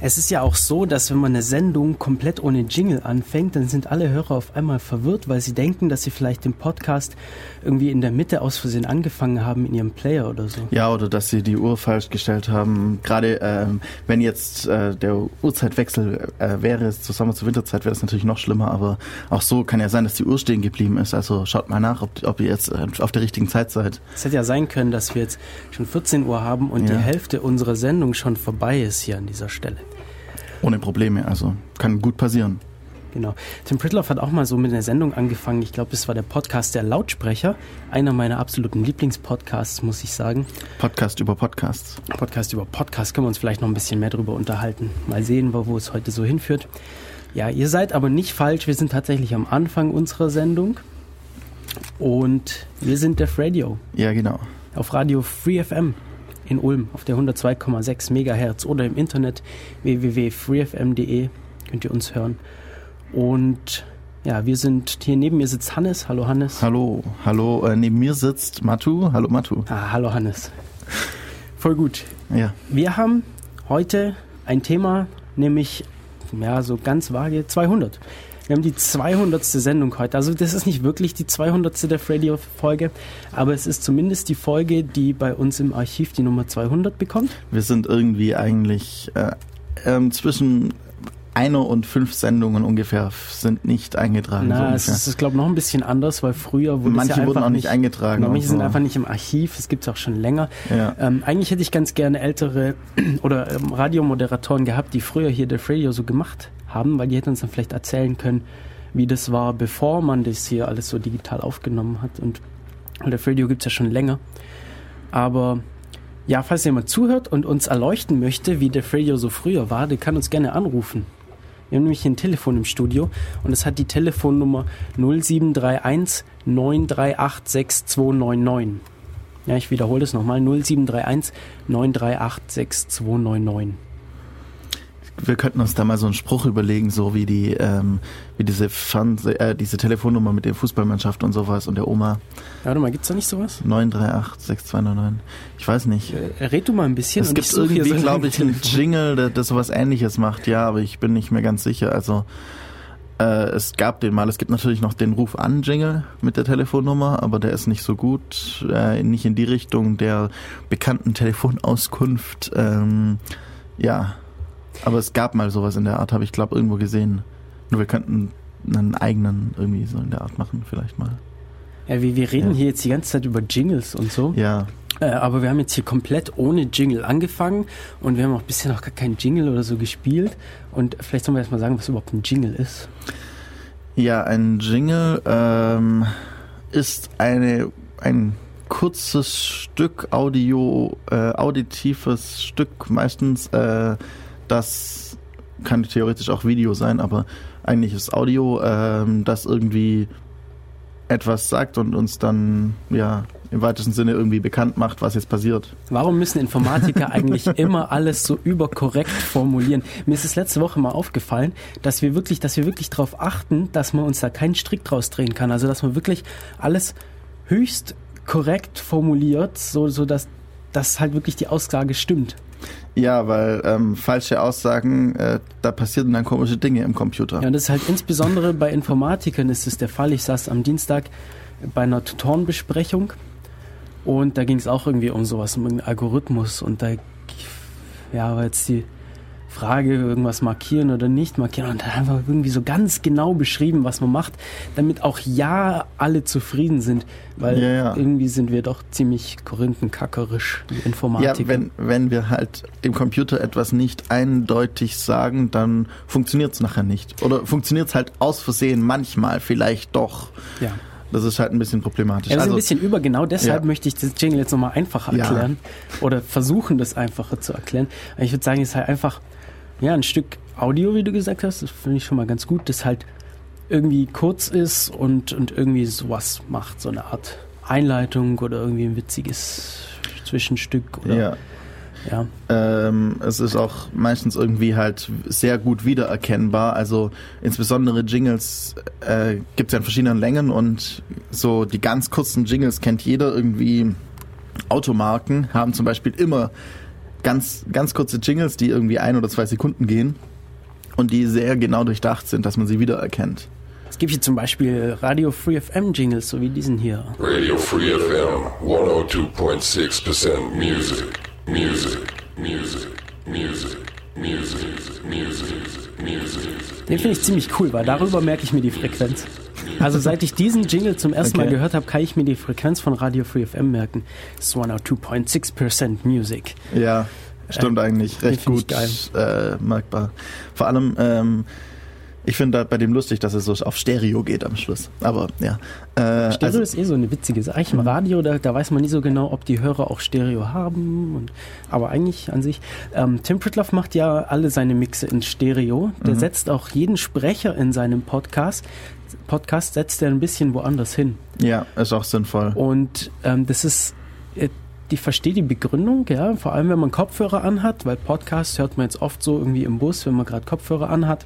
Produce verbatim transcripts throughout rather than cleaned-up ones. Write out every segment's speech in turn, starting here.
Es ist ja auch so, dass wenn man eine Sendung komplett ohne Jingle anfängt, dann sind alle Hörer auf einmal verwirrt, weil sie denken, dass sie vielleicht den Podcast irgendwie in der Mitte aus Versehen angefangen haben in ihrem Player oder so. Ja, oder dass sie die Uhr falsch gestellt haben. Gerade ähm, wenn jetzt äh, der Uhrzeitwechsel äh, wäre zur Sommer- zur Winterzeit, wäre das natürlich noch schlimmer, aber auch so kann ja sein, dass die Uhr stehen geblieben ist. Also schaut mal nach, ob, ob ihr jetzt äh, auf der richtigen Zeit seid. Es hätte ja sein können, dass wir jetzt schon vierzehn Uhr haben und ja. die Hälfte unserer Sendung schon vorbei ist hier an dieser Stelle. Ohne Probleme, also kann gut passieren. Genau. Tim Pritloff hat auch mal so mit einer Sendung angefangen. Ich glaube, das war der Podcast der Lautsprecher. Einer meiner absoluten Lieblingspodcasts, muss ich sagen. Podcast über Podcasts. Podcast über Podcasts. Können wir uns vielleicht noch ein bisschen mehr drüber unterhalten. Mal sehen, wo es heute so hinführt. Ja, ihr seid aber nicht falsch. Wir sind tatsächlich am Anfang unserer Sendung. Und wir sind Def Radio. Ja, genau. Auf Radio Free F M. In Ulm auf der hundertzwei Komma sechs Megahertz oder im Internet w w w punkt free f m punkt d e könnt ihr uns hören. Und ja, wir sind hier, neben mir sitzt Hannes. Hallo Hannes. Hallo, hallo. Äh, neben mir sitzt Matu. Hallo Matu. Ah, hallo Hannes. Voll gut. Ja. Wir haben heute ein Thema, nämlich, ja, so ganz vage, zweihundert. Wir haben die zweihundertste Sendung heute. Also das ist nicht wirklich die zweihundertste Def Radio-Folge, aber es ist zumindest die Folge, die bei uns im Archiv die Nummer zweihundert bekommt. Wir sind irgendwie eigentlich äh, ähm, zwischen einer und fünf Sendungen ungefähr sind nicht eingetragen. Na, so es ist, glaube ich, noch ein bisschen anders, weil früher wurde manche es ja wurden einfach auch nicht nicht eingetragen. Genau, manche so. sind einfach nicht im Archiv, es gibt es auch schon länger. Ja. Ähm, eigentlich hätte ich ganz gerne ältere oder ähm, Radiomoderatoren gehabt, die früher hier Def Radio so gemacht haben, weil die hätten uns dann vielleicht erzählen können, wie das war, bevor man das hier alles so digital aufgenommen hat. Und Def Radio gibt es ja schon länger. Aber ja, falls jemand zuhört und uns erleuchten möchte, wie Def Radio so früher war, der kann uns gerne anrufen. Wir haben nämlich hier ein Telefon im Studio und es hat die Telefonnummer null sieben drei eins neun drei acht sechs zwei neun neun. Ja, ich wiederhole das nochmal, null sieben drei eins neun drei acht sechs zwei neun neun. Wir könnten uns da mal so einen Spruch überlegen, so wie die, ähm, wie diese Fernseh- äh, diese Telefonnummer mit der Fußballmannschaft und sowas und der Oma. Warte mal, gibt's da nicht sowas? neun drei acht sechs zwei neun neun. Ich weiß nicht. Äh, red du mal ein bisschen. Es und gibt ich suche irgendwie, hier so glaube ich, einen Jingle, der, der sowas Ähnliches macht, ja, aber ich bin nicht mehr ganz sicher. Also äh, es gab den mal. Es gibt natürlich noch den Ruf an Jingle mit der Telefonnummer, aber der ist nicht so gut, äh, nicht in die Richtung der bekannten Telefonauskunft. Ähm, ja. Aber es gab mal sowas in der Art, habe ich glaube irgendwo gesehen. Nur wir könnten einen eigenen irgendwie so in der Art machen, vielleicht mal. Ja, wir, wir reden ja. hier jetzt die ganze Zeit über Jingles und so. Ja. Äh, aber wir haben jetzt hier komplett ohne Jingle angefangen und wir haben auch bisher noch gar keinen Jingle oder so gespielt. Und vielleicht sollen wir erstmal sagen, was überhaupt ein Jingle ist. Ja, ein Jingle ähm, ist eine ein kurzes Stück Audio, äh, auditives Stück, meistens äh, das kann theoretisch auch Video sein, aber eigentlich ist Audio, ähm, das irgendwie etwas sagt und uns dann ja im weitesten Sinne irgendwie bekannt macht, was jetzt passiert. Warum müssen Informatiker eigentlich immer alles so überkorrekt formulieren? Mir ist es letzte Woche mal aufgefallen, dass wir wirklich, dass wir wirklich darauf achten, dass man uns da keinen Strick draus drehen kann. Also dass man wirklich alles höchst korrekt formuliert, so, so dass, dass halt wirklich die Aussage stimmt. Ja, weil ähm, falsche Aussagen, äh, da passieren dann komische Dinge im Computer. Ja, und das ist halt insbesondere bei Informatikern ist es der Fall. Ich saß am Dienstag bei einer Tutorenbesprechung und da ging es auch irgendwie um sowas, um irgendeinen Algorithmus und da ja, war jetzt die Frage, irgendwas markieren oder nicht markieren und dann einfach irgendwie so ganz genau beschrieben, was man macht, damit auch ja alle zufrieden sind, weil ja, ja. irgendwie sind wir doch ziemlich korinthenkackerisch, die Informatiker. Ja, wenn, wenn wir halt dem Computer etwas nicht eindeutig sagen, dann funktioniert es nachher nicht. Oder funktioniert es halt aus Versehen manchmal vielleicht doch. Ja. Das ist halt ein bisschen problematisch. Ja, das ist also, ein bisschen über, genau deshalb ja. möchte ich das Jingle jetzt nochmal einfacher erklären ja. oder versuchen, das einfacher zu erklären. Ich würde sagen, es ist halt einfach ja, ein Stück Audio, wie du gesagt hast, das finde ich schon mal ganz gut, das halt irgendwie kurz ist und, und irgendwie sowas macht, so eine Art Einleitung oder irgendwie ein witziges Zwischenstück. Oder, ja. ja. Ähm, es ist auch meistens irgendwie halt sehr gut wiedererkennbar, also insbesondere Jingles äh, gibt es ja in verschiedenen Längen und so die ganz kurzen Jingles kennt jeder irgendwie. Automarken haben zum Beispiel immer ganz, ganz kurze Jingles, die irgendwie ein oder zwei Sekunden gehen und die sehr genau durchdacht sind, dass man sie wiedererkennt. Es gibt hier zum Beispiel Radio Free F M Jingles, so wie diesen hier. Radio Free F M, hundertzwei Komma sechs Prozent Music, Music, Music, Music, Music, Music, Music. Den finde ich ziemlich cool, weil darüber merke ich mir die Frequenz. Also seit ich diesen Jingle zum ersten okay. Mal gehört habe, kann ich mir die Frequenz von Radio Free F M merken. Das ist hundertzwei Komma sechs Prozent Music. Ja, stimmt äh, eigentlich. Recht gut äh, merkbar. Vor allem, ähm, ich finde da bei dem lustig, dass es so auf Stereo geht am Schluss. Aber ja. Äh, Stereo also, ist eh so eine witzige Sache. Eigentlich im Radio, da, da weiß man nie so genau, ob die Hörer auch Stereo haben. Und, aber eigentlich an sich. Ähm, Tim Pritlove macht ja alle seine Mixe in Stereo. Der mhm. setzt auch jeden Sprecher in seinem Podcast. Podcast setzt er ein bisschen woanders hin. Ja, ist auch sinnvoll. Und ähm, das ist, ich verstehe die Begründung, ja, vor allem wenn man Kopfhörer anhat, weil Podcasts hört man jetzt oft so irgendwie im Bus, wenn man gerade Kopfhörer anhat.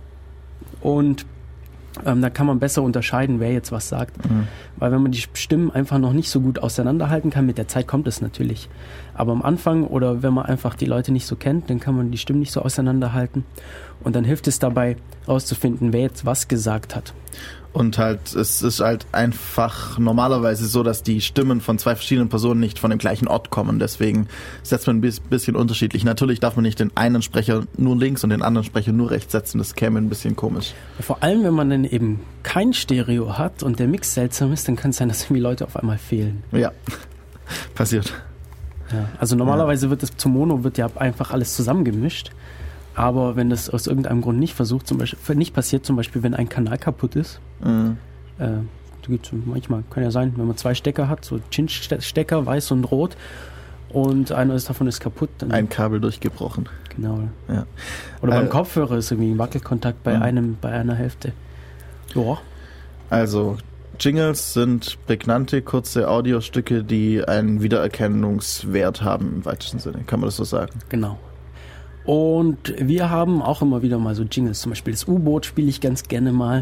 Und ähm, da kann man besser unterscheiden, wer jetzt was sagt. Mhm. Weil wenn man die Stimmen einfach noch nicht so gut auseinanderhalten kann, mit der Zeit kommt es natürlich. Aber am Anfang oder wenn man einfach die Leute nicht so kennt, dann kann man die Stimmen nicht so auseinanderhalten. Und dann hilft es dabei, rauszufinden, wer jetzt was gesagt hat. Und halt, es ist halt einfach normalerweise so, dass die Stimmen von zwei verschiedenen Personen nicht von dem gleichen Ort kommen. Deswegen setzt man ein bisschen unterschiedlich. Natürlich darf man nicht den einen Sprecher nur links und den anderen Sprecher nur rechts setzen. Das käme ein bisschen komisch. Vor allem, wenn man dann eben kein Stereo hat und der Mix seltsam ist, dann kann es sein, dass irgendwie Leute auf einmal fehlen. Ja, passiert. Ja, also normalerweise wird das zum Mono wird ja einfach alles zusammengemischt. Aber wenn das aus irgendeinem Grund nicht versucht, zum Beispiel nicht passiert, zum Beispiel wenn ein Kanal kaputt ist, mhm. äh, gibt's manchmal, kann ja sein, wenn man zwei Stecker hat, so Cinch-Stecker, weiß und rot, und einer ist davon ist kaputt. Dann ein Kabel durchgebrochen. Genau. Ja. Oder beim äh, Kopfhörer ist irgendwie ein Wackelkontakt bei mhm. einem, bei einer Hälfte. Ja. Also Jingles sind prägnante, kurze Audiostücke, die einen Wiedererkennungswert haben im weitesten Sinne. Kann man das so sagen? Genau. Und wir haben auch immer wieder mal so Jingles, zum Beispiel das U-Boot spiele ich ganz gerne mal.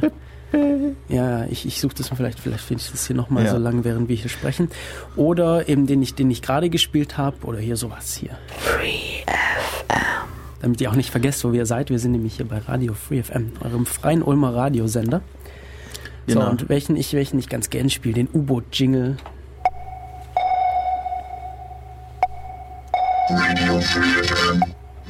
Ja, ich, ich suche das mal, vielleicht, vielleicht finde ich das hier nochmal ja. so lange, während wir hier sprechen. Oder eben den ich, den ich gerade gespielt habe, oder hier sowas hier. Free F M. Damit ihr auch nicht vergesst, wo ihr seid. Wir sind nämlich hier bei Radio Free F M, eurem freien Ulmer Radiosender. Genau. So, und welchen ich, welchen ich ganz gern spiele, den U-Boot-Jingle. Radio Free F M.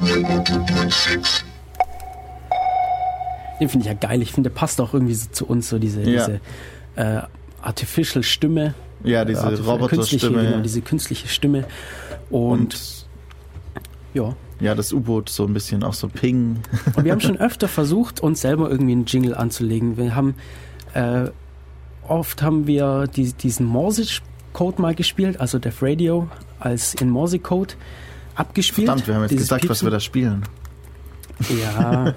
Den finde ich ja geil. Ich finde, der passt auch irgendwie so zu uns, so diese, ja. diese äh, Artificial Stimme. Ja, diese äh, Roboter-Stimme. Genau, diese künstliche Stimme. Und, Und ja. Ja, das U-Boot so ein bisschen auch so Ping. Und wir haben schon öfter versucht, uns selber irgendwie einen Jingle anzulegen. Wir haben äh, oft haben wir die, diesen Morse-Code mal gespielt, also Def Radio als in Morse-Code abgespielt. Verdammt, wir haben jetzt gesagt, Piepen. Was wir da spielen. Ja.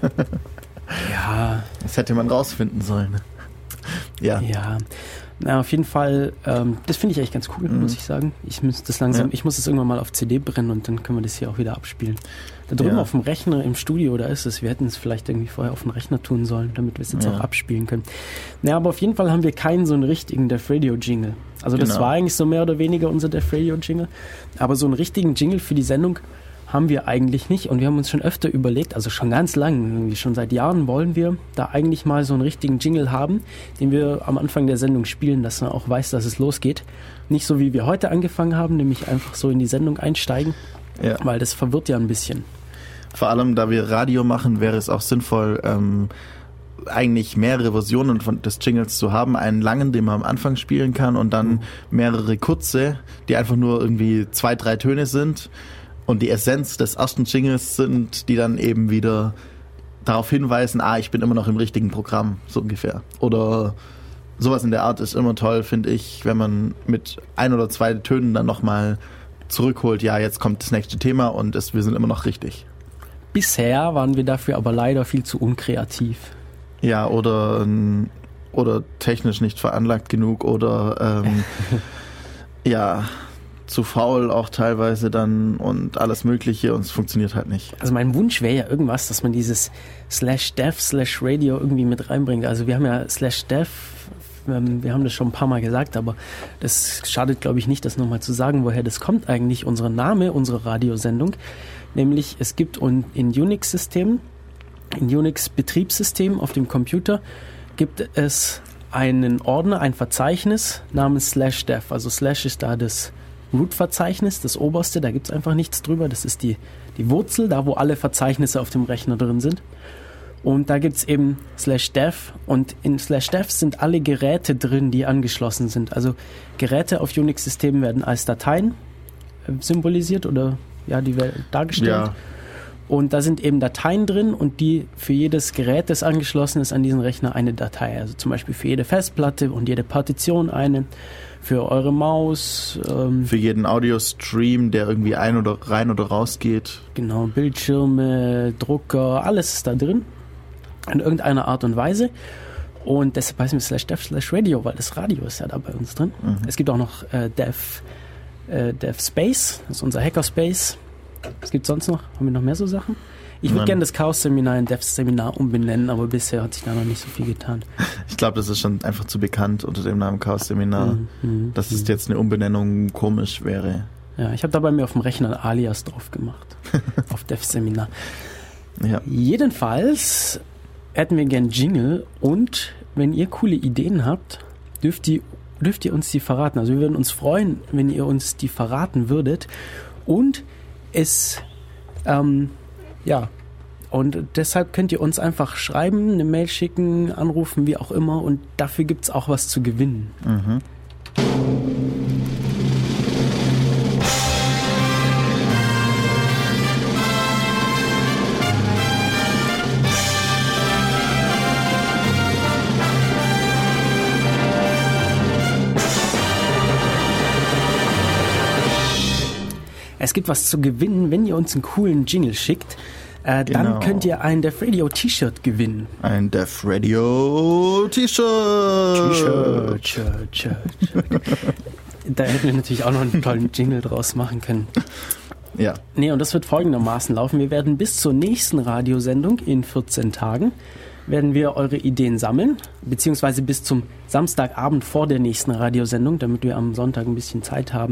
ja. Das hätte man rausfinden sollen. Ja. Ja. Na, auf jeden Fall, ähm, das finde ich eigentlich ganz cool, mhm. muss ich sagen. Ich muss das langsam, ja. ich muss das irgendwann mal auf C D brennen und dann können wir das hier auch wieder abspielen. Da drüben ja. auf dem Rechner im Studio, da ist es. Wir hätten es vielleicht irgendwie vorher auf den Rechner tun sollen, damit wir es jetzt ja. auch abspielen können. Naja, aber auf jeden Fall haben wir keinen so einen richtigen Def Radio Jingle. Also das genau. war eigentlich so mehr oder weniger unser Def Radio Jingle. Aber so einen richtigen Jingle für die Sendung haben wir eigentlich nicht. Und wir haben uns schon öfter überlegt, also schon ganz lang, irgendwie schon seit Jahren wollen wir da eigentlich mal so einen richtigen Jingle haben, den wir am Anfang der Sendung spielen, dass man auch weiß, dass es losgeht. Nicht so, wie wir heute angefangen haben, nämlich einfach so in die Sendung einsteigen, ja. weil das verwirrt ja ein bisschen. Vor allem, da wir Radio machen, wäre es auch sinnvoll, ähm, eigentlich mehrere Versionen von des Jingles zu haben. Einen langen, den man am Anfang spielen kann, und dann mehrere kurze, die einfach nur irgendwie zwei, drei Töne sind. Und die Essenz des ersten Jingles sind, die dann eben wieder darauf hinweisen, ah, ich bin immer noch im richtigen Programm, so ungefähr. Oder sowas in der Art ist immer toll, finde ich, wenn man mit ein oder zwei Tönen dann nochmal zurückholt, ja, jetzt kommt das nächste Thema und es, wir sind immer noch richtig. Bisher waren wir dafür aber leider viel zu unkreativ. Ja, oder, oder technisch nicht veranlagt genug oder ähm, ja... zu faul auch teilweise dann und alles Mögliche, und es funktioniert halt nicht. Also mein Wunsch wäre ja irgendwas, dass man dieses slash dev slash radio irgendwie mit reinbringt. Also wir haben ja slash dev, wir haben das schon ein paar Mal gesagt, aber das schadet, glaube ich, nicht, das nochmal zu sagen, woher das kommt eigentlich, unser Name, unsere Radiosendung. Nämlich es gibt un- in Unix-Systemen, in Unix-Betriebssystemen auf dem Computer gibt es einen Ordner, ein Verzeichnis namens slash dev. Also slash ist da das Root-Verzeichnis, das oberste, da gibt es einfach nichts drüber. Das ist die, die Wurzel, da wo alle Verzeichnisse auf dem Rechner drin sind. Und da gibt es eben slash dev und in slash dev sind alle Geräte drin, die angeschlossen sind. Also Geräte auf Unix-Systemen werden als Dateien äh, symbolisiert oder ja, die werden dargestellt. Ja. Und da sind eben Dateien drin und die für jedes Gerät, das angeschlossen ist an diesen Rechner, eine Datei. Also zum Beispiel für jede Festplatte und jede Partition eine, für eure Maus. Ähm, für jeden Audio-Stream, der irgendwie ein- oder rein oder raus geht. Genau, Bildschirme, Drucker, alles ist da drin. In irgendeiner Art und Weise. Und deshalb heißen wir slash dev slash radio, weil das Radio ist ja da bei uns drin. Mhm. Es gibt auch noch äh, dev, äh, dev Space, das ist unser Hackerspace. Was gibt es sonst noch? Haben wir noch mehr so Sachen? Ich würde gerne das Chaos-Seminar in Dev-Seminar umbenennen, aber bisher hat sich da noch nicht so viel getan. Ich glaube, das ist schon einfach zu bekannt unter dem Namen Chaos-Seminar, mhm. dass es jetzt eine Umbenennung komisch wäre. Ja, ich habe da bei mir auf dem Rechner ein Alias drauf gemacht. Auf Dev-Seminar. Ja. Jedenfalls hätten wir gern Jingle und wenn ihr coole Ideen habt, dürft ihr, dürft ihr uns die verraten. Also wir würden uns freuen, wenn ihr uns die verraten würdet. Und es, ähm, ja, und deshalb könnt ihr uns einfach schreiben, eine Mail schicken, anrufen, wie auch immer. Und dafür gibt es auch was zu gewinnen. Mhm. Es gibt was zu gewinnen, wenn ihr uns einen coolen Jingle schickt. Äh, genau. Dann könnt ihr ein Def Radio T-Shirt gewinnen. Ein Def Radio T-Shirt. T-Shirt, Shirt, Shirt, Shirt. Da hätten wir natürlich auch noch einen tollen Jingle draus machen können. Ja. Nee, und das wird folgendermaßen laufen. Wir werden bis zur nächsten Radiosendung in vierzehn Tagen werden wir eure Ideen sammeln, beziehungsweise bis zum Samstagabend vor der nächsten Radiosendung, damit wir am Sonntag ein bisschen Zeit haben,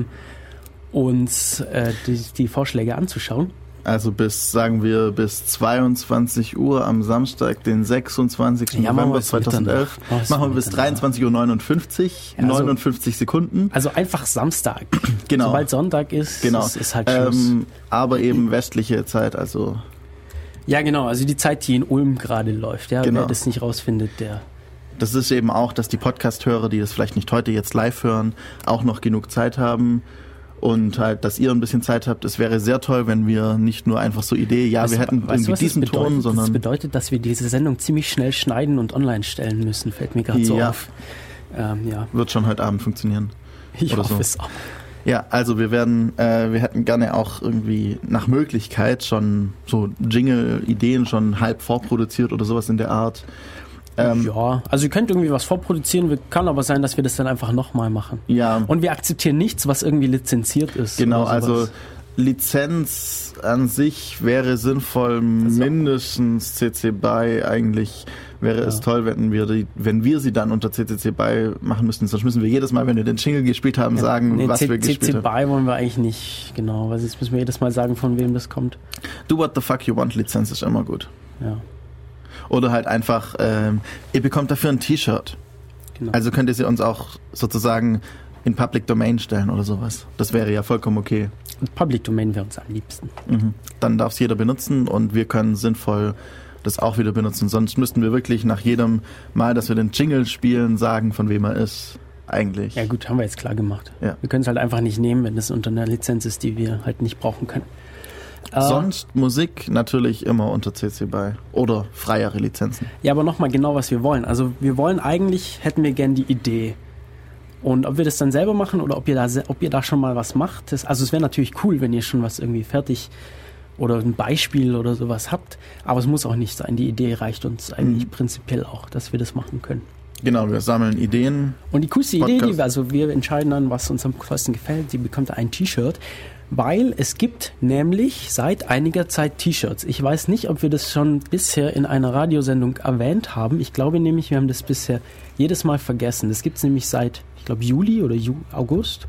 uns äh, die, die Vorschläge anzuschauen. Also bis, sagen wir, bis zweiundzwanzig Uhr am Samstag, den sechsundzwanzigsten Ja, November zweitausendelf. Machen Machen wir bis dreiundzwanzig Uhr neunundfünfzig, Ja, also, neunundfünfzig Sekunden. Also einfach Samstag. Genau. Sobald Sonntag ist, genau. ist, ist halt Schluss. Ähm, aber eben westliche Zeit, also... Ja, genau, also die Zeit, die in Ulm gerade läuft. Ja, genau. Wer das nicht rausfindet, der... Das ist eben auch, dass die Podcast-Hörer, die das vielleicht nicht heute jetzt live hören, auch noch genug Zeit haben. Und halt, dass ihr ein bisschen Zeit habt. Es wäre sehr toll, wenn wir nicht nur einfach so Idee, ja, weißt wir du, hätten weißt irgendwie du, diesen bedeutet? Ton, sondern... Das bedeutet, dass wir diese Sendung ziemlich schnell schneiden und online stellen müssen, fällt mir gerade so ja. auf. Ähm, ja. Wird schon heute Abend funktionieren. Ich Oder hoffe so. es auch. Ja, also wir werden, äh, wir hätten gerne auch irgendwie nach Möglichkeit schon so Jingle-Ideen schon halb vorproduziert oder sowas in der Art. Ähm, Ja, also ihr könnt irgendwie was vorproduzieren, kann aber sein, dass wir das dann einfach nochmal machen. ja, Und wir akzeptieren nichts, was irgendwie lizenziert ist. genau, oder also sowas. Lizenz an sich wäre sinnvoll, mindestens C C B Y eigentlich wäre Ja. es toll, wenn wir die, wenn wir sie dann unter C C C B Y machen müssten. Sonst müssen wir jedes Mal, wenn wir den Jingle gespielt haben, sagen, nee, was C- wir gespielt C C haben. B Y wollen wir eigentlich nicht, genau, weil jetzt müssen wir jedes Mal sagen, von wem das kommt. Do what the fuck you want Lizenz ist immer gut. Ja, Oder halt einfach, ähm, ihr bekommt dafür ein T-Shirt. genau. Also könnt ihr sie uns auch sozusagen in Public Domain stellen oder sowas. Das wäre ja vollkommen okay. Public Domain wäre uns am liebsten. Mhm. Dann darf es jeder benutzen und wir können sinnvoll das auch wieder benutzen. Sonst müssten wir wirklich nach jedem Mal, dass wir den Jingle spielen, sagen, von wem er ist. Eigentlich. Ja gut, haben wir jetzt klar gemacht. Ja. Wir können es halt einfach nicht nehmen, wenn es unter einer Lizenz ist, die wir halt nicht brauchen können. Äh, Sonst Musik natürlich immer unter C C B Y oder freiere Lizenzen. Ja, aber nochmal genau, was wir wollen. Also wir wollen eigentlich, hätten wir gern die Idee. Und ob wir das dann selber machen oder ob ihr da, se- ob ihr da schon mal was macht. Das, also es wäre natürlich cool, wenn ihr schon was irgendwie fertig oder ein Beispiel oder sowas habt. Aber es muss auch nicht sein. Die Idee reicht uns eigentlich Mhm. prinzipiell auch, dass wir das machen können. Genau, wir sammeln Ideen. Und die coolste Idee, Podcast. die wir, also wir entscheiden dann, was uns am besten gefällt, die bekommt ein T-Shirt, weil es gibt nämlich seit einiger Zeit T-Shirts. Ich weiß nicht, ob wir das schon bisher in einer Radiosendung erwähnt haben. Ich glaube nämlich, wir haben das bisher jedes Mal vergessen. Das gibt es nämlich seit, ich glaube, Juli oder Ju- August.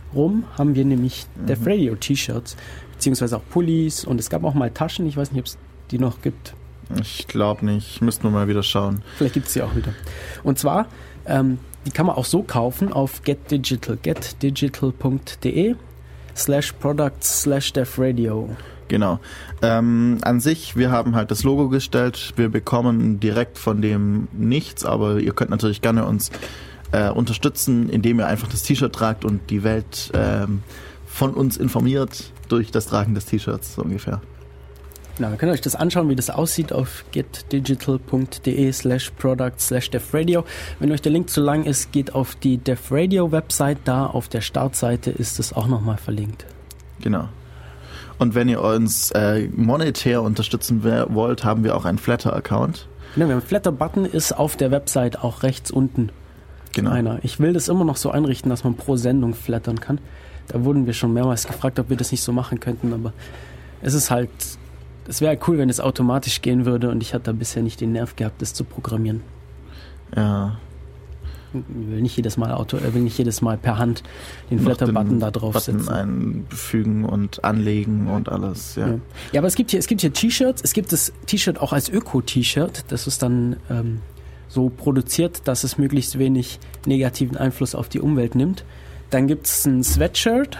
rum haben wir nämlich mhm. Def Radio T-Shirts, beziehungsweise auch Pullis und es gab auch mal Taschen, ich weiß nicht, ob es die noch gibt. Ich glaube nicht, müssten wir mal wieder schauen. Vielleicht gibt es sie auch wieder. Und zwar, ähm, die kann man auch so kaufen auf getdigital, getdigital.de slash products slash Def Radio. Genau. Ähm, an sich, wir haben halt das Logo gestellt. Wir bekommen direkt von dem nichts, aber ihr könnt natürlich gerne uns äh, unterstützen, indem ihr einfach das T-Shirt tragt und die Welt ähm, von uns informiert durch das Tragen des T-Shirts, so ungefähr. Genau, ihr könnt euch das anschauen, wie das aussieht auf getdigital.de slash product slash Def Radio. Wenn euch der Link zu lang ist, geht auf die Def Radio Website. Da auf der Startseite ist es auch nochmal verlinkt. Genau. Und wenn ihr uns äh, monetär unterstützen wollt, haben wir auch einen Flatter-Account. Genau, wir haben einen Flatter-Button, ist auf der Website auch rechts unten. Genau. Einer. Ich will das immer noch so einrichten, dass man pro Sendung flattern kann. Da wurden wir schon mehrmals gefragt, ob wir das nicht so machen könnten, aber es ist halt, es wäre cool, wenn es automatisch gehen würde und ich hatte da bisher nicht den Nerv gehabt, das zu programmieren. Ja. Ich will nicht jedes Mal Auto, äh, will nicht jedes Mal per Hand den Flatter-Button da drauf Button setzen. einfügen und anlegen und alles, ja. Ja, ja, aber es gibt hier, es gibt hier T-Shirts, es gibt das T-Shirt auch als Öko-T-Shirt, das ist dann ähm, so produziert, dass es möglichst wenig negativen Einfluss auf die Umwelt nimmt. Dann gibt es ein Sweatshirt,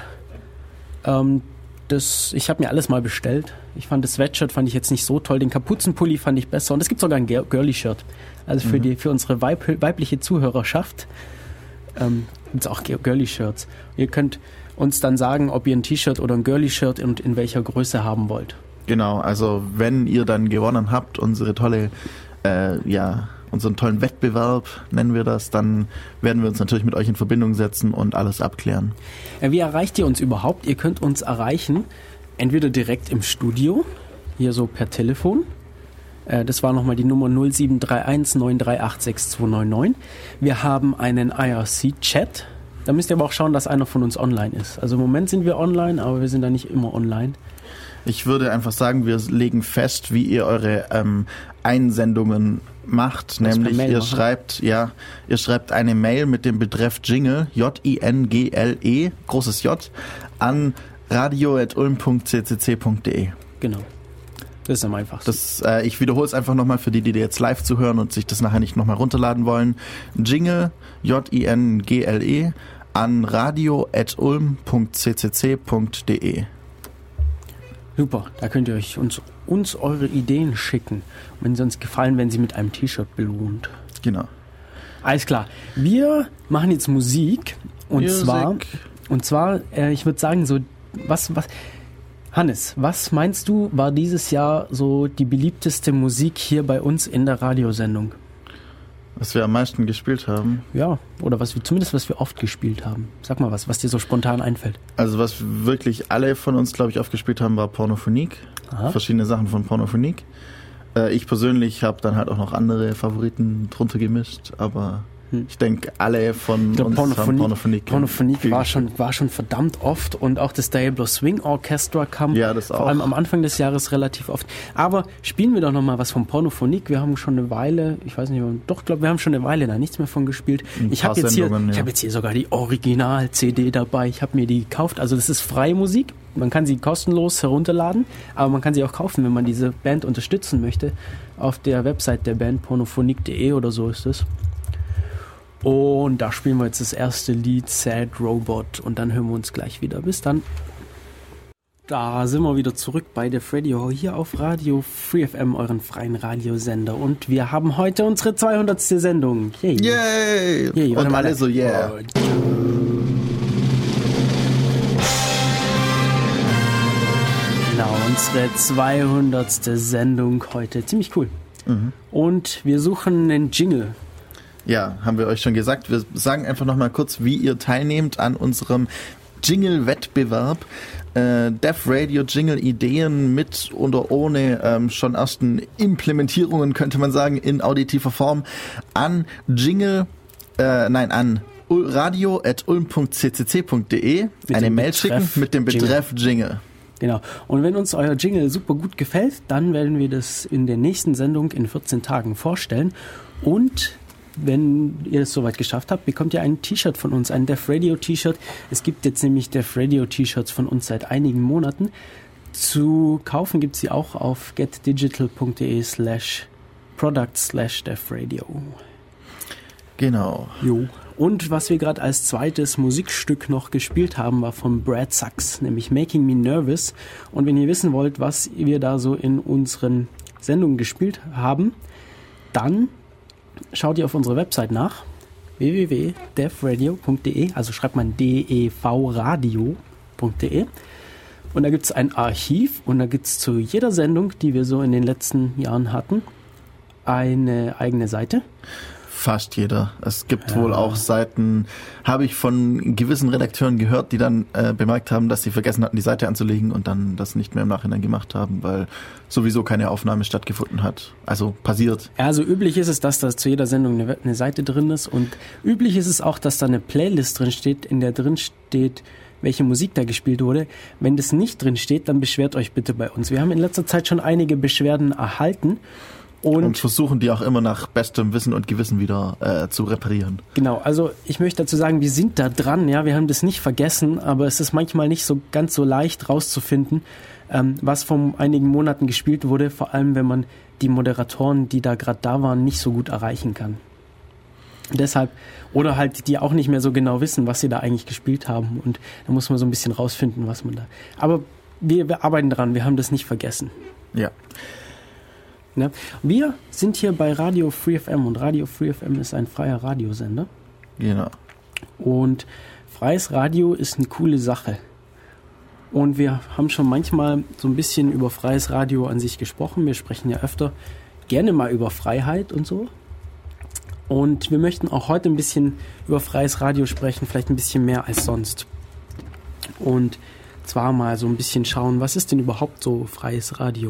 ähm, das, ich habe mir alles mal bestellt. Ich fand das Sweatshirt fand ich jetzt nicht so toll, den Kapuzenpulli fand ich besser und es gibt sogar ein Girly-Shirt. Also für, mhm. die, für unsere Weib, weibliche Zuhörerschaft ähm, gibt es auch Girly-Shirts. Ihr könnt uns dann sagen, ob ihr ein T-Shirt oder ein Girly-Shirt und in welcher Größe haben wollt. Genau, also wenn ihr dann gewonnen habt, unsere tolle, äh, ja, unseren tollen Wettbewerb, nennen wir das, dann werden wir uns natürlich mit euch in Verbindung setzen und alles abklären. Ja, wie erreicht ihr uns überhaupt? Ihr könnt uns erreichen, entweder direkt im Studio, hier so per Telefon. Äh, das war nochmal die Nummer null sieben drei eins neun drei acht sechs zwei neun neun. Wir haben einen I R C-Chat. Da müsst ihr aber auch schauen, dass einer von uns online ist. Also im Moment sind wir online, aber wir sind da nicht immer online. Ich würde einfach sagen, wir legen fest, wie ihr eure ähm, Einsendungen macht, das nämlich ihr machen. schreibt, ja, ihr schreibt eine Mail mit dem Betreff Jingle, J I N G L E, großes J, an radio at ulm punkt c c c punkt d e. Genau. Das ist am einfachsten. Das, äh, ich wiederhole es einfach nochmal für die, die jetzt live zuhören und sich das nachher nicht nochmal runterladen wollen. Jingle, J I N G L E, an radio at ulm punkt c c c punkt d e. Super, da könnt ihr euch uns, uns eure Ideen schicken. Und wenn sie uns gefallen, werden sie mit einem T-Shirt belohnt. Genau. Alles klar. Wir machen jetzt Musik. Und Music. zwar, und zwar, äh, ich würde sagen, so, was, was, Hannes, was meinst du, war dieses Jahr so die beliebteste Musik hier bei uns in der Radiosendung? Was wir am meisten gespielt haben? Ja, oder was wir, zumindest was wir oft gespielt haben. Sag mal was, was dir so spontan einfällt. Also was wirklich alle von uns, glaube ich, oft gespielt haben, war Pornophonik. Aha. Verschiedene Sachen von Pornophonik. Äh, ich persönlich habe dann halt auch noch andere Favoriten drunter gemischt, aber hm. ich denke, alle von glaub, uns Pornophonik, haben Pornophonik. Pornophonik war schon, war schon verdammt oft und auch das Diablo Swing Orchestra kam ja, das vor auch. allem am Anfang des Jahres relativ oft. Aber spielen wir doch noch mal was von Pornophonik. Wir haben schon eine Weile, ich weiß nicht, doch, glaube wir haben schon eine Weile da nichts mehr von gespielt. Ein ich habe jetzt, ja. hab jetzt hier sogar die Original-C D dabei. Ich habe mir die gekauft. Also das ist freie Musik. Man kann sie kostenlos herunterladen, aber man kann sie auch kaufen, wenn man diese Band unterstützen möchte. Auf der Website der Band pornophonik punkt de oder so ist es. Und da spielen wir jetzt das erste Lied, Sad Robot, und dann hören wir uns gleich wieder. Bis dann. Da sind wir wieder zurück bei Def Radio, hier auf Radio Free F M, euren freien Radiosender. Und wir haben heute unsere zweihundertste Sendung. Yay! Yay! Yay. Und alle so, yeah! Oh. Genau, unsere zweihundertste Sendung heute. Ziemlich cool. Mhm. Und wir suchen einen Jingle. Ja, haben wir euch schon gesagt. Wir sagen einfach nochmal kurz, wie ihr teilnehmt an unserem Jingle-Wettbewerb. Äh, Def Radio Jingle-Ideen mit oder ohne ähm, schon ersten Implementierungen, könnte man sagen, in auditiver Form an Jingle, äh, nein, an radio at ulm punkt c c c punkt d e eine Mail schicken mit dem Betreff Jingle. Jingle. Genau. Und wenn uns euer Jingle super gut gefällt, dann werden wir das in der nächsten Sendung in vierzehn Tagen vorstellen. Und wenn ihr es soweit geschafft habt, bekommt ihr ein T-Shirt von uns, ein Def Radio T-Shirt. Es gibt jetzt nämlich Def Radio T-Shirts von uns seit einigen Monaten. Zu kaufen gibt es sie auch auf getdigital.de slash product slash Def Radio. Genau. Jo. Und was wir gerade als zweites Musikstück noch gespielt haben, war von Brad Sachs, nämlich Making Me Nervous. Und wenn ihr wissen wollt, was wir da so in unseren Sendungen gespielt haben, dann schaut ihr auf unsere Website nach, w w w punkt defradio punkt de, also schreibt man d e v radio punkt de. Und da gibt es ein Archiv und da gibt es zu jeder Sendung, die wir so in den letzten Jahren hatten, eine eigene Seite. Fast jeder. Es gibt Ja. wohl auch Seiten, habe ich von gewissen Redakteuren gehört, die dann äh, bemerkt haben, dass sie vergessen hatten, die Seite anzulegen und dann das nicht mehr im Nachhinein gemacht haben, weil sowieso keine Aufnahme stattgefunden hat. Also passiert. Also üblich ist es, dass da zu jeder Sendung eine, eine Seite drin ist und üblich ist es auch, dass da eine Playlist drin steht, in der drin steht, welche Musik da gespielt wurde. Wenn das nicht drin steht, dann beschwert euch bitte bei uns. Wir haben in letzter Zeit schon einige Beschwerden erhalten. Und, Und versuchen die auch immer nach bestem Wissen und Gewissen wieder äh, zu reparieren. Genau, also ich möchte dazu sagen, wir sind da dran, ja, wir haben das nicht vergessen, aber es ist manchmal nicht so ganz so leicht rauszufinden, ähm, was vor einigen Monaten gespielt wurde, vor allem wenn man die Moderatoren, die da gerade da waren, nicht so gut erreichen kann. Deshalb, oder halt die auch nicht mehr so genau wissen, was sie da eigentlich gespielt haben und da muss man so ein bisschen rausfinden, was man da... Aber wir, wir arbeiten dran, wir haben das nicht vergessen. Ja. Ja. Wir sind hier bei Radio Free F M und Radio Free F M ist ein freier Radiosender. Genau. Und freies Radio ist eine coole Sache. Und wir haben schon manchmal so ein bisschen über freies Radio an sich gesprochen. Wir sprechen ja öfter gerne mal über Freiheit und so. Und wir möchten auch heute ein bisschen über freies Radio sprechen, vielleicht ein bisschen mehr als sonst. Und zwar mal so ein bisschen schauen, was ist denn überhaupt so freies Radio?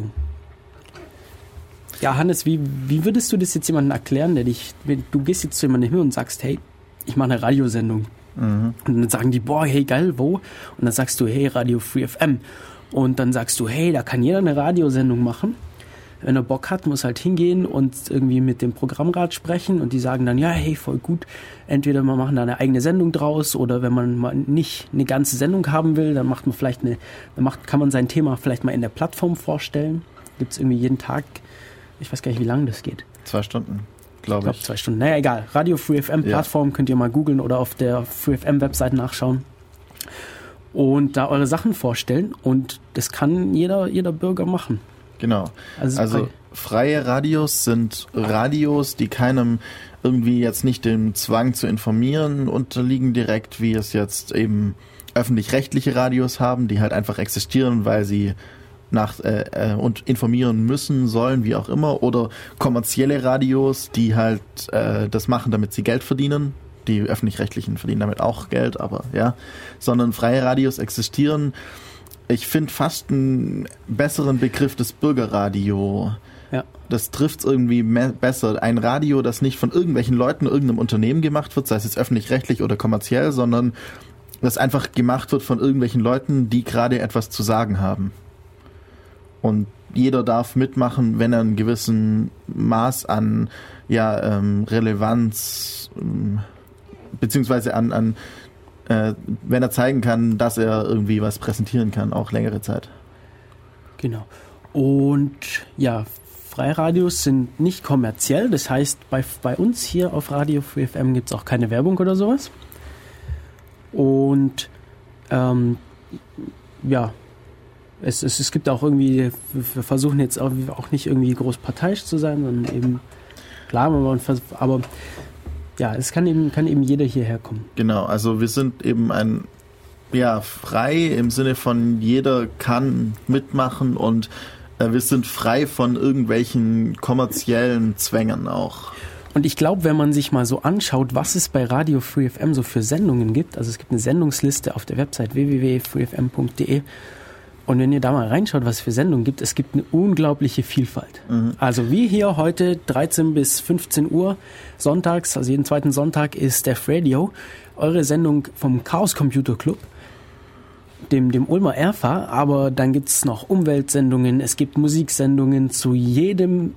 Ja, Hannes, wie, wie würdest du das jetzt jemandem erklären, der dich, wenn du gehst jetzt zu jemandem hin und sagst, hey, ich mache eine Radiosendung. Mhm. Und dann sagen die, boah, hey, geil, wo? Und dann sagst du, hey, Radio Free F M. Und dann sagst du, hey, da kann jeder eine Radiosendung machen. Wenn er Bock hat, muss halt hingehen und irgendwie mit dem Programmrat sprechen und die sagen dann, ja, hey, voll gut. Entweder wir machen da eine eigene Sendung draus oder wenn man mal nicht eine ganze Sendung haben will, dann macht man vielleicht eine, dann macht, kann man sein Thema vielleicht mal in der Plattform vorstellen. Gibt's irgendwie jeden Tag, ich weiß gar nicht, wie lange das geht. Zwei Stunden, Ich glaube glaube ich. zwei Stunden. Naja, egal. Radio Free F M Ja. Plattform könnt ihr mal googeln oder auf der Free F M Webseite nachschauen. Und da eure Sachen vorstellen. Und das kann jeder, jeder Bürger machen. Genau. Also, Also frei. freie Radios sind Radios, die keinem irgendwie jetzt nicht dem Zwang zu informieren unterliegen direkt, wie es jetzt eben öffentlich-rechtliche Radios haben, die halt einfach existieren, weil sie nach äh, äh, und informieren müssen, sollen, wie auch immer, oder kommerzielle Radios, die halt äh, das machen, damit sie Geld verdienen. Die öffentlich-rechtlichen verdienen damit auch Geld, aber ja, sondern freie Radios existieren. Ich finde fast einen besseren Begriff des Bürgerradio. Ja. Das trifft es irgendwie me- besser. Ein Radio, das nicht von irgendwelchen Leuten, irgendeinem Unternehmen gemacht wird, sei es jetzt öffentlich-rechtlich oder kommerziell, sondern das einfach gemacht wird von irgendwelchen Leuten, die gerade etwas zu sagen haben. Und jeder darf mitmachen, wenn er einen gewissen Maß an ja, ähm, Relevanz ähm, beziehungsweise an, an äh, wenn er zeigen kann, dass er irgendwie was präsentieren kann, auch längere Zeit. Genau. Und ja, Freiradios sind nicht kommerziell. Das heißt, bei, bei uns hier auf Radio Free F M gibt es auch keine Werbung oder sowas. Und ähm, ja, es, es, es gibt auch irgendwie, wir versuchen jetzt auch, auch nicht irgendwie groß parteiisch zu sein, sondern eben, klar, man vers- aber ja, es kann eben, kann eben jeder hierher kommen. Genau, also wir sind eben ein, ja, frei im Sinne von jeder kann mitmachen und äh, wir sind frei von irgendwelchen kommerziellen Zwängen auch. Und ich glaube, wenn man sich mal so anschaut, was es bei Radio Free F M so für Sendungen gibt, also es gibt eine Sendungsliste auf der Website w w w punkt free f m punkt de und wenn ihr da mal reinschaut, was es für Sendungen gibt, es gibt eine unglaubliche Vielfalt. Mhm. Also wie hier heute dreizehn bis fünfzehn Uhr sonntags, also jeden zweiten Sonntag ist Def Radio, eure Sendung vom Chaos Computer Club, dem, dem Ulmer Erfa, aber dann gibt es noch Umweltsendungen, es gibt Musiksendungen zu jedem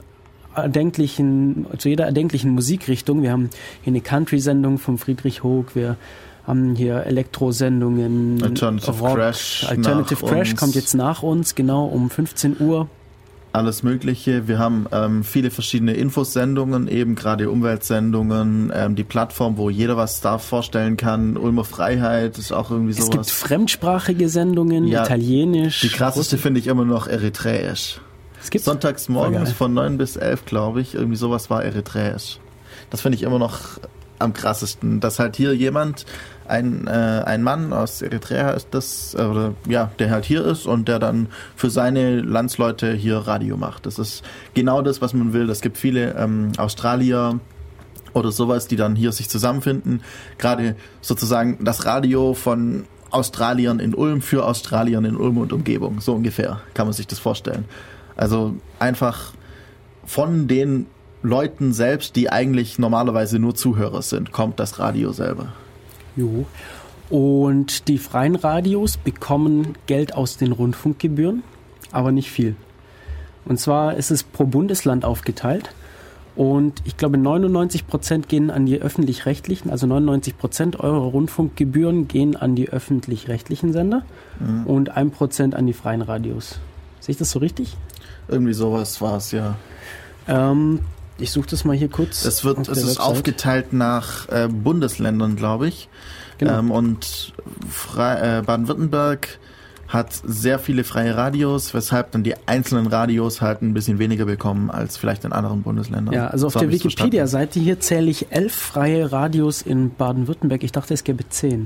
erdenklichen, zu jeder erdenklichen Musikrichtung. Wir haben hier eine Country-Sendung von Friedrich Hoog, wir haben hier Elektro-Sendungen, Alternative Rock, Crash Alternative Crash kommt jetzt nach uns, genau um fünfzehn Uhr. Alles Mögliche. Wir haben ähm, viele verschiedene Infosendungen, eben gerade Umweltsendungen, ähm, die Plattform, wo jeder was da vorstellen kann. Ulmer Freiheit ist auch irgendwie sowas. Es gibt fremdsprachige Sendungen, ja, Italienisch. Die krasseste finde ich immer noch Eritreisch. Es gibt Sonntags morgens von neun bis elf, glaube ich, irgendwie sowas war Eritreisch. Das finde ich immer noch am krassesten, dass halt hier jemand, ein, äh, ein Mann aus Eritrea ist das, äh, oder ja, der halt hier ist und der dann für seine Landsleute hier Radio macht. Das ist genau das, was man will. Es gibt viele ähm, Australier oder sowas, die dann hier sich zusammenfinden. Gerade sozusagen das Radio von Australiern in Ulm für Australiern in Ulm und Umgebung. So ungefähr kann man sich das vorstellen. Also einfach von den Leuten selbst, die eigentlich normalerweise nur Zuhörer sind, kommt das Radio selber. Jo. Und die freien Radios bekommen Geld aus den Rundfunkgebühren, aber nicht viel. Und zwar ist es pro Bundesland aufgeteilt und ich glaube neunundneunzig Prozent gehen an die öffentlich-rechtlichen, also neunundneunzig Prozent eurer Rundfunkgebühren gehen an die öffentlich-rechtlichen Sender mhm. und ein Prozent an die freien Radios. Sehe ich das so richtig? Irgendwie sowas war es, ja. Ähm, ich suche das mal hier kurz. Es wird, es ist aufgeteilt nach äh, Bundesländern, glaube ich. Genau. Ähm, und Fre- äh, Baden-Württemberg hat sehr viele freie Radios, weshalb dann die einzelnen Radios halt ein bisschen weniger bekommen als vielleicht in anderen Bundesländern. Ja, also auf so der Wikipedia-Seite hier zähle ich elf freie Radios in Baden-Württemberg. Ich dachte, es gäbe zehn.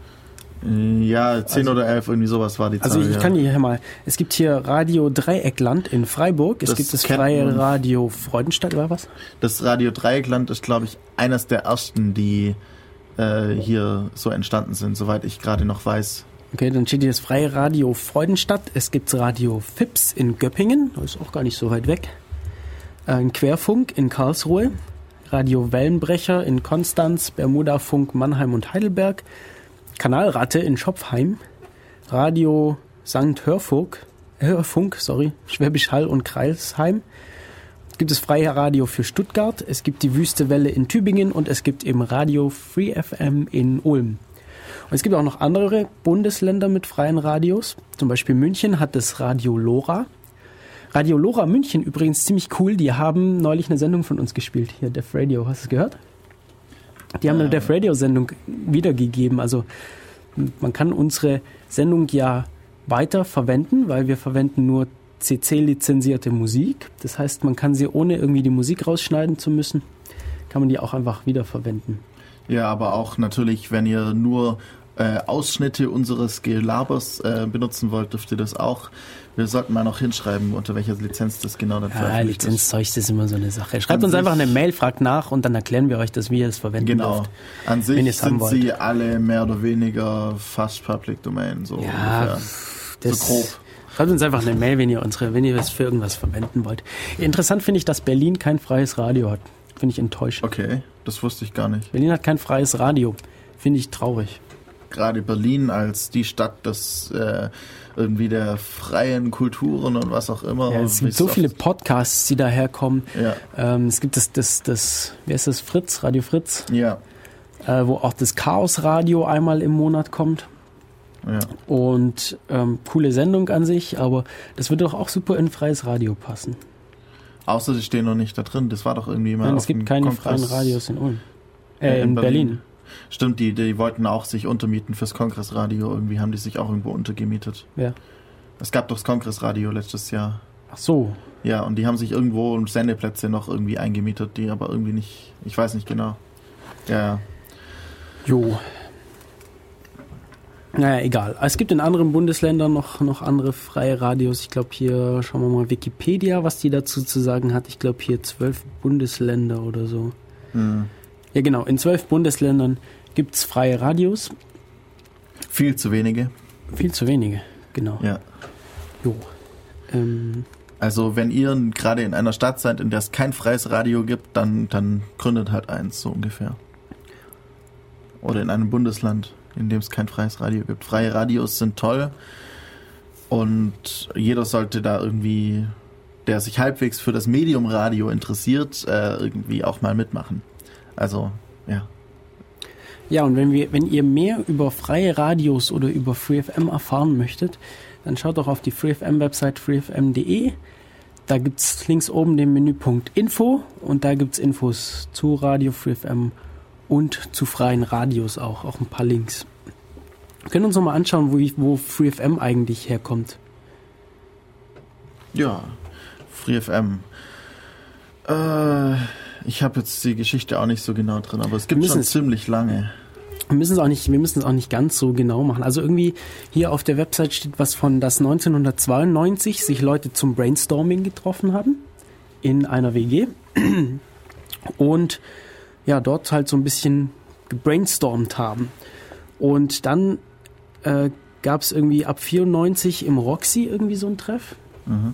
Ja, zehn also, oder elf, irgendwie sowas war die Zahl. Also ich ja. kann hier mal, es gibt hier Radio Dreieckland in Freiburg, es das gibt das freie man. Radio Freudenstadt, oder was? Das Radio Dreieckland ist, glaube ich, eines der ersten, die äh, hier so entstanden sind, soweit ich gerade noch weiß. Okay, dann steht hier das freie Radio Freudenstadt, es gibt Radio Fips in Göppingen, das ist auch gar nicht so weit weg, ein Querfunk in Karlsruhe, Radio Wellenbrecher in Konstanz, Bermudafunk Mannheim und Heidelberg, Kanalratte in Schopfheim, Radio Sankt Hörfunk, Hörfunk, sorry, Schwäbisch Hall und Kreisheim. Es gibt das freie Radio für Stuttgart, es gibt die Wüste Welle in Tübingen und es gibt eben Radio Free F M in Ulm. Und es gibt auch noch andere Bundesländer mit freien Radios. Zum Beispiel München hat das Radio Lora. Radio Lora München übrigens ziemlich cool, die haben neulich eine Sendung von uns gespielt, hier Def Radio, hast du es gehört? Die haben eine Def Radio-Sendung wiedergegeben. Also man kann unsere Sendung ja weiter verwenden, weil wir verwenden nur C C-lizenzierte Musik. Das heißt, man kann sie, ohne irgendwie die Musik rausschneiden zu müssen, kann man die auch einfach wiederverwenden. Ja, aber auch natürlich, wenn ihr nur äh, Ausschnitte unseres Gelabers äh, benutzen wollt, dürft ihr das auch. Wir sollten mal noch hinschreiben, unter welcher Lizenz das genau dann veröffentlicht ist. Ja, Lizenzzeug ist immer so eine Sache. Schreibt uns einfach eine Mail, fragt nach und dann erklären wir euch das, wie ihr es verwenden genau. dürft. An sich sind sie alle mehr oder weniger fast Public Domain, so ja, ungefähr. Das so grob. Schreibt uns einfach eine Mail, wenn ihr unsere, wenn ihr es für irgendwas verwenden wollt. Interessant finde ich, dass Berlin kein freies Radio hat. Finde ich enttäuschend. Okay, das wusste ich gar nicht. Berlin hat kein freies Radio. Finde ich traurig. Gerade Berlin als die Stadt des äh, irgendwie der freien Kulturen und was auch immer. Ja, es gibt so viele Podcasts, die daherkommen. Ja. Ähm, es gibt das, das, das, wie heißt das, Fritz, Radio Fritz, ja. äh, wo auch das Chaos-Radio einmal im Monat kommt. Ja. Und ähm, coole Sendung an sich, aber das würde doch auch super in freies Radio passen. Außer sie stehen noch nicht da drin, das war doch irgendwie mal. Nein, es gibt keine Kongress. freien Radios in Ulm. Äh, in, in Berlin. Berlin. Stimmt, die, die wollten auch sich untermieten fürs Kongressradio. Irgendwie haben die sich auch irgendwo untergemietet. Ja. Es gab doch das Kongressradio letztes Jahr. Ach so. Ja, und die haben sich irgendwo Sendeplätze noch irgendwie eingemietet, die aber irgendwie nicht, ich weiß nicht genau. Ja, ja. Jo. Naja, egal. Es gibt in anderen Bundesländern noch, noch andere freie Radios. Ich glaube hier, schauen wir mal Wikipedia, was die dazu zu sagen hat. Ich glaube hier zwölf Bundesländer oder so. Hm. Ja genau, in zwölf Bundesländern gibt es freie Radios. Viel zu wenige. Viel zu wenige, genau. Ja. Jo. Ähm. Also wenn ihr gerade in einer Stadt seid, in der es kein freies Radio gibt, dann, dann gründet halt eins, so ungefähr. Oder in einem Bundesland, in dem es kein freies Radio gibt. Freie Radios sind toll und jeder sollte da irgendwie der sich halbwegs für das Medium Radio interessiert, äh, irgendwie auch mal mitmachen. Also, ja. Ja, und wenn wir, wenn ihr mehr über freie Radios oder über FreeFM erfahren möchtet, dann schaut doch auf die FreeFM-Website free f m punkt d e. Da gibt's links oben den Menüpunkt Info und da gibt's Infos zu Radio FreeFM und zu freien Radios auch, auch ein paar Links. Wir können uns noch mal anschauen, wo, wo FreeFM eigentlich herkommt. Ja, FreeFM. Äh, ich habe jetzt die Geschichte auch nicht so genau drin, aber es gibt schon ziemlich lange. Wir müssen es auch nicht, wir müssen es auch nicht ganz so genau machen. Also irgendwie hier auf der Website steht was von, dass neunzehnhundertzweiundneunzig sich Leute zum Brainstorming getroffen haben in einer W G und ja, dort halt so ein bisschen gebrainstormt haben. Und dann äh, gab es irgendwie ab vierundneunzig im Roxy irgendwie so ein Treff. Mhm.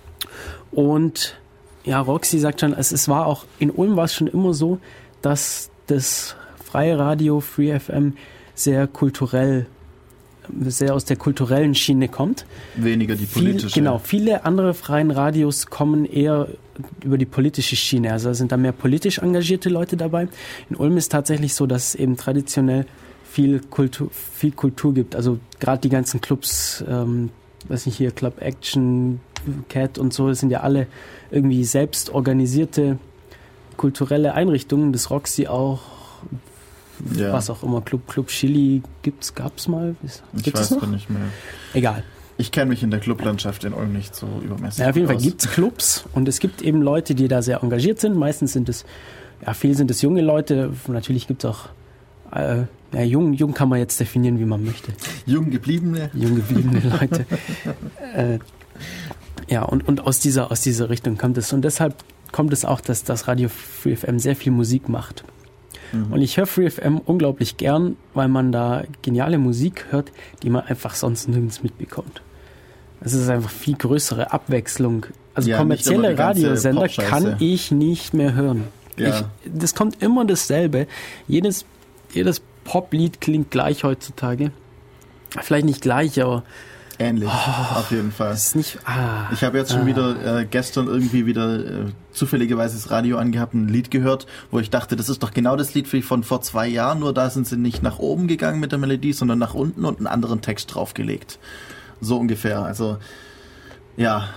Und ja, Roxy sagt schon, es, es war auch, in Ulm war es schon immer so, dass das freie Radio FreeFM sehr kulturell, sehr aus der kulturellen Schiene kommt. Weniger die politische. Viel, genau, viele andere freien Radios kommen eher über die politische Schiene. Also sind da mehr politisch engagierte Leute dabei. In Ulm ist tatsächlich so, dass es eben traditionell viel Kultur, viel Kultur gibt. Also gerade die ganzen Clubs, ähm, weiß nicht hier, Club Action, Cat und so, das sind ja alle irgendwie selbst organisierte kulturelle Einrichtungen. Das Roxy auch, ja. Was auch immer, Club Club Chili gibt's, gab's mal? Gibt's ich weiß noch nicht mehr. Egal. Ich kenne mich in der Clublandschaft in Ulm nicht so übermäßig. Ja, auf jeden aus. Fall gibt's Clubs und es gibt eben Leute, die da sehr engagiert sind. Meistens sind es, ja, viel sind es junge Leute. Natürlich gibt's auch, äh, ja, jung, jung kann man jetzt definieren, wie man möchte. Jung gebliebene? Jung gebliebene Leute. äh, ja, und, und aus dieser, aus dieser Richtung kommt es. Und deshalb kommt es auch, dass das Radio FreeFM sehr viel Musik macht. Mhm. Und ich höre FreeFM unglaublich gern, weil man da geniale Musik hört, die man einfach sonst nirgends mitbekommt. Es ist einfach viel größere Abwechslung. Also ja, kommerzielle Radiosender kann ich nicht mehr hören. Ja. Ich, das kommt immer dasselbe. Jedes, jedes Poplied klingt gleich heutzutage. Vielleicht nicht gleich, aber ähnlich, oh, auf jeden Fall. Ist nicht, ah, ich habe jetzt schon ah. wieder äh, gestern irgendwie wieder äh, zufälligerweise das Radio angehabt, ein Lied gehört, wo ich dachte, das ist doch genau das Lied von vor zwei Jahren, nur da sind sie nicht nach oben gegangen mit der Melodie, sondern nach unten und einen anderen Text draufgelegt. So ungefähr. Also, ja,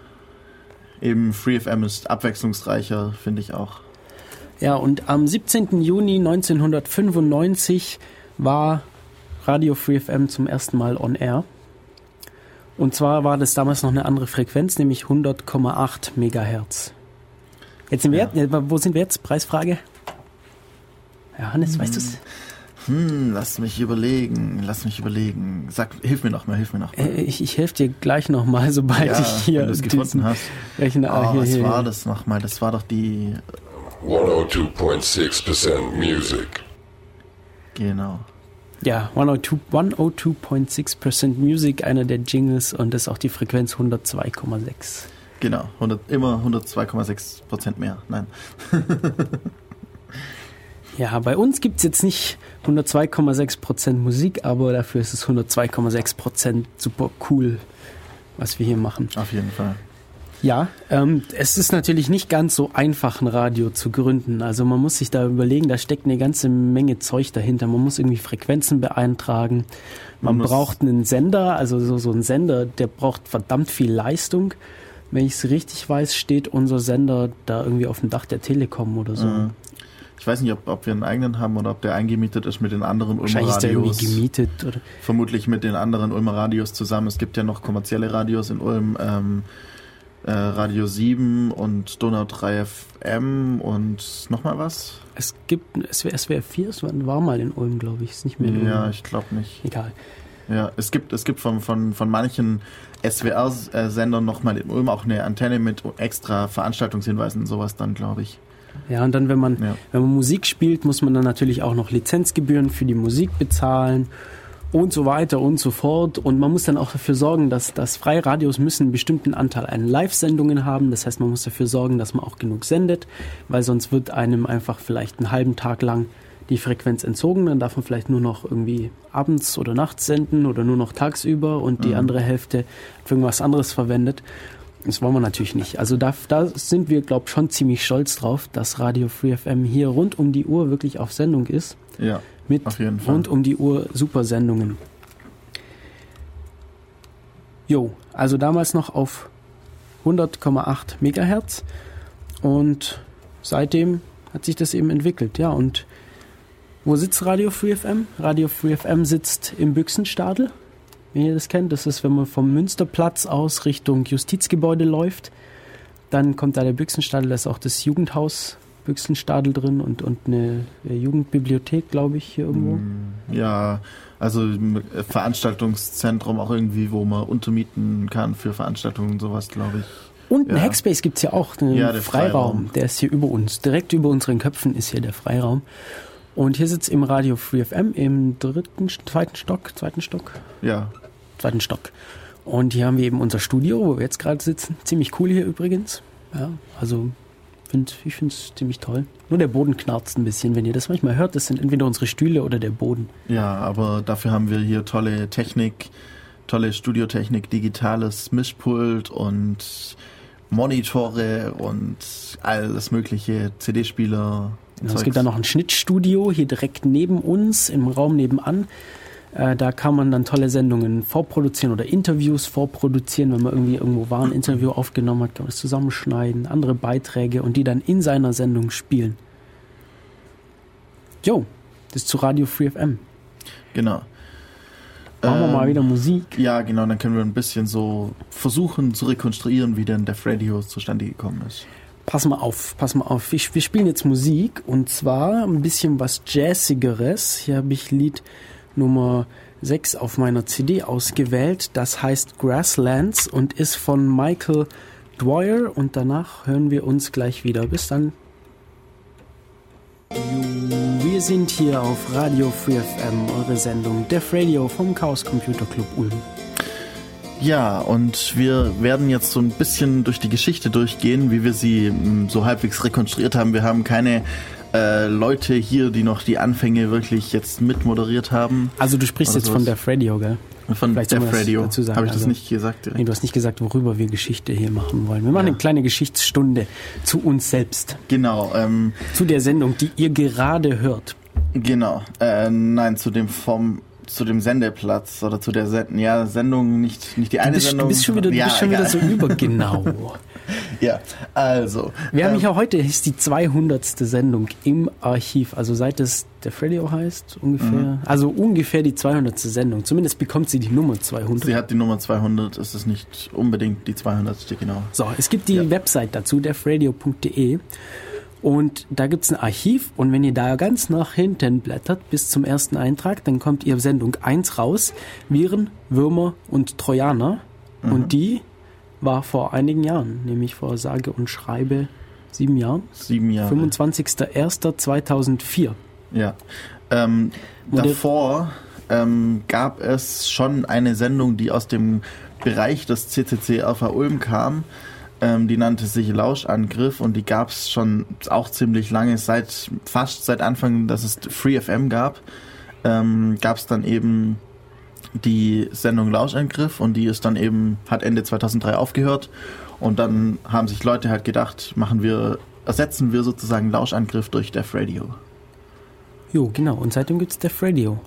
eben FreeFM ist abwechslungsreicher, finde ich auch. Ja, und am siebzehnten Juni neunzehnhundertfünfundneunzig war Radio FreeFM zum ersten Mal on air. Und zwar war das damals noch eine andere Frequenz, nämlich hundert Komma acht Megahertz. Jetzt sind wir, ja. Wo sind wir jetzt? Preisfrage? Ja, Hannes, hm. weißt du es? Hm, lass mich überlegen, lass mich überlegen. Sag, hilf mir noch mal, hilf mir noch mal. Äh, ich ich helfe dir gleich noch mal, sobald ja, ich hier wenn du es gefunden hast. Rechne, ah, oh, hier, was hier, war hier. das noch mal? Das war doch die one oh two point six percent Music. Genau. Ja, one oh two point six percent Music, einer der Jingles, und das ist auch die Frequenz hundertzwei Komma sechs. Genau, hundert, immer hundertzwei Komma sechs Prozent mehr. Nein. Ja, bei uns gibt es jetzt nicht hundertzwei Komma sechs Prozent Musik, aber dafür ist es hundertzwei Komma sechs Prozent super cool, was wir hier machen. Auf jeden Fall. Ja, ähm, es ist natürlich nicht ganz so einfach, ein Radio zu gründen. Also man muss sich da überlegen, da steckt eine ganze Menge Zeug dahinter. Man muss irgendwie Frequenzen beeintragen. Man, man braucht einen Sender, also so, so ein Sender, der braucht verdammt viel Leistung. Wenn ich es richtig weiß, steht unser Sender da irgendwie auf dem Dach der Telekom oder so. Mhm. Ich weiß nicht, ob, ob wir einen eigenen haben oder ob der eingemietet ist mit den anderen Ulmer Radios. Wahrscheinlich ist der irgendwie gemietet. Oder? Vermutlich mit den anderen Ulmer Radios zusammen. Es gibt ja noch kommerzielle Radios in Ulm. Ähm, äh, Radio sieben und Donau drei F M und nochmal was? Es gibt S W R vier, es war mal in Ulm, glaube ich. Ist nicht mehr in Ulm. Ja, ich glaube nicht. Egal. Ja, es gibt, es gibt von, von, von manchen S W R-Sendern nochmal in Ulm auch eine Antenne mit extra Veranstaltungshinweisen und sowas dann, glaube ich. Ja, und dann, wenn man, ja. wenn man Musik spielt, muss man dann natürlich auch noch Lizenzgebühren für die Musik bezahlen und so weiter und so fort. Und man muss dann auch dafür sorgen, dass, dass Freiradios müssen einen bestimmten Anteil an Live-Sendungen haben. Das heißt, man muss dafür sorgen, dass man auch genug sendet, weil sonst wird einem einfach vielleicht einen halben Tag lang die Frequenz entzogen. Dann darf man vielleicht nur noch irgendwie abends oder nachts senden oder nur noch tagsüber und die mhm. andere Hälfte für irgendwas anderes verwendet. Das wollen wir natürlich nicht. Also da, da sind wir, glaube ich, schon ziemlich stolz drauf, dass Radio Free F M hier rund um die Uhr wirklich auf Sendung ist. Ja, mit auf jeden Fall. Rund um die Uhr super Sendungen. Jo, also damals noch auf hundert Komma acht Megahertz und seitdem hat sich das eben entwickelt. Ja, und wo sitzt Radio Free F M? Radio Free F M sitzt im Büchsenstadel. Wenn ihr das kennt, das ist, wenn man vom Münsterplatz aus Richtung Justizgebäude läuft, dann kommt da der Büchsenstadel, da ist auch das Jugendhaus Büchsenstadel drin und, und eine Jugendbibliothek, glaube ich, hier irgendwo. Ja, also Veranstaltungszentrum auch irgendwie, wo man untermieten kann für Veranstaltungen und sowas, glaube ich. Und ein ja. Hackspace gibt es ja auch, einen ja, der Freiraum, Freiraum, der ist hier über uns. Direkt über unseren Köpfen ist hier der Freiraum. Und hier sitzt im Radio Free F M im dritten, zweiten Stock, zweiten Stock? Ja. Zweiten Stock. Und hier haben wir eben unser Studio, wo wir jetzt gerade sitzen. Ziemlich cool hier übrigens. Ja, also find, ich finde es ziemlich toll. Nur der Boden knarzt ein bisschen, wenn ihr das manchmal hört. Das sind entweder unsere Stühle oder der Boden. Ja, aber dafür haben wir hier tolle Technik, tolle Studiotechnik, digitales Mischpult und Monitore und alles mögliche, C D-Spieler. Ja, es gibt da noch ein Schnittstudio hier direkt neben uns, im Raum nebenan. Äh, da kann man dann tolle Sendungen vorproduzieren oder Interviews vorproduzieren. Wenn man irgendwie irgendwo war, ein Interview aufgenommen hat, kann man das zusammenschneiden, andere Beiträge und die dann in seiner Sendung spielen. Jo, das ist zu Radio Free F M. Genau. Machen wir mal wieder Musik. Ja, genau, dann können wir ein bisschen so versuchen zu rekonstruieren, wie denn Def Radio zustande gekommen ist. Pass mal auf, pass mal auf. Wir, wir spielen jetzt Musik und zwar ein bisschen was Jazzigeres. Hier habe ich Lied Nummer sechs auf meiner C D ausgewählt. Das heißt Grasslands und ist von Michael Dwyer und danach hören wir uns gleich wieder. Bis dann. Wir sind hier auf Radio Free F M, eure Sendung Def Radio vom Chaos Computer Club Ulm. Ja, und wir werden jetzt so ein bisschen durch die Geschichte durchgehen, wie wir sie m, so halbwegs rekonstruiert haben. Wir haben keine äh, Leute hier, die noch die Anfänge wirklich jetzt mitmoderiert haben. Also du sprichst Oder jetzt sowas. von Def Radio, gell? Von Vielleicht soll man Def das Radio. dazu sagen. Habe ich das Also, nicht gesagt? Nee, du hast nicht gesagt, worüber wir Geschichte hier machen wollen. Wir machen Ja. eine kleine Geschichtsstunde zu uns selbst. Genau. Ähm, Zu der Sendung, die ihr gerade hört. genau. Äh, nein, zu dem vom zu dem Sendeplatz oder zu der Send ja, Sendung, nicht, nicht die eine Du bist, Sendung. du bist schon wieder, du ja, bist schon wieder egal. so übergenau. Ja, also. Wir haben ähm, ja heute, ist die zweihundertste Sendung im Archiv. Also seit es Def Radio heißt, ungefähr. Mhm. Also ungefähr die zweihundertste Sendung. Zumindest bekommt sie die Nummer zweihundert. Sie hat die Nummer zweihundert, es ist nicht unbedingt die zweihundertste, genau. So, es gibt die Ja. Website dazu, defradio punkt de. Und da gibt's ein Archiv und wenn ihr da ganz nach hinten blättert bis zum ersten Eintrag, dann kommt ihr Sendung eins raus, Viren, Würmer und Trojaner. Mhm. Und die war vor einigen Jahren, nämlich vor sage und schreibe sieben Jahren, Sieben Jahre. fünfundzwanzigster erster zweitausendvier. Ja. Ähm, Moder- davor ähm, gab es schon eine Sendung, die aus dem Bereich des C C C R V Ulm kam. Ähm, die nannte sich Lauschangriff und die gab es schon auch ziemlich lange, seit fast seit Anfang, dass es Free F M gab, ähm, gab es dann eben die Sendung Lauschangriff und die ist dann eben, hat Ende zweitausenddrei aufgehört und dann haben sich Leute halt gedacht, machen wir, ersetzen wir sozusagen Lauschangriff durch Def Radio. Jo, genau. Und seitdem gibt's Def Radio.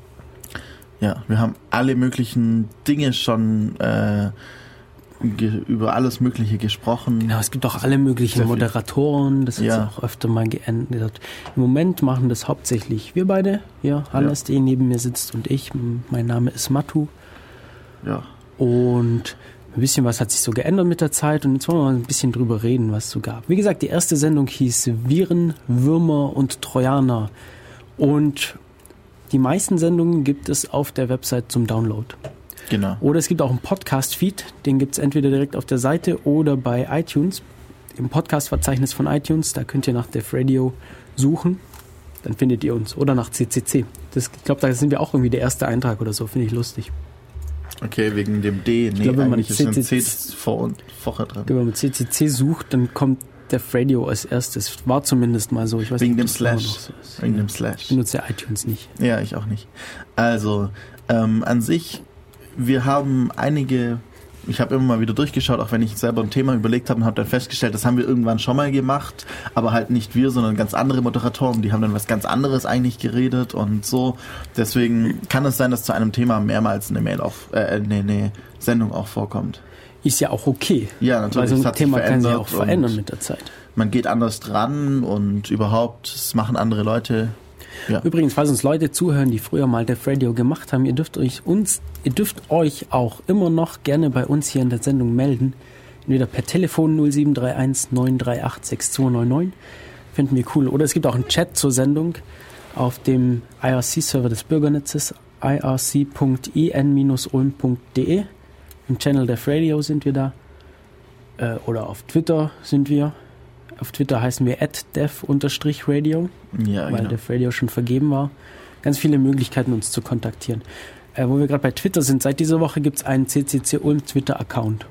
Ja, wir haben alle möglichen Dinge schon äh, ge- über alles Mögliche gesprochen. Genau, es gibt auch alle möglichen Sehr viel. Moderatoren, das hat Ja. sich auch öfter mal geändert. Im Moment machen das hauptsächlich wir beide, ja, Hannes, der neben mir sitzt und ich. M- Mein Name ist Matu Ja, und ein bisschen was hat sich so geändert mit der Zeit und jetzt wollen wir mal ein bisschen drüber reden, was es so gab. Wie gesagt, die erste Sendung hieß Viren, Würmer und Trojaner und die meisten Sendungen gibt es auf der Website zum Download. genau. Oder es gibt auch einen Podcast-Feed, den gibt es entweder direkt auf der Seite oder bei iTunes. Im Podcast-Verzeichnis von iTunes, da könnt ihr nach Def Radio suchen, dann findet ihr uns. Oder nach C C C. Das, ich glaube, da sind wir auch irgendwie der erste Eintrag oder so, finde ich lustig. Okay, wegen dem D. Nee, glaube, wenn man eigentlich ist ein C C C vor und vorher dran. Wenn man C C C sucht, dann kommt Def Radio als erstes. War zumindest mal so. Ich weiß Wegen nicht, dem ob das immer Slash. noch so ist. Wegen Ja. dem Slash. Ich benutze iTunes nicht. Ja, ich auch nicht. Also, ähm, an sich, wir haben einige Ich habe immer mal wieder durchgeschaut, auch wenn ich selber ein Thema überlegt habe und habe dann festgestellt, das haben wir irgendwann schon mal gemacht, aber halt nicht wir, sondern ganz andere Moderatoren, die haben dann was ganz anderes eigentlich geredet und so. Deswegen kann es sein, dass zu einem Thema mehrmals eine Mail auf, äh, eine, eine Sendung auch vorkommt. Ist ja auch okay. Ja, natürlich. Weil so ein Thema kann sich auch verändern mit der Zeit. Man geht anders dran und überhaupt, es machen andere Leute. Ja. Übrigens, falls uns Leute zuhören, die früher mal Def Radio gemacht haben, ihr dürft euch uns, ihr dürft euch auch immer noch gerne bei uns hier in der Sendung melden. Entweder per Telefon null sieben drei eins neun drei acht sechs zwei neun neun. Finden wir cool. Oder es gibt auch einen Chat zur Sendung auf dem I R C-Server des Bürgernetzes i r c punkt e n dash ulm punkt d e. Im Channel Def Radio sind wir da. Äh, oder auf Twitter sind wir. Auf Twitter heißen wir at def radio, ja, weil genau. Def Radio schon vergeben war. Ganz viele Möglichkeiten, uns zu kontaktieren. Äh, wo wir gerade bei Twitter sind, seit dieser Woche gibt es einen C C C Ulm Twitter-Account.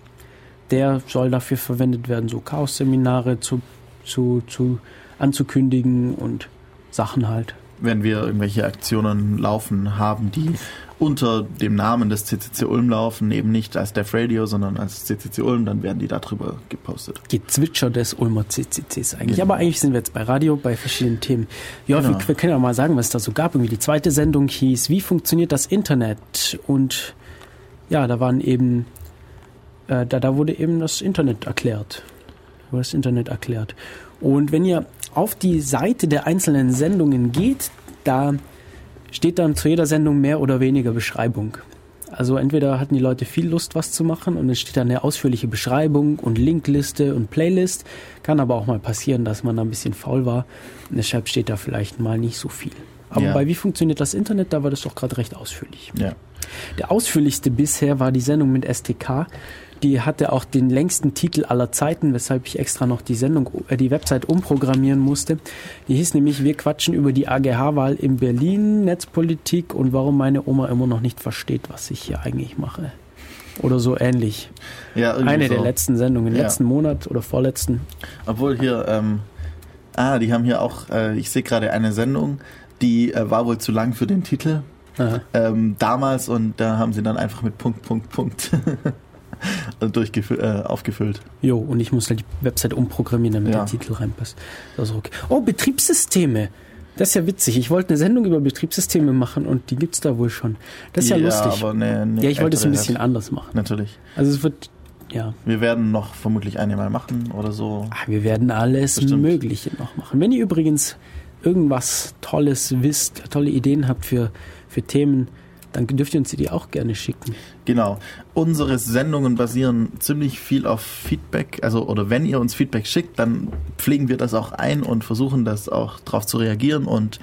Der soll dafür verwendet werden, so Chaos-Seminare zu, zu, zu anzukündigen und Sachen halt. Wenn wir irgendwelche Aktionen laufen haben, die unter dem Namen des C C C Ulm laufen, eben nicht als Def Radio, sondern als C C C Ulm, dann werden die darüber gepostet. Gezwitscher des Ulmer C C Cs eigentlich. Genau. Aber eigentlich sind wir jetzt bei Radio, bei verschiedenen Themen. Ja, Genau. wir, wir können ja mal sagen, was es da so gab. Irgendwie die zweite Sendung hieß, wie funktioniert das Internet? Und ja, da waren eben, äh, da, da wurde eben das Internet erklärt. Wurde das Internet erklärt. Und wenn ihr auf die Seite der einzelnen Sendungen geht, da steht dann zu jeder Sendung mehr oder weniger Beschreibung. Also entweder hatten die Leute viel Lust, was zu machen und es steht dann eine ausführliche Beschreibung und Linkliste und Playlist. Kann aber auch mal passieren, dass man da ein bisschen faul war und deshalb steht da vielleicht mal nicht so viel. Aber Ja. bei Wie funktioniert das Internet, da war das doch gerade recht ausführlich. Ja. Der ausführlichste bisher war die Sendung mit S T K. Die hatte auch den längsten Titel aller Zeiten, weshalb ich extra noch die Sendung, äh, die Website umprogrammieren musste. Die hieß nämlich, wir quatschen über die A G H-Wahl in Berlin, Netzpolitik und warum meine Oma immer noch nicht versteht, was ich hier eigentlich mache. Oder so ähnlich. Ja, irgendwie Eine so. der letzten Sendungen, Ja. letzten Monat oder vorletzten. Obwohl hier, ähm, ah, die haben hier auch, äh, ich sehe gerade eine Sendung, die äh, war wohl zu lang für den Titel ähm, damals und da haben sie dann einfach mit Punkt, Punkt, Punkt durchgefü- äh, aufgefüllt. Jo, und ich muss halt die Website umprogrammieren, damit Ja. der Titel reinpasst. Das ist okay. Oh, Betriebssysteme. Das ist ja witzig. Ich wollte eine Sendung über Betriebssysteme machen und die gibt's da wohl schon. Das ist ja, lustig. Aber eine, eine Ja, ich wollte es ein ältere bisschen hat- anders machen. Natürlich. Also es wird, ja, Wir werden noch vermutlich eine mal machen oder so. ah, wir werden alles Bestimmt. Mögliche noch machen. Wenn ihr übrigens irgendwas Tolles wisst, tolle Ideen habt für, für Themen, dann dürft ihr uns die auch gerne schicken. Genau. Unsere Sendungen basieren ziemlich viel auf Feedback. Also, oder wenn ihr uns Feedback schickt, dann pflegen wir das auch ein und versuchen das auch drauf zu reagieren und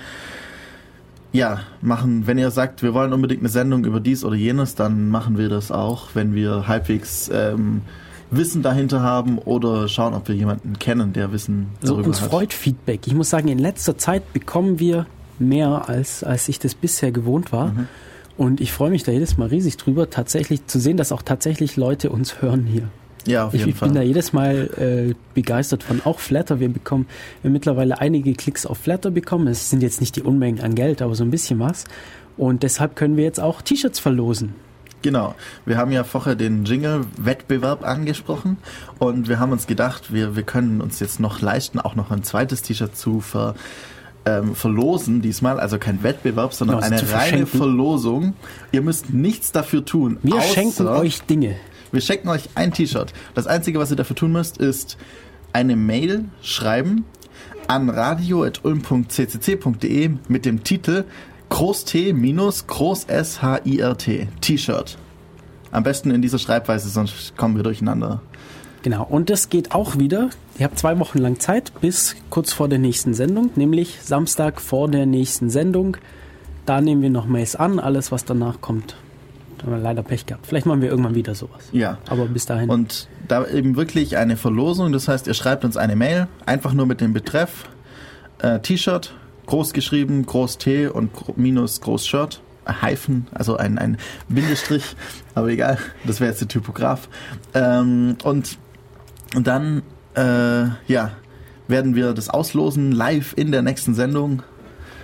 ja, machen, wenn ihr sagt, wir wollen unbedingt eine Sendung über dies oder jenes, dann machen wir das auch, wenn wir halbwegs ähm, Wissen dahinter haben oder schauen, ob wir jemanden kennen, der Wissen Also darüber uns hat. freut Feedback. Ich muss sagen, in letzter Zeit bekommen wir mehr, als, als ich das bisher gewohnt war. Mhm. Und ich freue mich da jedes Mal riesig drüber, tatsächlich zu sehen, dass auch tatsächlich Leute uns hören hier. Ja, auf Ich, jeden ich Fall. bin da jedes Mal äh, begeistert von. Auch Flatter, wir bekommen wir haben mittlerweile einige Klicks auf Flatter bekommen. Es sind jetzt nicht die Unmengen an Geld, aber so ein bisschen was. Und deshalb können wir jetzt auch T-Shirts verlosen. Genau. Wir haben ja vorher den Jingle-Wettbewerb angesprochen und wir haben uns gedacht, wir, wir können uns jetzt noch leisten, auch noch ein zweites T-Shirt zu ver, ähm, verlosen diesmal. Also kein Wettbewerb, sondern Genau, eine zu reine verschenken. Verlosung. Ihr müsst nichts dafür tun. Wir außer, schenken euch Dinge. Wir schenken euch ein T-Shirt. Das Einzige, was ihr dafür tun müsst, ist eine Mail schreiben an radio at ulm punkt c c c punkt d e mit dem Titel Groß T minus Groß S H I R T T-Shirt. Am besten in dieser Schreibweise, sonst kommen wir durcheinander. Genau, und das geht auch wieder. Ihr habt zwei Wochen lang Zeit bis kurz vor der nächsten Sendung, nämlich Samstag vor der nächsten Sendung. Da nehmen wir noch Mails an, alles was danach kommt. Da haben wir leider Pech gehabt. Vielleicht machen wir irgendwann wieder sowas. Ja. Aber bis dahin. Und da eben wirklich eine Verlosung, das heißt, ihr schreibt uns eine Mail, einfach nur mit dem Betreff äh, T-Shirt, groß geschrieben, groß T und gro- minus groß Shirt, Hyphen, also ein, ein Bindestrich, aber egal, das wäre jetzt der Typograph. Ähm, und, und dann, äh, ja, werden wir das auslosen live in der nächsten Sendung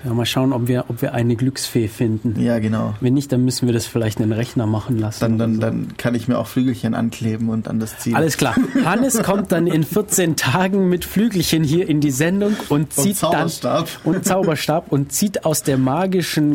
Ja, mal schauen, ob wir, ob wir eine Glücksfee finden. Ja, genau. Wenn nicht, dann müssen wir das vielleicht einen Rechner machen lassen. Dann, dann, so. dann kann ich mir auch Flügelchen ankleben und an das ziehen. Alles klar. Hannes kommt dann in vierzehn Tagen mit Flügelchen hier in die Sendung und zieht und Zauberstab. dann und Zauberstab und zieht aus der magischen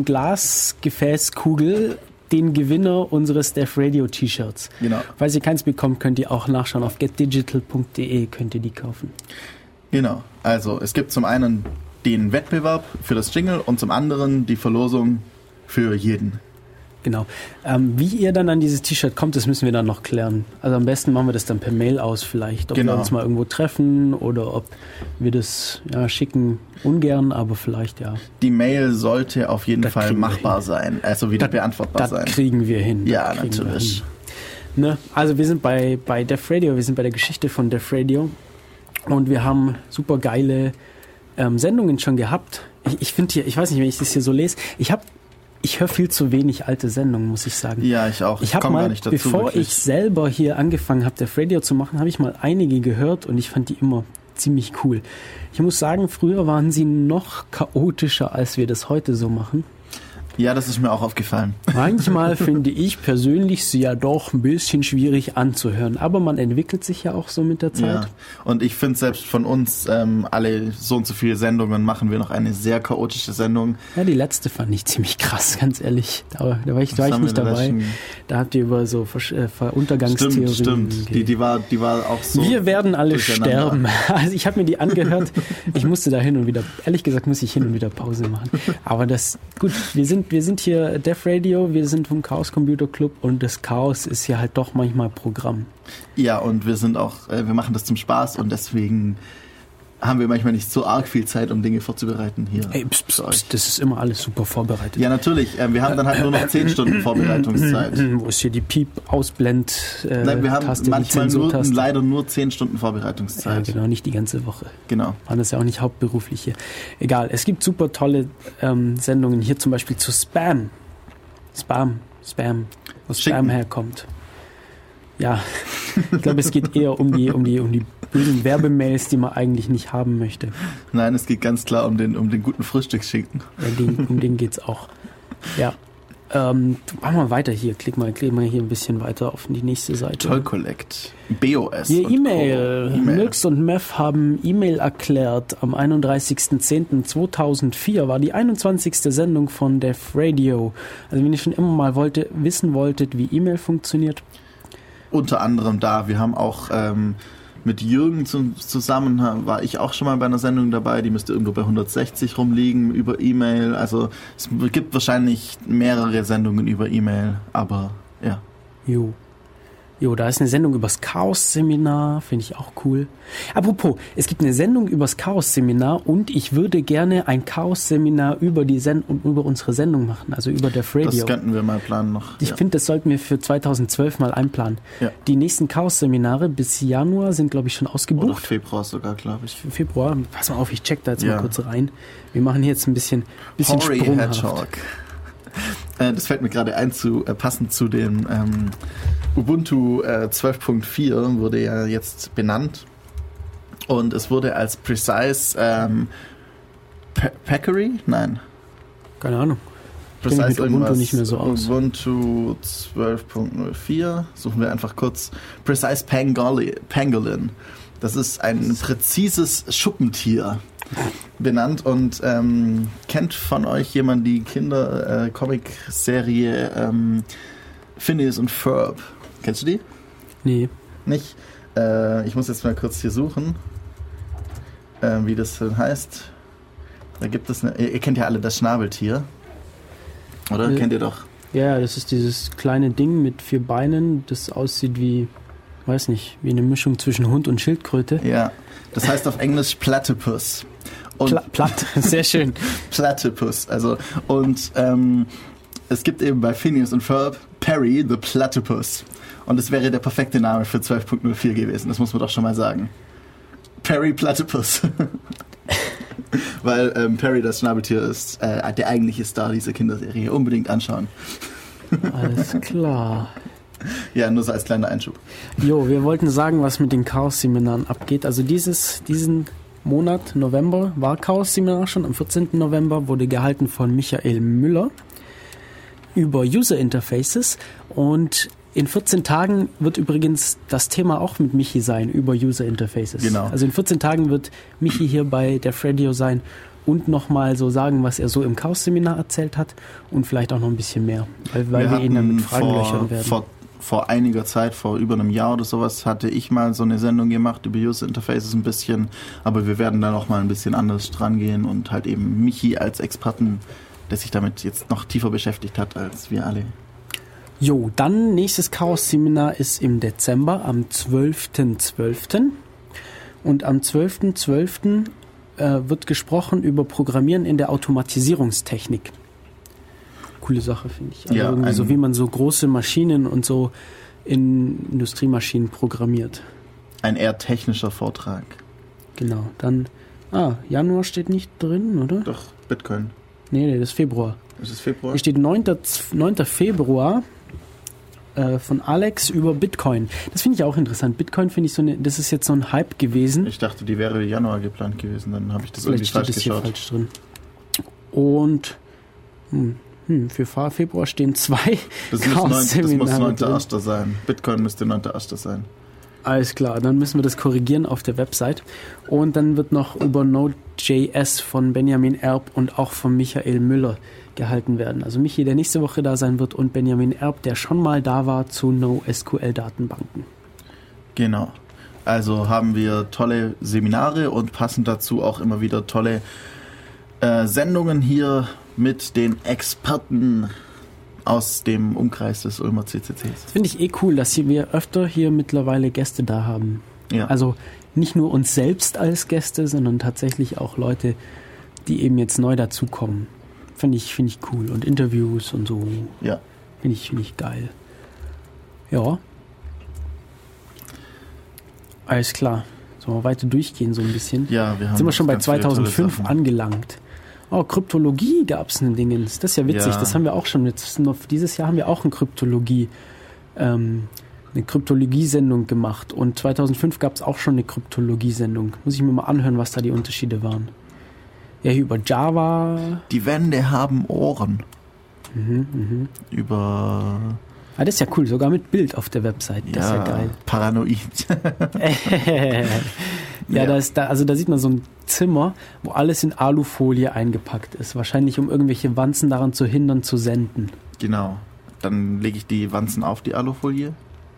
Glasgefäßkugel den Gewinner unseres Def Radio T-Shirts. Genau. Falls ihr keins bekommt, könnt ihr auch nachschauen. Auf get digital punkt de könnt ihr die kaufen. Genau. Also es gibt zum einen den Wettbewerb für das Jingle und zum anderen die Verlosung für jeden. Genau. Ähm, wie ihr dann an dieses T-Shirt kommt, das müssen wir dann noch klären. Also am besten machen wir das dann per Mail aus vielleicht. Ob genau. wir uns mal irgendwo treffen oder ob wir das ja, schicken, ungern, aber vielleicht ja. Die Mail sollte auf jeden Das Fall machbar hin. sein, also wieder das, beantwortbar das sein. Das kriegen wir hin. Ja, kriegen natürlich. Ne? Also wir sind bei, bei Def Radio, wir sind bei der Geschichte von Def Radio und wir haben super geile ähm, Sendungen schon gehabt. Ich, ich finde hier, ich weiß nicht, wenn ich das hier so lese, ich habe Ich höre viel zu wenig alte Sendungen, muss ich sagen. Ja, ich auch. Ich, ich habe mal, gar nicht dazu, bevor wirklich. ich selber hier angefangen habe, Def Radio zu machen, habe ich mal einige gehört und ich fand die immer ziemlich cool. Ich muss sagen, früher waren sie noch chaotischer, als wir das heute so machen. Ja, das ist mir auch aufgefallen. Manchmal finde ich persönlich sie ja doch ein bisschen schwierig anzuhören, aber man entwickelt sich ja auch so mit der Zeit. Ja. Und ich finde selbst von uns, ähm, alle so und so viele Sendungen, machen wir noch eine sehr chaotische Sendung. Ja, die letzte fand ich ziemlich krass, ganz ehrlich. Da, da war ich, da war ich nicht dabei. Da habt ihr über so Versch- äh, Untergangstheorien. Stimmt, stimmt. Die, die, war, die war auch so. Wir werden alle sterben. Also ich habe mir die angehört. Ich musste da hin und wieder, ehrlich gesagt, muss ich hin und wieder Pause machen. Aber das, gut, wir sind Wir sind hier Def Radio, wir sind vom Chaos Computer Club und das Chaos ist ja halt doch manchmal Programm. Ja, und wir sind auch, äh, wir machen das zum Spaß und deswegen haben wir manchmal nicht so arg viel Zeit, um Dinge vorzubereiten hier. Ey, pst, pst, pst, das ist immer alles super vorbereitet. Ja, natürlich. Äh, wir haben dann halt nur noch zehn Stunden Vorbereitungszeit. Wo ist hier die Piep-Ausblend? Äh, Nein, wir haben Taste, manchmal nur, leider nur zehn Stunden Vorbereitungszeit. Ja, genau, nicht die ganze Woche. Genau. Man ist ja auch nicht hauptberuflich hier. Egal, es gibt super tolle ähm, Sendungen hier zum Beispiel zu Spam. Spam, Spam, wo Schicken. Spam herkommt. Ja, ich glaube, es geht eher um die, um die, um die bösen Werbemails, die man eigentlich nicht haben möchte. Nein, es geht ganz klar um den, um den guten Frühstücksschinken. Ja, den, um den geht's auch. Ja. Ähm, machen wir weiter hier. Klick mal, klick mal hier ein bisschen weiter auf die nächste Seite. Toll Collect. B O S. Hier E-Mail. E-Mail. Nix und Meth haben E-Mail erklärt. Am einunddreißigsten zehnten zweitausendvier war die einundzwanzigste Sendung von Def Radio. Also wenn ihr schon immer mal wollte, wissen wolltet, wie E-Mail funktioniert. Unter anderem da. Wir haben auch ähm, mit Jürgen zum, zusammen, war ich auch schon mal bei einer Sendung dabei, die müsste irgendwo bei hundertsechzig rumliegen über E-Mail. Also es gibt wahrscheinlich mehrere Sendungen über E-Mail, aber ja. Jo. Jo, da ist eine Sendung übers Chaos-Seminar, finde ich auch cool. Apropos, es gibt eine Sendung übers Chaos-Seminar und ich würde gerne ein Chaos-Seminar über die Send- über unsere Sendung machen, also über Def Radio. Das könnten wir mal planen noch. Ich ja. finde, das sollten wir für zweitausendzwölf mal einplanen. Ja. Die nächsten Chaos-Seminare bis Januar sind, glaube ich, schon ausgebucht. Oder Februar sogar, glaube ich. Für Februar. Pass mal auf, ich check da jetzt ja. mal kurz rein. Wir machen hier jetzt ein bisschen, bisschen Hoary sprunghaft. Hedgehog. Äh, das fällt mir gerade ein, zu, äh, passend zu dem ähm, Ubuntu äh, zwölf Punkt vier wurde ja jetzt benannt und es wurde als Precise ähm, Pe- Packery? Nein. Keine Ahnung. Precise mit Ubuntu irgendwas. nicht mehr so aus. Ubuntu zwölf Punkt null vier. Suchen wir einfach kurz. Precise Pangoli- Pangolin. Das ist ein präzises Schuppentier benannt und ähm, kennt von euch jemand die Kinder-Comic-Serie äh, ähm, Phineas und Ferb? Kennst du die? Nee. Nicht? Äh, ich muss jetzt mal kurz hier suchen, äh, wie das denn heißt. Da gibt es eine, ihr, ihr kennt ja alle das Schnabeltier, oder? Ja. Kennt ihr doch? Ja, das ist dieses kleine Ding mit vier Beinen, das aussieht wie, weiß nicht, wie eine Mischung zwischen Hund und Schildkröte. Ja, das heißt auf Englisch Platypus. Und Pla- platt, sehr schön. Platypus, also und ähm, es gibt eben bei Phineas und Ferb Perry the Platypus und es wäre der perfekte Name für zwölf Punkt null vier gewesen, das muss man doch schon mal sagen. Perry Platypus. Weil ähm, Perry das Schnabeltier ist äh, der eigentliche Star dieser Kinderserie. Unbedingt anschauen. Alles klar. Ja, nur so als kleiner Einschub. Jo, wir wollten sagen, was mit den Chaos-Seminaren abgeht. Also dieses, diesen Monat November war Chaos-Seminar schon. Am vierzehnten November wurde gehalten von Michael Müller über User Interfaces. Und in vierzehn Tagen wird übrigens das Thema auch mit Michi sein, über User Interfaces. Genau. Also in vierzehn Tagen wird Michi hier bei Def Radio sein und nochmal so sagen, was er so im Chaos-Seminar erzählt hat und vielleicht auch noch ein bisschen mehr, weil, weil wir, wir ihn dann mit Fragen vor, löchern werden. Vor, vor einiger Zeit, vor über einem Jahr oder sowas, hatte ich mal so eine Sendung gemacht über User Interfaces ein bisschen, aber wir werden da noch mal ein bisschen anders dran gehen und halt eben Michi als Experten, der sich damit jetzt noch tiefer beschäftigt hat als wir alle. Jo, dann nächstes Chaos-Seminar ist im Dezember, am zwölften zwölften Und am zwölften zwölften äh, wird gesprochen über Programmieren in der Automatisierungstechnik. Coole Sache, finde ich. Also ja, irgendwie so, wie man so große Maschinen und so in Industriemaschinen programmiert. Ein eher technischer Vortrag. Genau, dann, ah, Januar steht nicht drin, oder? Doch, Bitcoin. Nee, nee, das ist Februar. Ist es Februar? Hier steht neunten Februar äh, von Alex über Bitcoin. Das finde ich auch interessant. Bitcoin finde ich so eine, das ist jetzt so ein Hype gewesen. Ich dachte, die wäre Januar geplant gewesen, dann habe ich das Vielleicht irgendwie steht falsch das geschaut. hier falsch drin. Und hm, hm, für Februar stehen zwei Das, muss neun, das muss neunter drin. Erster sein. Bitcoin müsste neunter Erster sein. Alles klar, dann müssen wir das korrigieren auf der Website. Und dann wird noch über Node.js von Benjamin Erb und auch von Michael Müller gehalten werden. Also Michi, der nächste Woche da sein wird, und Benjamin Erb, der schon mal da war zu NoSQL-Datenbanken. Genau. Also haben wir tolle Seminare und passend dazu auch immer wieder tolle äh, Sendungen hier mit den Experten aus dem Umkreis des Ulmer C C Cs. Das finde ich eh cool, dass hier wir öfter hier mittlerweile Gäste da haben. Ja. Also nicht nur uns selbst als Gäste, sondern tatsächlich auch Leute, die eben jetzt neu dazukommen. Finde ich, finde ich cool. Und Interviews und so. Ja. Finde ich, finde ich geil. Ja. Alles klar. Sollen wir weiter durchgehen so ein bisschen? Ja, wir haben Jetzt sind wir schon bei ganz viele tolle zweitausendfünf Sachen. angelangt. Oh, Kryptologie gab es ein Dingens. Das ist ja witzig. Ja. Das haben wir auch schon. Jetzt noch, dieses Jahr haben wir auch eine Kryptologie, ähm, eine Kryptologie-Sendung gemacht. Und zweitausendfünf gab es auch schon eine Kryptologie-Sendung. Muss ich mir mal anhören, was da die Unterschiede waren. Ja, hier über Java. Die Wände haben Ohren. Mhm, mhm. Über... Ah, das ist ja cool. Sogar mit Bild auf der Website. Das ist ja geil. Paranoid. ja, Ja. Da ist da, also da sieht man so ein Zimmer, wo alles in Alufolie eingepackt ist. Wahrscheinlich, um irgendwelche Wanzen daran zu hindern, zu senden. Genau. Dann lege ich die Wanzen auf die Alufolie.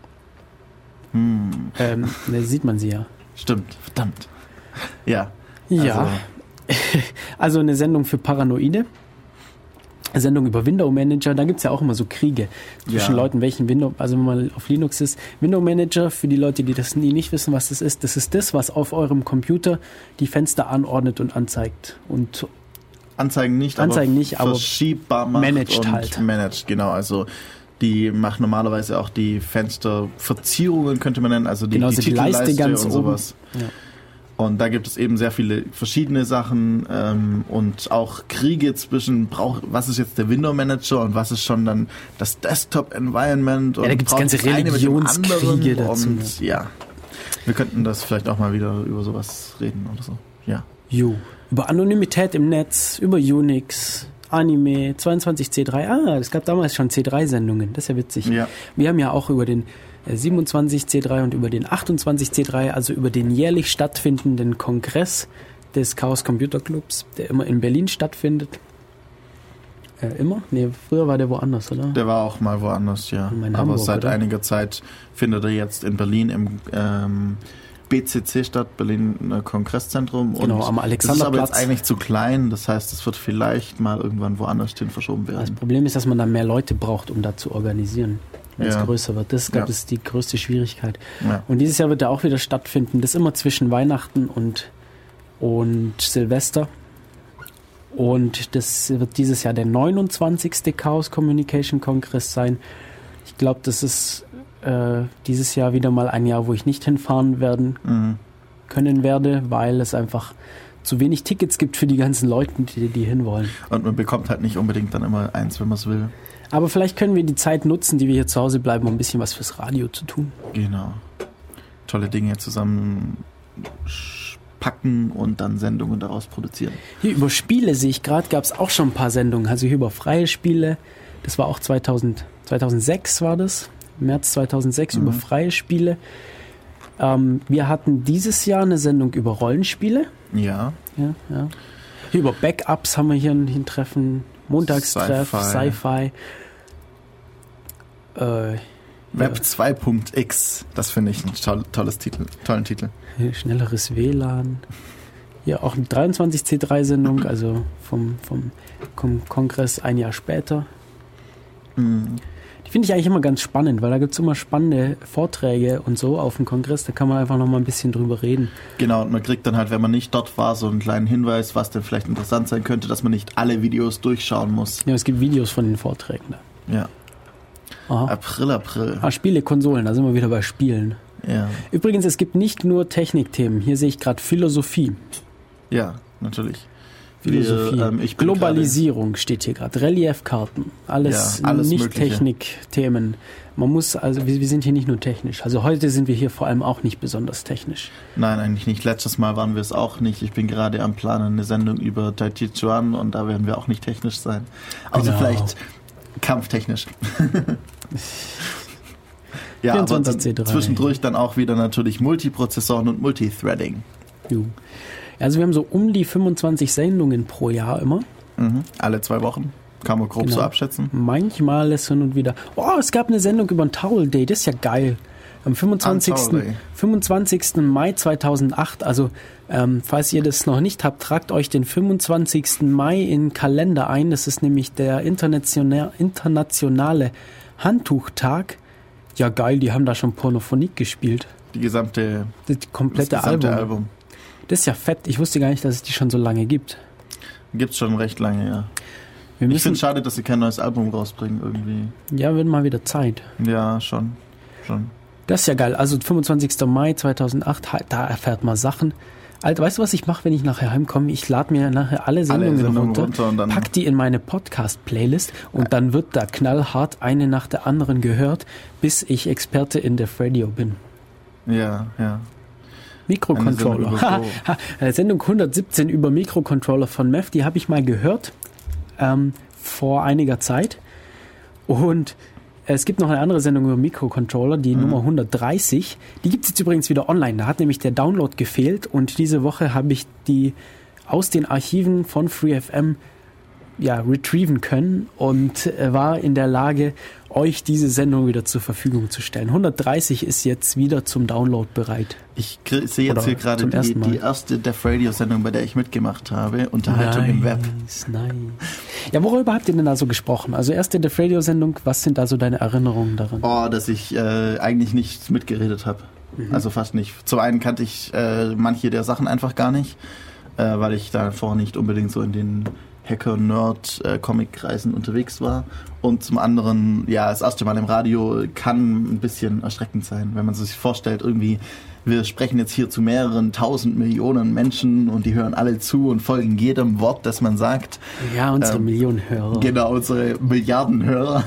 Hm. Ähm, da sieht man sie ja. Stimmt. Verdammt. Ja. Ja. Also, Also eine Sendung für Paranoide. Eine Sendung über Window Manager. Da gibt es ja auch immer so Kriege zwischen Ja. Leuten, welchen Window, also wenn man auf Linux ist. Window Manager, für die Leute, die das nie nicht wissen, was das ist, das ist das, was auf eurem Computer die Fenster anordnet und anzeigt. Und Anzeigen nicht, Anzeigen aber nicht, aber verschiebbar macht managed und halt. managed, genau. Also die macht normalerweise auch die Fensterverzierungen, könnte man nennen, also die, Genau, die so die Leiste Titelleiste ganz und oben. sowas. Ja. Und da gibt es eben sehr viele verschiedene Sachen ähm, und auch Kriege zwischen, brauch, was ist jetzt der Window Manager und was ist schon dann das Desktop Environment. Und da gibt's braucht ganze das eine mit dem Religionskriege anderen dazu. Und ja, wir könnten das vielleicht auch mal wieder über sowas reden oder so. Ja. Jo. Über Anonymität im Netz, über Unix, Anime, zweiundzwanzig C drei. Ah, es gab damals schon C drei Sendungen. Das ist ja witzig. Ja. Wir haben ja auch über den äh, siebenundzwanzig C drei und über den achtundzwanzig C drei, also über den jährlich stattfindenden Kongress des Chaos Computer Clubs, der immer in Berlin stattfindet. Äh, immer? Nee, früher war der woanders, oder? Der war auch mal woanders, ja. In Aber Hamburg, seit oder? einiger Zeit findet er jetzt in Berlin im ähm, B C C statt, Berlin äh, Kongresszentrum. Genau, und am das ist aber Alexanderplatz. jetzt eigentlich zu klein, das heißt, es wird vielleicht mal irgendwann woanders hin verschoben Das werden. Problem ist, dass man da mehr Leute braucht, um da zu organisieren, wenn es Ja. größer wird. Das, glaube Ja. ich, ist die größte Schwierigkeit. Ja. Und dieses Jahr wird er auch wieder stattfinden. Das ist immer zwischen Weihnachten und, und Silvester. Und das wird dieses Jahr der neunundzwanzigste Chaos Communication Kongress sein. Ich glaube, das ist äh, dieses Jahr wieder mal ein Jahr, wo ich nicht hinfahren werden Mhm. können werde, weil es einfach zu wenig Tickets gibt für die ganzen Leute, die, die hinwollen. Und man bekommt halt nicht unbedingt dann immer eins, wenn man es will. Aber vielleicht können wir die Zeit nutzen, die wir hier zu Hause bleiben, um ein bisschen was fürs Radio zu tun. Genau. Tolle Dinge zusammen packen und dann Sendungen daraus produzieren. Hier über Spiele sehe ich gerade, gab es auch schon ein paar Sendungen. Also hier über freie Spiele. Das war auch zweitausend, zweitausendsechs war das. März zweitausendsechs mhm. über freie Spiele. Ähm, wir hatten dieses Jahr eine Sendung über Rollenspiele. Ja. Ja, ja. Hier über Backups haben wir hier ein, ein Treffen. Montagstreff, Sci-Fi. Sci-Fi. Äh, Web ja. zwei Punkt x, das finde ich ein toll, tolles Titel, tollen Titel. Hier, schnelleres W L A N. Hier auch eine dreiundzwanzig C drei Sendung, also vom, vom Kon- Kongress ein Jahr später. Mhm. Die finde ich eigentlich immer ganz spannend, weil da gibt es immer spannende Vorträge und so auf dem Kongress, da kann man einfach noch mal ein bisschen drüber reden. Genau, und man kriegt dann halt, wenn man nicht dort war, so einen kleinen Hinweis, was denn vielleicht interessant sein könnte, dass man nicht alle Videos durchschauen muss. Ja, es gibt Videos von den Vorträgen da. Ja. Aha. April, April. Ah, Spiele, Konsolen, da sind wir wieder bei Spielen. Ja. Übrigens, es gibt nicht nur Technikthemen, hier sehe ich gerade Philosophie. Ja, natürlich. Philosophie, Wir, ähm, ich bin Globalisierung steht hier gerade, Reliefkarten, alles, ja, alles nicht Mögliche. Technikthemen. Man muss, also wir, wir sind hier nicht nur technisch, also heute sind wir hier vor allem auch nicht besonders technisch. Nein, eigentlich nicht. Letztes Mal waren wir es auch nicht. Ich bin gerade am Planen eine Sendung über Tai Chi Chuan und da werden wir auch nicht technisch sein. Außer Genau. vielleicht kampftechnisch. Ja, aber dann zwischendurch dann auch wieder natürlich Multiprozessoren und Multithreading. Jo. Also wir haben so um die fünfundzwanzig Sendungen pro Jahr immer. Mhm. Alle zwei Wochen. Kann man grob Genau. so abschätzen. Manchmal ist hin und wieder. Oh, es gab eine Sendung über ein Towel Day, das ist ja geil. Am Towel fünfundzwanzigsten Day. fünfundzwanzigsten Mai zweitausendacht, also ähm, falls ihr das noch nicht habt, tragt euch den fünfundzwanzigsten Mai in den Kalender ein. Das ist nämlich der internationale, internationale Handtuchtag. Ja geil, die haben da schon Pornophonik gespielt. Die gesamte, Das komplette das gesamte Album. Album. Das ist ja fett. Ich wusste gar nicht, dass es die schon so lange gibt. Gibt's schon recht lange, ja. Wir Ich müssen, finde es schade, dass sie kein neues Album rausbringen irgendwie. ja, wird mal wieder Zeit. Ja, schon. schon. Das ist ja geil. Also fünfundzwanzigsten Mai zweitausendacht, halt, da erfährt man Sachen. Alter, weißt du, was ich mache, wenn ich nachher heimkomme? Ich lade mir nachher alle Sendungen, Alle Sendungen runter, runter und dann- pack die in meine Podcast-Playlist und dann wird da knallhart eine nach der anderen gehört, bis ich Experte in Def Radio bin. Ja, ja. Mikrocontroller. Eine Sendung Ha, über ha, äh, Sendung hundertsiebzehn über Mikrocontroller von Mev, die habe ich mal gehört ähm, vor einiger Zeit. Und es gibt noch eine andere Sendung über Mikrocontroller, die Mhm. Nummer hundertdreißig. Die gibt es jetzt übrigens wieder online. Da hat nämlich der Download gefehlt und diese Woche habe ich die aus den Archiven von FreeFM ja, retrieven können und äh, war in der Lage, euch diese Sendung wieder zur Verfügung zu stellen. hundertdreißig ist jetzt wieder zum Download bereit. Ich krie- sehe jetzt Oder hier gerade zum die, ersten Mal. die erste Def Radio Sendung, bei der ich mitgemacht habe. Unterhaltung im Web. Nice, nice. Ja, worüber habt ihr denn da so gesprochen? Also erste Def Radio Sendung, was sind da so deine Erinnerungen daran? Oh, dass ich äh, eigentlich nicht mitgeredet habe. Mhm. Also fast nicht. Zum einen kannte ich äh, manche der Sachen einfach gar nicht, äh, weil ich davor nicht unbedingt so in den Hacker-Nerd-Comic-Kreisen unterwegs war. Und zum anderen, ja, das erste Mal im Radio kann ein bisschen erschreckend sein, wenn man sich vorstellt, irgendwie, wir sprechen jetzt hier zu mehreren tausend Millionen Menschen und die hören alle zu und folgen jedem Wort, das man sagt. Ja, unsere ähm, Millionen Hörer. Genau, unsere Milliarden Hörer.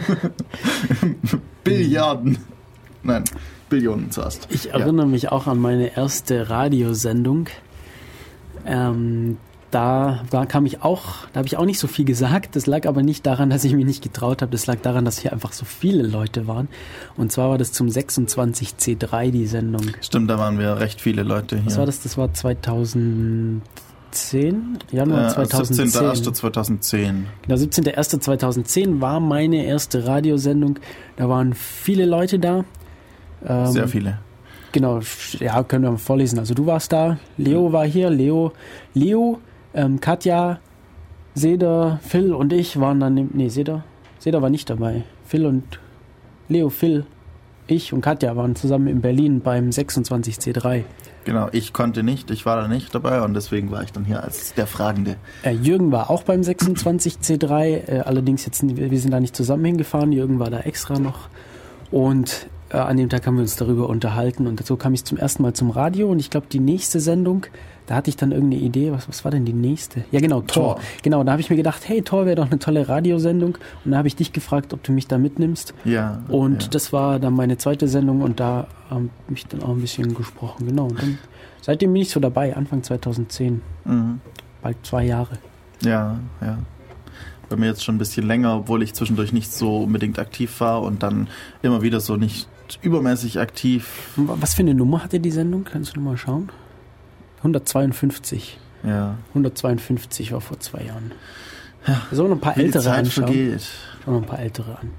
Billiarden. Nein, Billionen zuerst. Ich Ja. erinnere mich auch an meine erste Radiosendung. Ähm, da, da kam ich auch, da habe ich auch nicht so viel gesagt. Das lag aber nicht daran, dass ich mich nicht getraut habe. Das lag daran, dass hier einfach so viele Leute waren. Und zwar war das zum sechsundzwanzig C drei die Sendung. Stimmt, da waren wir recht viele Leute hier. Was war das? Das war zweitausendzehn? Januar Äh, zweitausendzehn. siebzehnter erster zweitaurzehn. Genau, siebzehnter erster zweitausendzehn war meine erste Radiosendung. Da waren viele Leute da. Ähm, Sehr viele. Genau, ja, können wir mal vorlesen. Also du warst da, Leo war hier, Leo, Leo, ähm, Katja, Seda, Phil und ich waren dann, im- nee, Seda, Seda war nicht dabei. Phil und, Leo, Phil, ich und Katja waren zusammen in Berlin beim sechsundzwanzig C drei. Genau, ich konnte nicht, ich war da nicht dabei und deswegen war ich dann hier als der Fragende. Äh, Jürgen war auch beim sechsundzwanzig C drei, äh, allerdings jetzt, wir sind da nicht zusammen hingefahren, Jürgen war da extra noch und äh, an dem Tag haben wir uns darüber unterhalten und so kam ich zum ersten Mal zum Radio und ich glaube die nächste Sendung, da hatte ich dann irgendeine Idee, was, was war denn die nächste? Ja genau, Tor. Tor. Genau, da habe ich mir gedacht, hey, Tor wäre doch eine tolle Radiosendung und da habe ich dich gefragt, ob du mich da mitnimmst Ja. und ja. das war dann meine zweite Sendung und da habe ich dann auch ein bisschen gesprochen, genau. Und dann Seitdem bin ich so dabei, Anfang zweitausendzehn. Mhm. Bald zwei Jahre. Ja, ja. Bei mir jetzt schon ein bisschen länger, obwohl ich zwischendurch nicht so unbedingt aktiv war und dann immer wieder so nicht übermäßig aktiv. Was für eine Nummer hatte die Sendung? Kannst du noch mal schauen? hundertzweiundfünfzig. Ja. hundertzweiundfünfzig war vor zwei Jahren. Ja. Sollen wir noch ein paar Wie die ältere Zeit anschauen? vergeht. Schauen wir noch ein paar ältere an.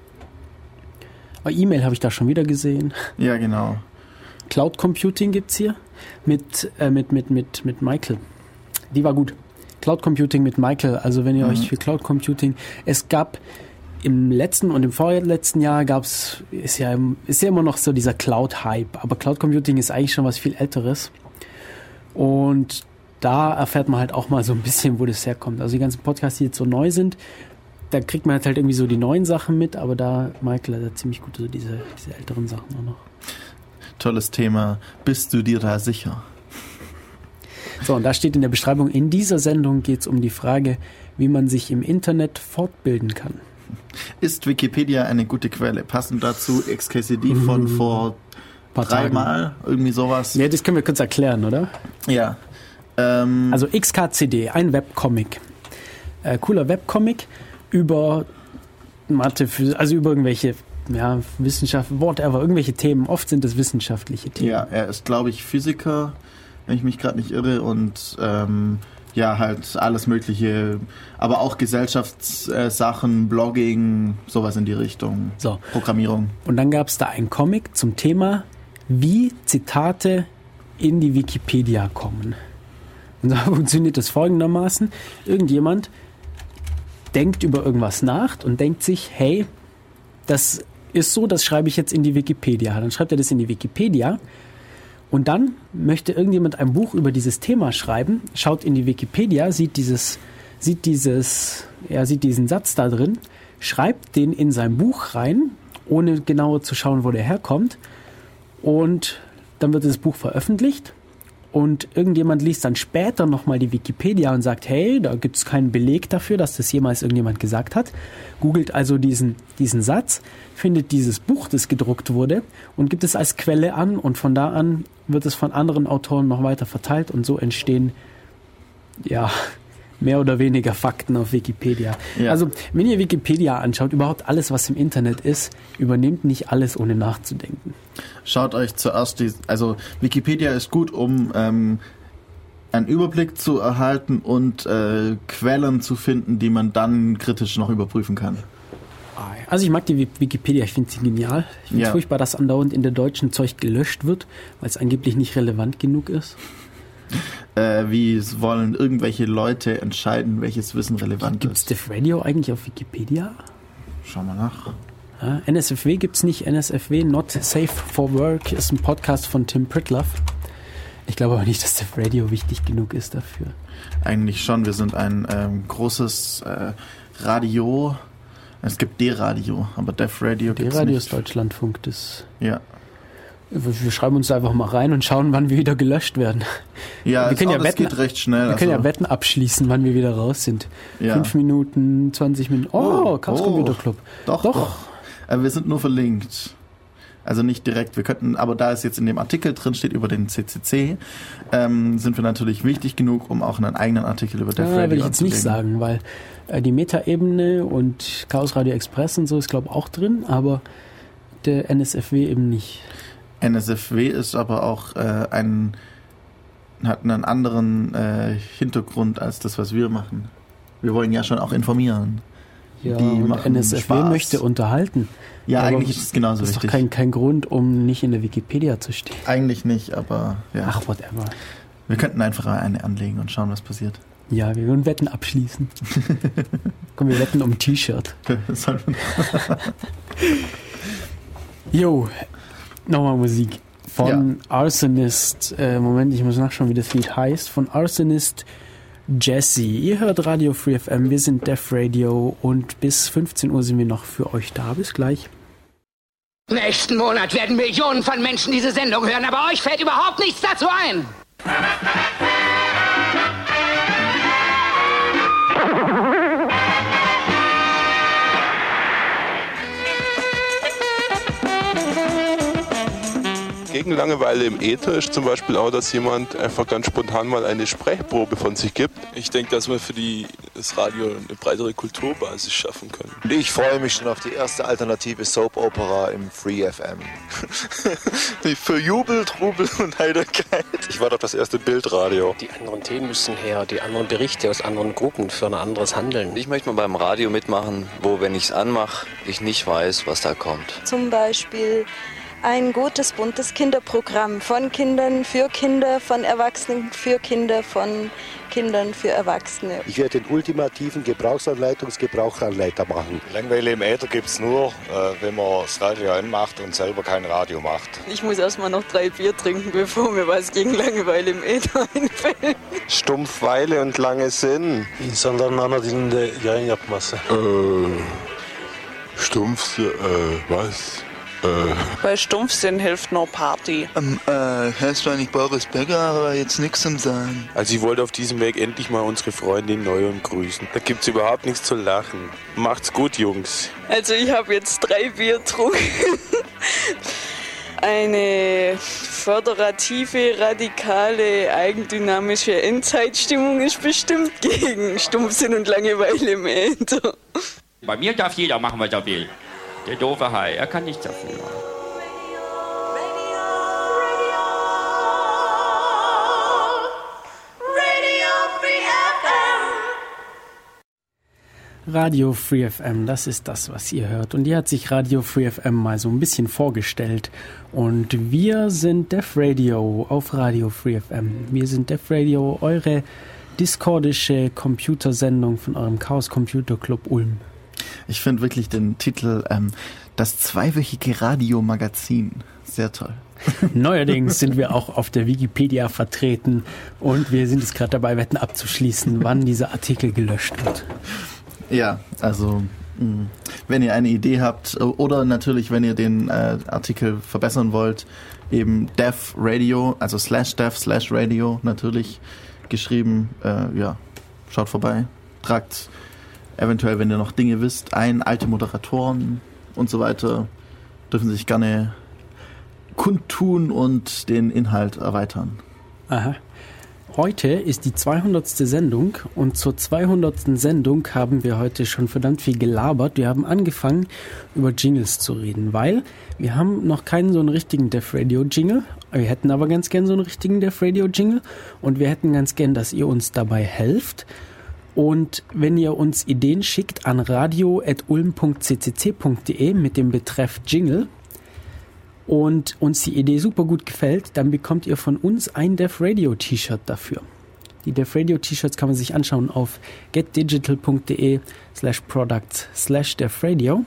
Aber E-Mail habe ich da schon wieder gesehen. Ja, genau. Cloud Computing gibt's hier mit, äh, mit, mit, mit, mit Michael. Die war gut. Cloud Computing mit Michael. Also wenn ihr Mhm. euch für Cloud Computing, es gab im letzten und im vorletzten Jahr gab's, ist ja, ist ja immer noch so dieser Cloud-Hype. Aber Cloud Computing ist eigentlich schon was viel Älteres. Und da erfährt man halt auch mal so ein bisschen, wo das herkommt. Also die ganzen Podcasts, die jetzt so neu sind, da kriegt man halt, halt irgendwie so die neuen Sachen mit, aber da, Michael hat da ziemlich gut so diese, diese älteren Sachen auch noch. Tolles Thema. Bist du dir da sicher? So, und da steht in der Beschreibung, in dieser Sendung geht es um die Frage, wie man sich im Internet fortbilden kann. Ist Wikipedia eine gute Quelle? Passend dazu X K C D von vor Paar Tagen. dreimal, irgendwie sowas. Ja, das können wir kurz erklären, oder? Ja. Ähm, Also X K C D, ein Webcomic. Äh, cooler Webcomic über Mathe, Physik, also über irgendwelche ja, Wissenschaft, whatever, irgendwelche Themen. Oft sind es wissenschaftliche Themen. ja, er ist, glaube ich, Physiker, wenn ich mich gerade nicht irre, und ähm, ja, halt alles Mögliche, aber auch Gesellschaftssachen, Blogging, sowas in die Richtung. So. Programmierung. Und dann gab es da einen Comic zum Thema, wie Zitate in die Wikipedia kommen. Und da funktioniert das folgendermaßen. Irgendjemand denkt über irgendwas nach und denkt sich, hey, das ist so, das schreibe ich jetzt in die Wikipedia. Dann schreibt er das in die Wikipedia und dann möchte irgendjemand ein Buch über dieses Thema schreiben, schaut in die Wikipedia, sieht dieses, sieht dieses, er sieht diesen Satz da drin, schreibt den in sein Buch rein, ohne genauer zu schauen, wo der herkommt, und dann wird das Buch veröffentlicht. Und irgendjemand liest dann später nochmal die Wikipedia und sagt, hey, da gibt es keinen Beleg dafür, dass das jemals irgendjemand gesagt hat. Googelt also diesen, diesen Satz, findet dieses Buch, das gedruckt wurde, und gibt es als Quelle an. Und von da an wird es von anderen Autoren noch weiter verteilt. Und so entstehen, ja, mehr oder weniger Fakten auf Wikipedia. Ja. Also, wenn ihr Wikipedia anschaut, überhaupt alles, was im Internet ist, übernehmt nicht alles, ohne nachzudenken. Schaut euch zuerst die, also Wikipedia ist gut, um ähm, einen Überblick zu erhalten und äh, Quellen zu finden, die man dann kritisch noch überprüfen kann. Also ich mag die Wikipedia, ich finde sie genial. Ich finde es Ja. furchtbar, dass andauernd in der deutschen Zeug gelöscht wird, weil es angeblich nicht relevant genug ist. Äh, wie wollen irgendwelche Leute entscheiden, welches Wissen relevant Gibt es ist? Def Radio eigentlich auf Wikipedia? Schau mal nach. Ja, N S F W gibt es nicht. N S F W, Not Safe for Work, ist ein Podcast von Tim Pritloff. Ich glaube aber nicht, dass Def Radio wichtig genug ist dafür. Eigentlich schon, wir sind ein ähm, großes äh, Radio. Es gibt D-Radio, aber Def Radio Der gibt's Radio nicht. ist Deutschlandfunk. Das, Ja. wir schreiben uns da einfach mal rein und schauen, wann wir wieder gelöscht werden. Ja, Wir es, können ja auch, das wetten- geht recht schnell. Wir können ja also, Wetten abschließen, wann wir wieder raus sind. Ja. Fünf Minuten, zwanzig Minuten. Oh, Oh, Chaos oh. Computer Club. Doch, Doch. doch. Äh, wir sind nur verlinkt. Also nicht direkt. Wir könnten, aber da es jetzt in dem Artikel drin steht über den C C C, ähm, sind wir natürlich wichtig genug, um auch einen eigenen Artikel über Def Ja, Radio will ich jetzt nicht anzulegen. sagen, weil äh, die Meta-Ebene und Chaos Radio Express und so ist, glaube ich, auch drin, aber der N S F W eben nicht. N S F W ist aber auch äh, ein, hat einen anderen äh, Hintergrund als das, was wir machen. Wir wollen ja schon auch informieren. Ja, Die und machen N S F W Spaß. möchte unterhalten. Ja, Aber eigentlich ist es genauso Das ist doch wichtig. kein, kein Grund, um nicht in der Wikipedia zu stehen. Eigentlich nicht, aber ja. Ach, whatever. Wir könnten einfach eine anlegen und schauen, was passiert. Ja, wir würden Wetten abschließen. Komm, wir wetten um ein T-Shirt. Sollen wir- Jo, nochmal Musik. Von Arsonist, äh, Moment, ich muss nachschauen, wie das Lied heißt. Von Arsonist Jesse. Ihr hört Radio Free F M, wir sind Def Radio und bis fünfzehn Uhr sind wir noch für euch da. Bis gleich. Nächsten Monat werden Millionen von Menschen diese Sendung hören, aber euch fällt überhaupt nichts dazu ein. gegen Langeweile im Äther ist zum Beispiel auch, dass jemand einfach ganz spontan mal eine Sprechprobe von sich gibt. Ich denke, dass wir für die, das Radio eine breitere Kulturbasis schaffen können. Und ich freue mich schon auf die erste alternative Soap-Opera im Free F M. Für Jubel, Trubel und Heiterkeit. Ich warte auf das erste Bildradio. Die anderen Themen müssen her, die anderen Berichte aus anderen Gruppen für ein anderes Handeln. Ich möchte mal beim Radio mitmachen, wo, wenn ich es anmache, ich nicht weiß, was da kommt. Zum Beispiel ein gutes, buntes Kinderprogramm von Kindern für Kinder, von Erwachsenen für Kinder, von Kindern für Erwachsene. Ich werde den ultimativen Gebrauchsanleitungs-Gebrauchanleiter machen. Langeweile im Äther gibt es nur, äh, wenn man das Radio anmacht und selber kein Radio macht. Ich muss erstmal noch drei Bier trinken, bevor mir was gegen Langeweile im Äther einfällt. Stumpfweile und lange Sinn. İnsanların ana dilinde yayın yapması. Äh, Stumpf, äh, was? Bei Stumpfsinn hilft nur Party. Ähm, äh, heißt zwar nicht Boris Becker, aber jetzt nichts zum Sagen. Also ich wollte auf diesem Weg endlich mal unsere Freundin Neuem grüßen. Da gibt's überhaupt nichts zu lachen. Macht's gut, Jungs. Also ich habe jetzt drei Bier getrunken. Eine föderative, radikale, eigendynamische Endzeitstimmung ist bestimmt gegen Stumpfsinn und Langeweile im Äther. Bei mir darf jeder machen, was er will. Der doofe Hai, er kann nichts dafür. Radio Free F M, das ist das, was ihr hört. Und hier hat sich Radio Free F M mal so ein bisschen vorgestellt. Und wir sind Def Radio auf Radio Free F M. Wir sind Def Radio, eure discordische Computersendung von eurem Chaos Computer Club Ulm. Ich finde wirklich den Titel ähm, das zweiwöchige Radiomagazin sehr toll. Neuerdings sind wir auch auf der Wikipedia vertreten und wir sind jetzt gerade dabei, Wetten abzuschließen, wann dieser Artikel gelöscht wird. Ja, also mh, wenn ihr eine Idee habt oder natürlich, wenn ihr den äh, Artikel verbessern wollt, eben Def Radio, also slash Def slash Radio natürlich geschrieben, äh, ja, schaut vorbei, tragt eventuell, wenn ihr noch Dinge wisst, ein, alte Moderatoren und so weiter, dürfen sich gerne kundtun und den Inhalt erweitern. Aha. Heute ist die zweihundertste Sendung und zur zweihundertsten Sendung haben wir heute schon verdammt viel gelabert. Wir haben angefangen, über Jingles zu reden, weil wir haben noch keinen so einen richtigen Def Radio Jingle. Wir hätten aber ganz gern so einen richtigen Def Radio Jingle und wir hätten ganz gern, dass ihr uns dabei helft. Und wenn ihr uns Ideen schickt an radio at ulm punkt c c c punkt d e mit dem Betreff Jingle und uns die Idee super gut gefällt, dann bekommt ihr von uns ein Def Radio T-Shirt dafür. Die Def Radio T-Shirts kann man sich anschauen auf getdigital punkt de slash products slash Def Radio.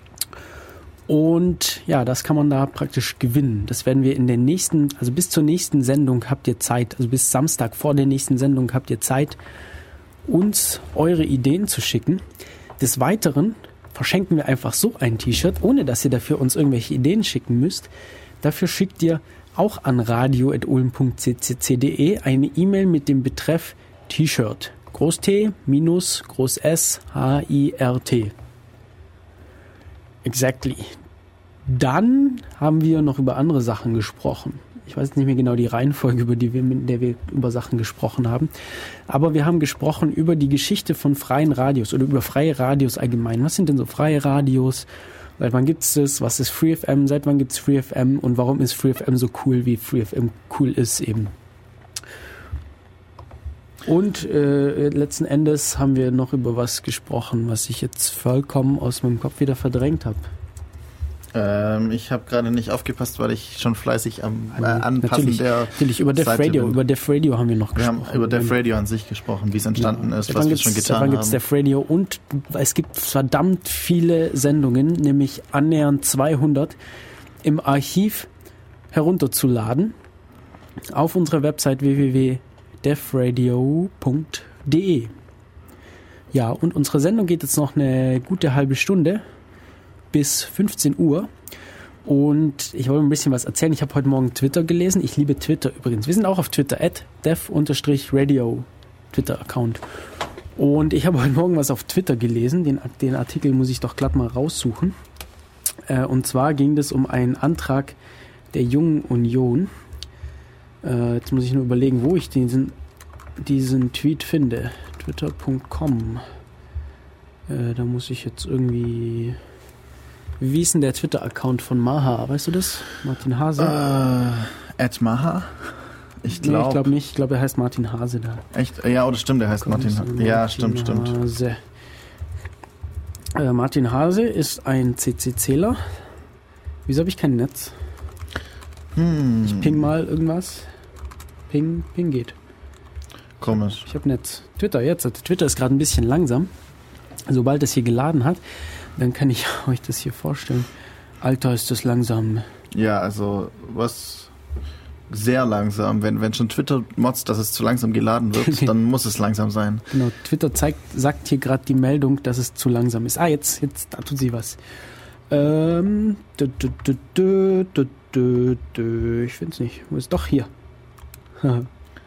Und ja, das kann man da praktisch gewinnen. Das werden wir in den nächsten, also bis zur nächsten Sendung habt ihr Zeit, also bis Samstag vor der nächsten Sendung habt ihr Zeit, uns eure Ideen zu schicken. Des Weiteren verschenken wir einfach so ein T-Shirt, ohne dass ihr dafür uns irgendwelche Ideen schicken müsst. Dafür schickt ihr auch an radio at ulm punkt c c c punkt d e eine E-Mail mit dem Betreff T-Shirt. Groß T minus Groß S H I R T. Exactly. Dann haben wir noch über andere Sachen gesprochen. Ich weiß nicht mehr genau die Reihenfolge, über die wir, in der wir über Sachen gesprochen haben. Aber wir haben gesprochen über die Geschichte von freien Radios oder über freie Radios allgemein. Was sind denn so freie Radios? Seit wann gibt es das? Was ist Free F M? Seit wann gibt es Free F M? Und warum ist Free F M so cool, wie Free F M cool ist eben? Und äh, letzten Endes haben wir noch über was gesprochen, was ich jetzt vollkommen aus meinem Kopf wieder verdrängt habe. Ähm, ich habe gerade nicht aufgepasst, weil ich schon fleißig am äh, Anpassen natürlich, der natürlich über Def Radio, über Def Radio haben wir noch wir gesprochen. Wir haben über Def Radio an sich gesprochen, wie es entstanden ja. ist, was wir schon getan haben. Dann gibt es Def Radio und es gibt verdammt viele Sendungen, nämlich annähernd zweihundert, im Archiv herunterzuladen auf unserer Website w w w punkt def radio punkt d e. Ja, und unsere Sendung geht jetzt noch eine gute halbe Stunde bis fünfzehn Uhr und ich wollte ein bisschen was erzählen. Ich habe heute Morgen Twitter gelesen. Ich liebe Twitter übrigens. Wir sind auch auf Twitter, at def radio Twitter-Account. Und ich habe heute Morgen was auf Twitter gelesen. Den, den Artikel muss ich doch glatt mal raussuchen. Äh, und zwar ging es um einen Antrag der Jungen Union. Äh, jetzt muss ich nur überlegen, wo ich diesen, diesen Tweet finde. Twitter Punkt com. Äh, da muss ich jetzt irgendwie... Wie ist denn der Twitter-Account von Maha? Weißt du das? Martin Hase? Äh, at Maha? Ich glaube nee, ich glaube nicht. Ich glaube, er heißt Martin Hase da. Echt? Ja, oder stimmt, er heißt Martin Hase. Ja, stimmt, stimmt. Hase. Äh, Martin Hase ist ein C C C'ler. Wieso habe ich kein Netz? Hm. Ich ping mal irgendwas. Ping, ping geht. Komisch. Ich habe Netz. Twitter jetzt. Twitter ist gerade ein bisschen langsam. Sobald es hier geladen hat, dann kann ich euch das hier vorstellen. Alter, ist das langsam. Ja, also was sehr langsam. Wenn, wenn schon Twitter motzt, dass es zu langsam geladen wird, dann muss es langsam sein. Genau, Twitter zeigt, sagt hier gerade die Meldung, dass es zu langsam ist. Ah, jetzt, jetzt, da tut sie was. Ähm, dü, dü, dü, dü, dü, dü, dü. Ich finde es nicht. Wo ist doch hier? Pass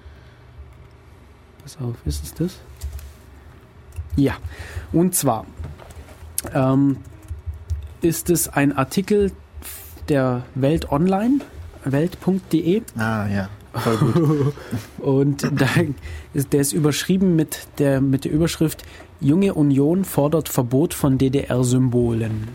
auf, ist es das? Ja, und zwar ähm, ist es ein Artikel der Welt Online, welt punkt de. Ah ja, voll gut. Und da ist, der ist überschrieben mit der, mit der Überschrift Junge Union fordert Verbot von D D R-Symbolen.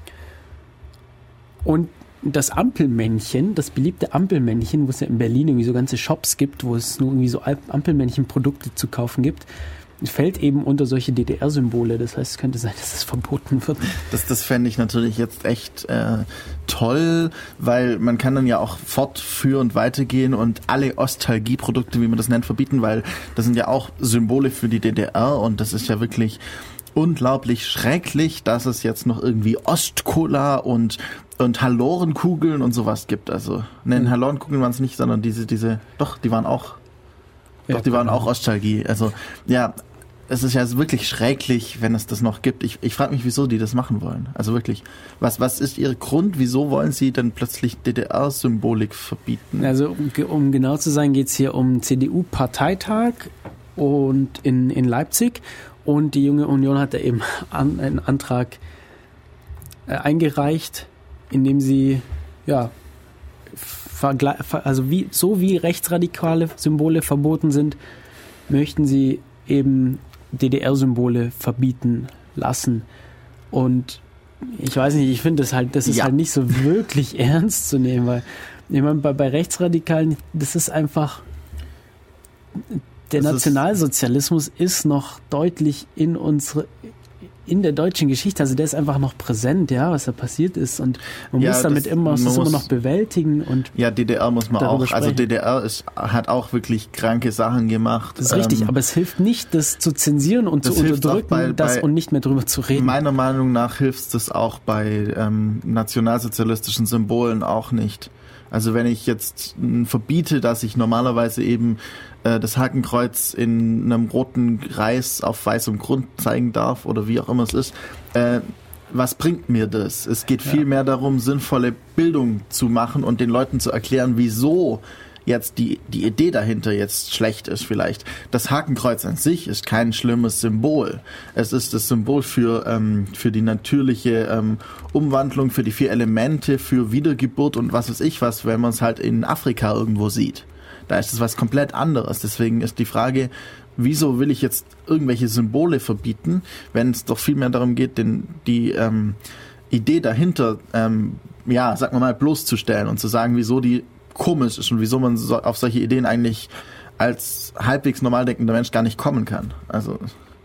Und das Ampelmännchen, das beliebte Ampelmännchen, wo es ja in Berlin irgendwie so ganze Shops gibt, wo es nur irgendwie so Ampelmännchen-Produkte zu kaufen gibt, fällt eben unter solche D D R-Symbole. Das heißt, es könnte sein, dass es verboten wird. Das, das fände ich natürlich jetzt echt äh, toll, weil man kann dann ja auch fortführend weitergehen und alle Ostalgie-Produkte, wie man das nennt, verbieten, weil das sind ja auch Symbole für die D D R und das ist ja wirklich unglaublich schrecklich, dass es jetzt noch irgendwie Ostcola und und Hallorenkugeln und sowas gibt. Also, nein, Hallorenkugeln waren es nicht, sondern diese, diese, doch, die waren auch, ja, doch, die waren genau. auch Ostalgie. Also, ja, es ist ja wirklich schrecklich, wenn es das noch gibt. Ich, ich frage mich, wieso die das machen wollen. Also wirklich, was, was ist ihr Grund? Wieso wollen sie denn plötzlich D D R-Symbolik verbieten? Also, um, um genau zu sein, geht es hier um C D U-Parteitag und in, in Leipzig. Und die Junge Union hat da eben an, einen Antrag äh, eingereicht, in dem sie, ja, vergle- also wie, so wie rechtsradikale Symbole verboten sind, möchten sie eben D D R-Symbole verbieten lassen. Und ich weiß nicht, ich finde das halt, das ist Ja. halt nicht so wirklich ernst zu nehmen, weil ich meine, bei, bei Rechtsradikalen, das ist einfach, der Das Nationalsozialismus ist, ist noch deutlich in unsere, in der deutschen Geschichte, also der ist einfach noch präsent, ja, was da passiert ist, und man Ja, muss damit das- immer, muss man das immer muss- noch bewältigen und Ja, D D R muss man darüber auch, also sprechen. D D R ist, hat auch wirklich kranke Sachen gemacht. das ist richtig, Ähm, aber es hilft nicht, das zu zensieren und das zu hilft auch unterdrücken, bei- das bei- und nicht mehr drüber zu reden. Meiner Meinung nach hilft es auch bei ähm, nationalsozialistischen Symbolen auch nicht. Also wenn ich jetzt m, verbiete, dass ich normalerweise eben äh, das Hakenkreuz in einem roten Kreis auf weißem Grund zeigen darf oder wie auch immer es ist, äh, was bringt mir das? Es geht viel mehr darum, sinnvolle Bildung zu machen und den Leuten zu erklären, wieso jetzt die, die Idee dahinter jetzt schlecht ist vielleicht. Das Hakenkreuz an sich ist kein schlimmes Symbol. Es ist das Symbol für, ähm, für die natürliche ähm, Umwandlung, für die vier Elemente, für Wiedergeburt und was weiß ich was, wenn man es halt in Afrika irgendwo sieht. Da ist es was komplett anderes. Deswegen ist die Frage, wieso will ich jetzt irgendwelche Symbole verbieten, wenn es doch viel mehr darum geht, den, die ähm, Idee dahinter, ähm, ja, sagen wir mal, bloßzustellen und zu sagen, wieso die komisch ist und wieso man so auf solche Ideen eigentlich als halbwegs normal denkender Mensch gar nicht kommen kann. Also,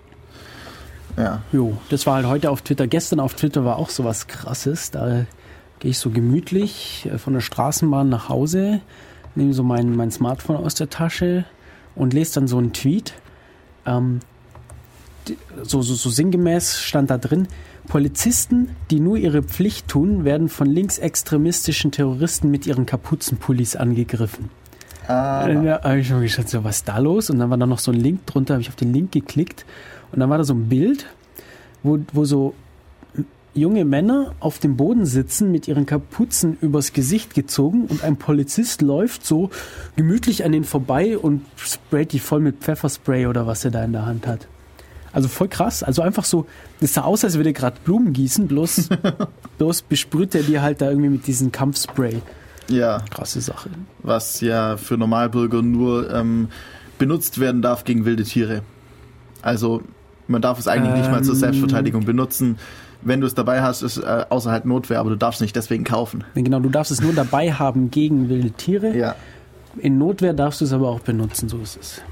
ja. Jo, das war halt heute auf Twitter. Gestern auf Twitter war auch sowas Krasses. Da gehe ich so gemütlich äh, von der Straßenbahn nach Hause, nehme so mein, mein Smartphone aus der Tasche und lese dann so einen Tweet. Ähm, die- so, so, so sinngemäß stand da drin: Polizisten, die nur ihre Pflicht tun, werden von linksextremistischen Terroristen mit ihren Kapuzenpullis angegriffen. Ah. Da habe ich schon geschaut, so, was ist da los? Und dann war da noch so ein Link drunter, habe ich auf den Link geklickt und dann war da so ein Bild, wo, wo so junge Männer auf dem Boden sitzen, mit ihren Kapuzen übers Gesicht gezogen und ein Polizist läuft so gemütlich an denen vorbei und sprayt die voll mit Pfefferspray oder was er da in der Hand hat. Also voll krass, also einfach so, das sah aus, als würde er gerade Blumen gießen, bloß, bloß besprüht er dir halt da irgendwie mit diesem Kampfspray. Ja. Krasse Sache. Was ja für Normalbürger nur ähm, benutzt werden darf gegen wilde Tiere. Also man darf es eigentlich ähm, nicht mal zur Selbstverteidigung benutzen. Wenn du es dabei hast, ist äh, außer halt Notwehr, aber du darfst es nicht deswegen kaufen. Genau, du darfst es nur dabei haben gegen wilde Tiere. Ja. In Notwehr darfst du es aber auch benutzen, so ist es.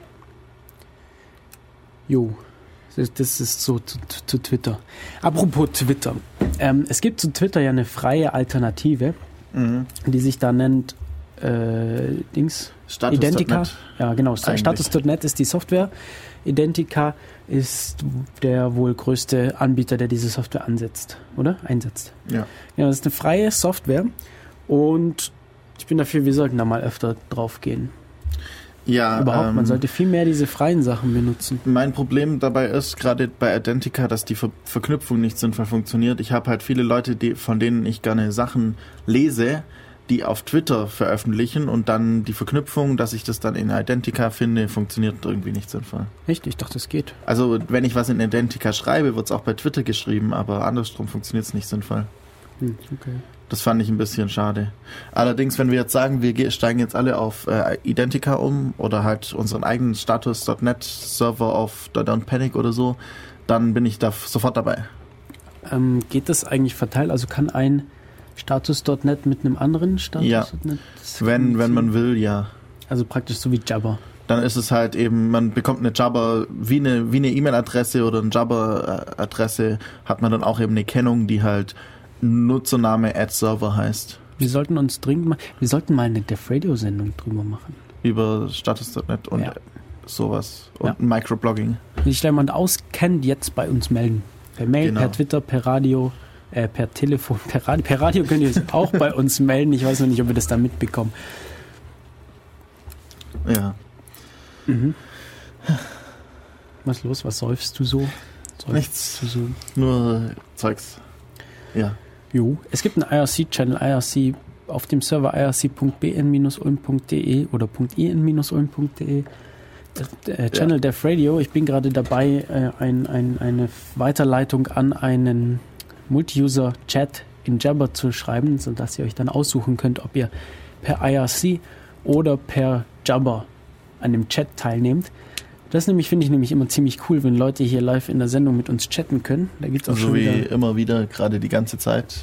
Jo, das ist so zu, zu Twitter. Apropos Twitter. Ähm, es gibt zu Twitter ja eine freie Alternative, mhm. die sich da nennt äh, Dings, Status Identica. Punkt net. Ja, genau. Eigentlich. Status Punkt net ist die Software. Identica ist der wohl größte Anbieter, der diese Software ansetzt, oder? Einsetzt. Ja. Ja, das ist eine freie Software und ich bin dafür, wir sollten da mal öfter drauf gehen. Ja, Überhaupt, ähm, man sollte viel mehr diese freien Sachen benutzen. Mein Problem dabei ist, gerade bei Identica, dass die Ver- Verknüpfung nicht sinnvoll funktioniert. Ich habe halt viele Leute, die, von denen ich gerne Sachen lese, die auf Twitter veröffentlichen und dann die Verknüpfung, dass ich das dann in Identica finde, funktioniert irgendwie nicht sinnvoll. Echt? Ich dachte, das geht. Also wenn ich was in Identica schreibe, wird es auch bei Twitter geschrieben, aber andersrum funktioniert es nicht sinnvoll. Hm, okay. Das fand ich ein bisschen schade. Allerdings, wenn wir jetzt sagen, wir steigen jetzt alle auf äh, Identica um oder halt unseren eigenen Status Punkt net Server auf Don't Panic oder so, dann bin ich da sofort dabei. Ähm, geht das eigentlich verteilt? Also kann ein Status Punkt net mit einem anderen Status ja. Punkt net? Wenn, wenn man will, ja. Also praktisch so wie Jabber. Dann ist es halt eben, man bekommt eine Jabber, wie eine wie eine E-Mail-Adresse oder eine Jabber-Adresse, hat man dann auch eben eine Kennung, die halt Nutzername at Server heißt. Wir sollten uns dringend mal, wir sollten mal eine Def Radio-Sendung drüber machen. Über Status Punkt net und ja. sowas. Und ja. Microblogging. Wenn sich da jemand auskennt, jetzt bei uns melden. Per Mail, genau. Per Twitter, per Radio, äh, per Telefon, per Radio. Per Radio könnt ihr es auch bei uns melden. Ich weiß noch nicht, ob wir das da mitbekommen. Ja. Mhm. Was ist los? Was säufst du so? Säufst Nichts. Du so? Nur Zeugs. Ja. Jo. Es gibt einen I R C-Channel, I R C auf dem Server I R C Punkt b n ulm Punkt d e oder .in ulm Punkt d e. Äh, Channel ja. Def Radio. Ich bin gerade dabei, äh, ein, ein, eine Weiterleitung an einen Multi-User-Chat in Jabber zu schreiben, sodass ihr euch dann aussuchen könnt, ob ihr per I R C oder per Jabber an dem Chat teilnehmt. Das nämlich finde ich nämlich immer ziemlich cool, wenn Leute hier live in der Sendung mit uns chatten können. Da gibt's auch so schon wie wieder immer wieder, gerade die ganze Zeit.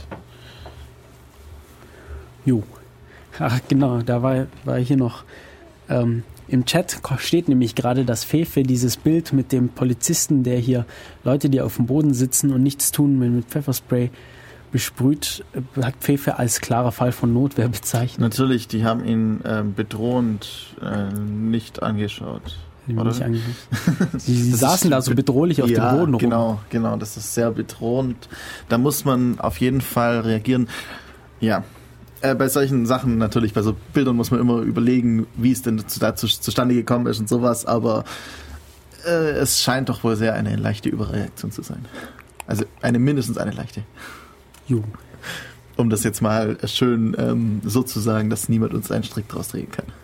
Jo. Ach genau, da war, war hier noch ähm, im Chat steht nämlich gerade, dass Fefe dieses Bild mit dem Polizisten, der hier Leute, die auf dem Boden sitzen und nichts tun, mit Pfefferspray besprüht, hat Fefe als klarer Fall von Notwehr bezeichnet. Natürlich, die haben ihn äh, bedrohend äh, nicht angeschaut. Oder? Nicht angeschaut. Sie, sie saßen da so bedrohlich auf ja, dem Boden rum. Genau, genau, das ist sehr bedrohend. Da muss man auf jeden Fall reagieren. Ja. Äh, bei solchen Sachen natürlich, bei so Bildern muss man immer überlegen, wie es denn dazu zustande gekommen ist und sowas, aber äh, es scheint doch wohl sehr eine leichte Überreaktion zu sein. Also eine mindestens eine leichte. Jo. Um das jetzt mal schön ähm, so zu sagen, dass niemand uns einen Strick draus drehen kann.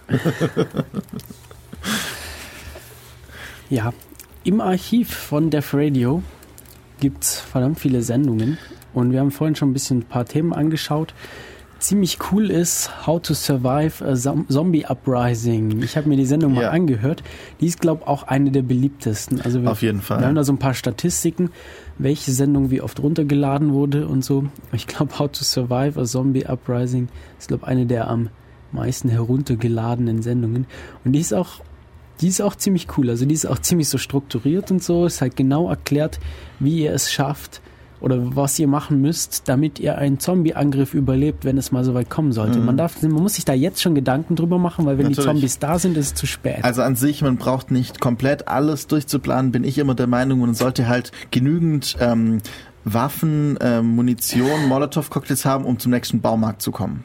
Ja, im Archiv von Def Radio gibt es verdammt viele Sendungen und wir haben vorhin schon ein bisschen ein paar Themen angeschaut. Ziemlich cool ist How to Survive a Zombie Uprising. Ich habe mir die Sendung ja. mal angehört. Die ist, glaube ich, auch eine der beliebtesten. Also wir, auf jeden Fall. Wir haben da so ein paar Statistiken, welche Sendung wie oft runtergeladen wurde und so. Ich glaube, How to Survive a Zombie Uprising ist, glaube ich, eine der am meisten heruntergeladenen Sendungen. Und die ist auch Die ist auch ziemlich cool, also die ist auch ziemlich so strukturiert und so, ist halt genau erklärt, wie ihr es schafft oder was ihr machen müsst, damit ihr einen Zombie-Angriff überlebt, wenn es mal so weit kommen sollte. Mhm. Man darf, man muss sich da jetzt schon Gedanken drüber machen, weil wenn Natürlich. die Zombies da sind, ist es zu spät. Also an sich, man braucht nicht komplett alles durchzuplanen, bin ich immer der Meinung, man sollte halt genügend ähm, Waffen, ähm, Munition, Molotow-Cocktails haben, um zum nächsten Baumarkt zu kommen.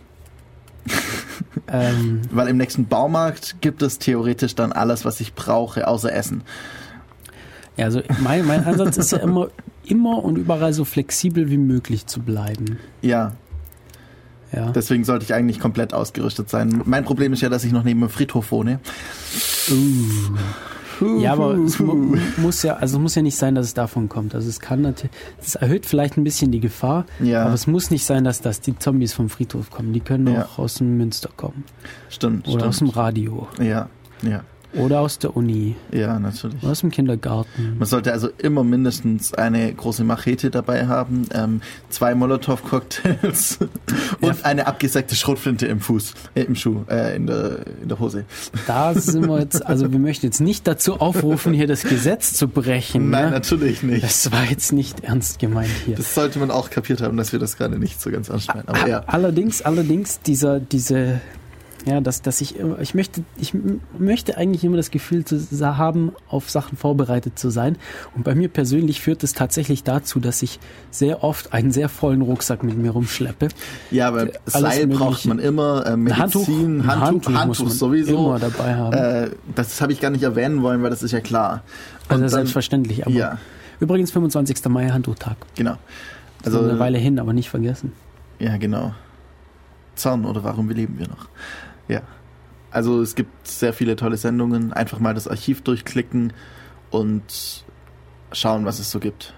Ähm, Weil im nächsten Baumarkt gibt es theoretisch dann alles, was ich brauche, außer Essen. Ja, also mein, mein Ansatz ist ja immer, immer und überall so flexibel wie möglich zu bleiben. Ja. ja. Deswegen sollte ich eigentlich komplett ausgerüstet sein. Mein Problem ist ja, dass ich noch neben dem Friedhof wohne. Uh. Ja, aber es mu- muss ja, also es muss ja nicht sein, dass es davon kommt. Also es kann natürlich, es erhöht vielleicht ein bisschen die Gefahr, ja. aber es muss nicht sein, dass das die Zombies vom Friedhof kommen. Die können ja. auch aus dem Münster kommen. Stimmt. Oder stimmt. aus dem Radio. Ja, ja. Oder aus der Uni. Ja, natürlich. Oder aus dem Kindergarten. Man sollte also immer mindestens eine große Machete dabei haben, ähm, zwei Molotow-Cocktails und ja. eine abgesägte Schrotflinte im Fuß, äh, im Schuh, äh, in der, in der Hose. Da sind wir jetzt, also wir möchten jetzt nicht dazu aufrufen, hier das Gesetz zu brechen. Nein, ne? natürlich nicht. Das war jetzt nicht ernst gemeint hier. Das sollte man auch kapiert haben, dass wir das gerade nicht so ganz ernst meinen. Aber ja. Allerdings, allerdings, dieser, diese, ja, dass, dass ich, ich möchte, ich möchte eigentlich immer das Gefühl zu haben, auf Sachen vorbereitet zu sein. Und bei mir persönlich führt es tatsächlich dazu, dass ich sehr oft einen sehr vollen Rucksack mit mir rumschleppe. Ja, aber Seil braucht man immer, äh, Medizin, Handtuch, Handtuch, Handtuch, Handtuch, Handtuch sowieso. Immer dabei haben. Äh, das habe ich gar nicht erwähnen wollen, weil das ist ja klar. Und also dann, selbstverständlich. Aber ja. Übrigens fünfundzwanzigster Mai, Handtuchtag. Genau. Also eine Weile hin, aber nicht vergessen. Ja, genau. Zorn oder warum leben wir noch? Ja, also es gibt sehr viele tolle Sendungen. Einfach mal das Archiv durchklicken und schauen, was es so gibt.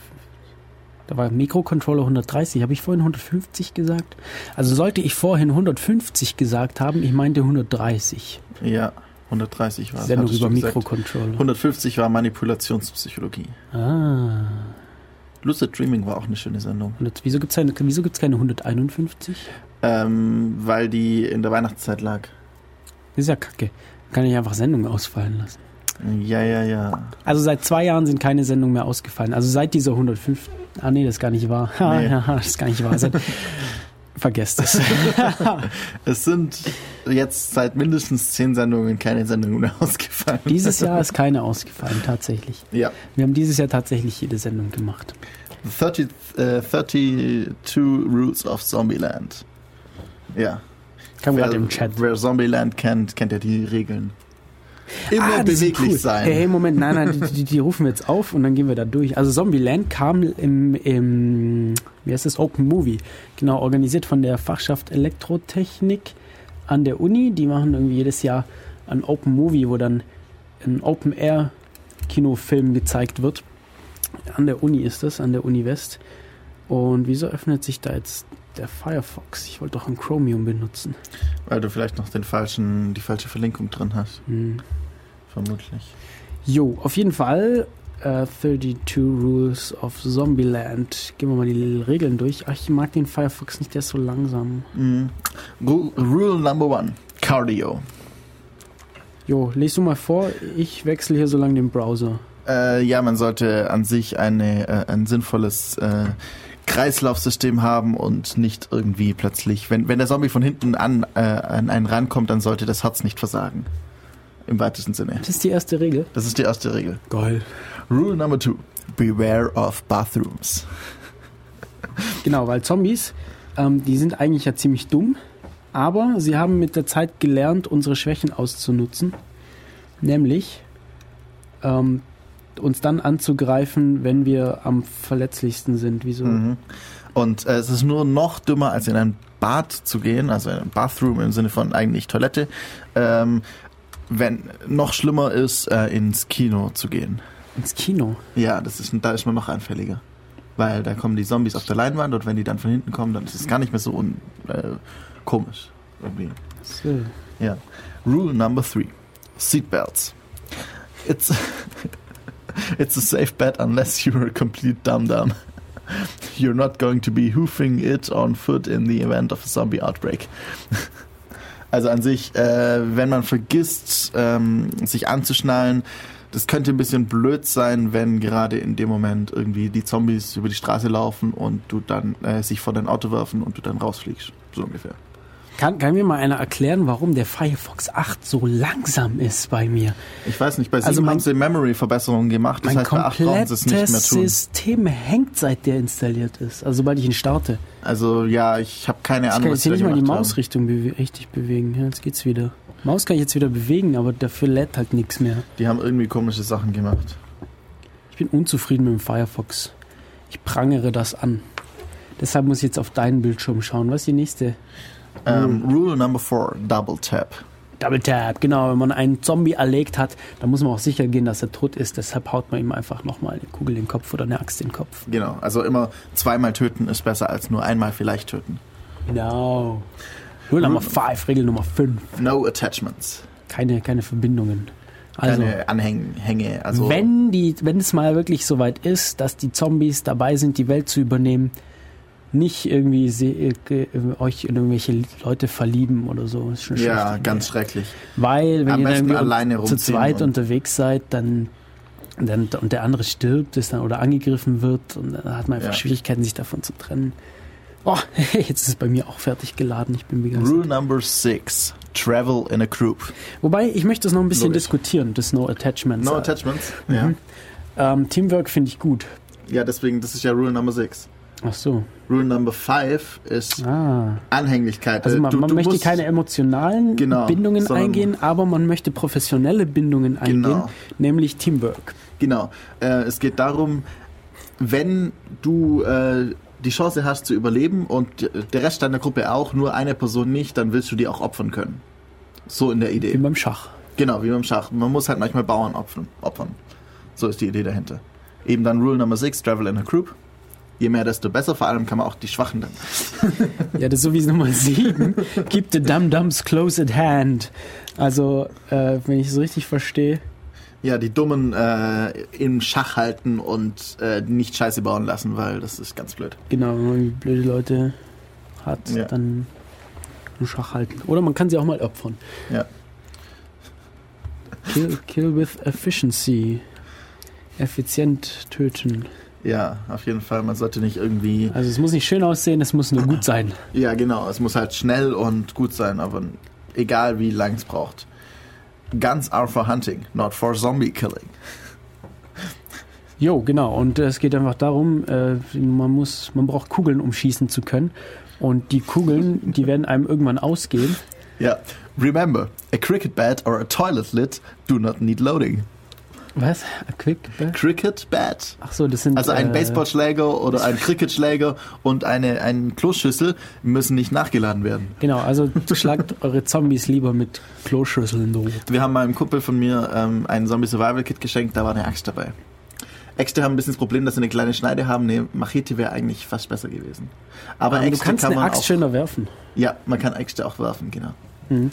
Da war Mikrocontroller hundertdreißig. Habe ich vorhin hundertfünfzig gesagt? Also sollte ich vorhin hundertfünfzig gesagt haben, ich meinte hundertdreißig. Ja, hundertdreißig war es. Sendung über Mikrocontroller. hundertfünfzig war Manipulationspsychologie. Ah. Lucid Dreaming war auch eine schöne Sendung. Und jetzt, wieso gibt es keine, wieso gibt's keine hunderteinundfünfzig? Ähm, weil die in der Weihnachtszeit lag. Das ist ja kacke. Kann ich einfach Sendungen ausfallen lassen. Ja, ja, ja. Also seit zwei Jahren sind keine Sendungen mehr ausgefallen. Also seit dieser hundertfünf... Ah nee, das ist gar nicht wahr. Nee. Das ist gar nicht wahr. Seit, vergesst es. Es sind jetzt seit mindestens zehn Sendungen keine Sendungen mehr ausgefallen. Dieses Jahr ist keine ausgefallen, tatsächlich. Ja. Wir haben dieses Jahr tatsächlich jede Sendung gemacht. thirty, uh, thirty-two Rules of Zombieland. Ja. Kam gerade im Chat. Wer Zombieland kennt, kennt ja die Regeln. Immer ah, beweglich cool. sein. Hey, hey, Moment, nein, nein, die, die, die rufen wir jetzt auf und dann gehen wir da durch. Also Zombieland kam im, im wie heißt das, Open Movie, genau, organisiert von der Fachschaft Elektrotechnik an der Uni. Die machen irgendwie jedes Jahr ein Open Movie, wo dann ein Open-Air-Kinofilm gezeigt wird. An der Uni ist das, an der Uni West. Und wieso öffnet sich da jetzt der Firefox? Ich wollte doch ein Chromium benutzen. Weil du vielleicht noch den falschen, die falsche Verlinkung drin hast. Hm. Vermutlich. Jo, auf jeden Fall uh, thirty-two Rules of Zombieland. Gehen wir mal die Regeln durch. Ach, ich mag den Firefox nicht, der ist so langsam. Mm. Rule number one. Cardio. Jo, lies du mal vor. Ich wechsle hier so lange den Browser. Äh, ja, man sollte an sich eine, äh, ein sinnvolles äh, Kreislaufsystem haben und nicht irgendwie plötzlich, wenn, wenn der Zombie von hinten an, äh, an einen rankommt, dann sollte das Herz nicht versagen. Im weitesten Sinne. Das ist die erste Regel? Das ist die erste Regel. Geil. Rule number two. Beware of bathrooms. Genau, weil Zombies, ähm, die sind eigentlich ja ziemlich dumm, aber sie haben mit der Zeit gelernt, unsere Schwächen auszunutzen. Nämlich ähm, uns dann anzugreifen, wenn wir am verletzlichsten sind. Wieso? Mhm. Und äh, es ist nur noch dümmer, als in ein Bad zu gehen, also in ein Bathroom im Sinne von eigentlich Toilette, ähm, wenn noch schlimmer ist, äh, ins Kino zu gehen. Ins Kino? Ja, das ist, da ist man noch anfälliger. Weil da kommen die Zombies auf der Leinwand und wenn die dann von hinten kommen, dann ist es gar nicht mehr so un, äh, komisch. Irgendwie. So. Ja. Rule number three. Seatbelts. It's, it's a safe bet unless you're a complete dum-dum. You're not going to be hoofing it on foot in the event of a zombie outbreak. Also an sich, äh, wenn man vergisst, ähm, sich anzuschnallen, das könnte ein bisschen blöd sein, wenn gerade in dem Moment irgendwie die Zombies über die Straße laufen und du dann äh, sich vor dein Auto werfen und du dann rausfliegst. So ungefähr. Kann, kann mir mal einer erklären, warum der Firefox acht so langsam ist bei mir? Ich weiß nicht, bei sieben also mein, haben sie Memory-Verbesserungen gemacht, das heißt bei acht brauchen sie es nicht mehr tun. Mein System hängt, seit der installiert ist, also sobald ich ihn starte. Also ja, ich habe keine Ahnung, was ich kann jetzt hier nicht mal die Mausrichtung bewe- richtig bewegen. Ja, jetzt geht's wieder. Maus kann ich jetzt wieder bewegen, aber dafür lädt halt nichts mehr. Die haben irgendwie komische Sachen gemacht. Ich bin unzufrieden mit dem Firefox. Ich prangere das an. Deshalb muss ich jetzt auf deinen Bildschirm schauen. Was ist die nächste? Um, Rule number four, Double Tap. Double Tap, genau. Wenn man einen Zombie erlegt hat, dann muss man auch sicher gehen, dass er tot ist. Deshalb haut man ihm einfach nochmal eine Kugel in den Kopf oder eine Axt in den Kopf. Genau, also immer zweimal töten ist besser als nur einmal vielleicht töten. Genau. Rule Nummer fünf, Regel Nummer fünf. No attachments. Keine, keine Verbindungen. Also, keine Anhänge. Also wenn, die, wenn es mal wirklich soweit ist, dass die Zombies dabei sind, die Welt zu übernehmen, nicht irgendwie se- äh, euch in irgendwelche Leute verlieben oder so. Ist schon ja, schlecht. ganz schrecklich. Weil, wenn Am ihr dann irgendwie alleine zu zweit und unterwegs seid, dann, dann und der andere stirbt ist dann, oder angegriffen wird und dann hat man einfach ja. Schwierigkeiten, sich davon zu trennen. Oh, jetzt ist es bei mir auch fertig geladen. Ich bin begeistert. Rule number six. Travel in a group. Wobei, ich möchte es noch ein bisschen Logisch. diskutieren, das No Attachments. No Attachments? Mhm. Ja. Ähm, Teamwork finde ich gut. Ja, deswegen, das ist ja Rule number six. Ach so. Rule number five ist ah. Anhänglichkeit. Also man, du, man du möchte musst, keine emotionalen genau, Bindungen eingehen, sondern, aber man möchte professionelle Bindungen eingehen, genau. nämlich Teamwork. Genau. Äh, es geht darum, wenn du äh, die Chance hast zu überleben und der Rest deiner Gruppe auch, nur eine Person nicht, dann willst du die auch opfern können. So in der Idee. Wie beim Schach. Genau, wie beim Schach. Man muss halt manchmal Bauern opfern. opfern. So ist die Idee dahinter. Eben dann Rule Number six, Travel in a Group. Je mehr, desto besser. Vor allem kann man auch die Schwachen dann. Ja, das ist so wie Nummer sieben. Keep the Dum-Dums close at hand. Also, äh, wenn ich es richtig verstehe. Ja, die Dummen äh, im Schach halten und äh, nicht Scheiße bauen lassen, weil das ist ganz blöd. Genau, wenn man blöde Leute hat, ja. dann im Schach halten. Oder man kann sie auch mal opfern. Ja. Kill, kill with efficiency. Effizient töten. Ja, auf jeden Fall. Man sollte nicht irgendwie... Also es muss nicht schön aussehen, es muss nur gut sein. Ja, genau. Es muss halt schnell und gut sein, aber egal wie lang es braucht. Guns are for hunting, not for zombie killing. Jo, genau. Und äh, es geht einfach darum, äh, man muss, man braucht Kugeln, um schießen zu können. Und die Kugeln, die werden einem irgendwann ausgehen. Ja. Remember, a cricket bat or a toilet lid do not need loading. Was? A quick bat? Cricket bat. Ach so, das sind... Also ein äh, Baseballschläger oder ein Cricketschläger und eine, ein Kloschüssel müssen nicht nachgeladen werden. Genau, also schlagt eure Zombies lieber mit Kloschüsseln durch. Wir haben meinem Kumpel von mir ähm, ein Zombie-Survival-Kit geschenkt, da war eine Axt dabei. Äxte haben ein bisschen das Problem, dass sie eine kleine Schneide haben. Eine Machete wäre eigentlich fast besser gewesen. Aber, Aber Äxte du kannst kann eine man Axt auch, schöner werfen. Ja, man kann Äxte auch werfen, genau. Mhm.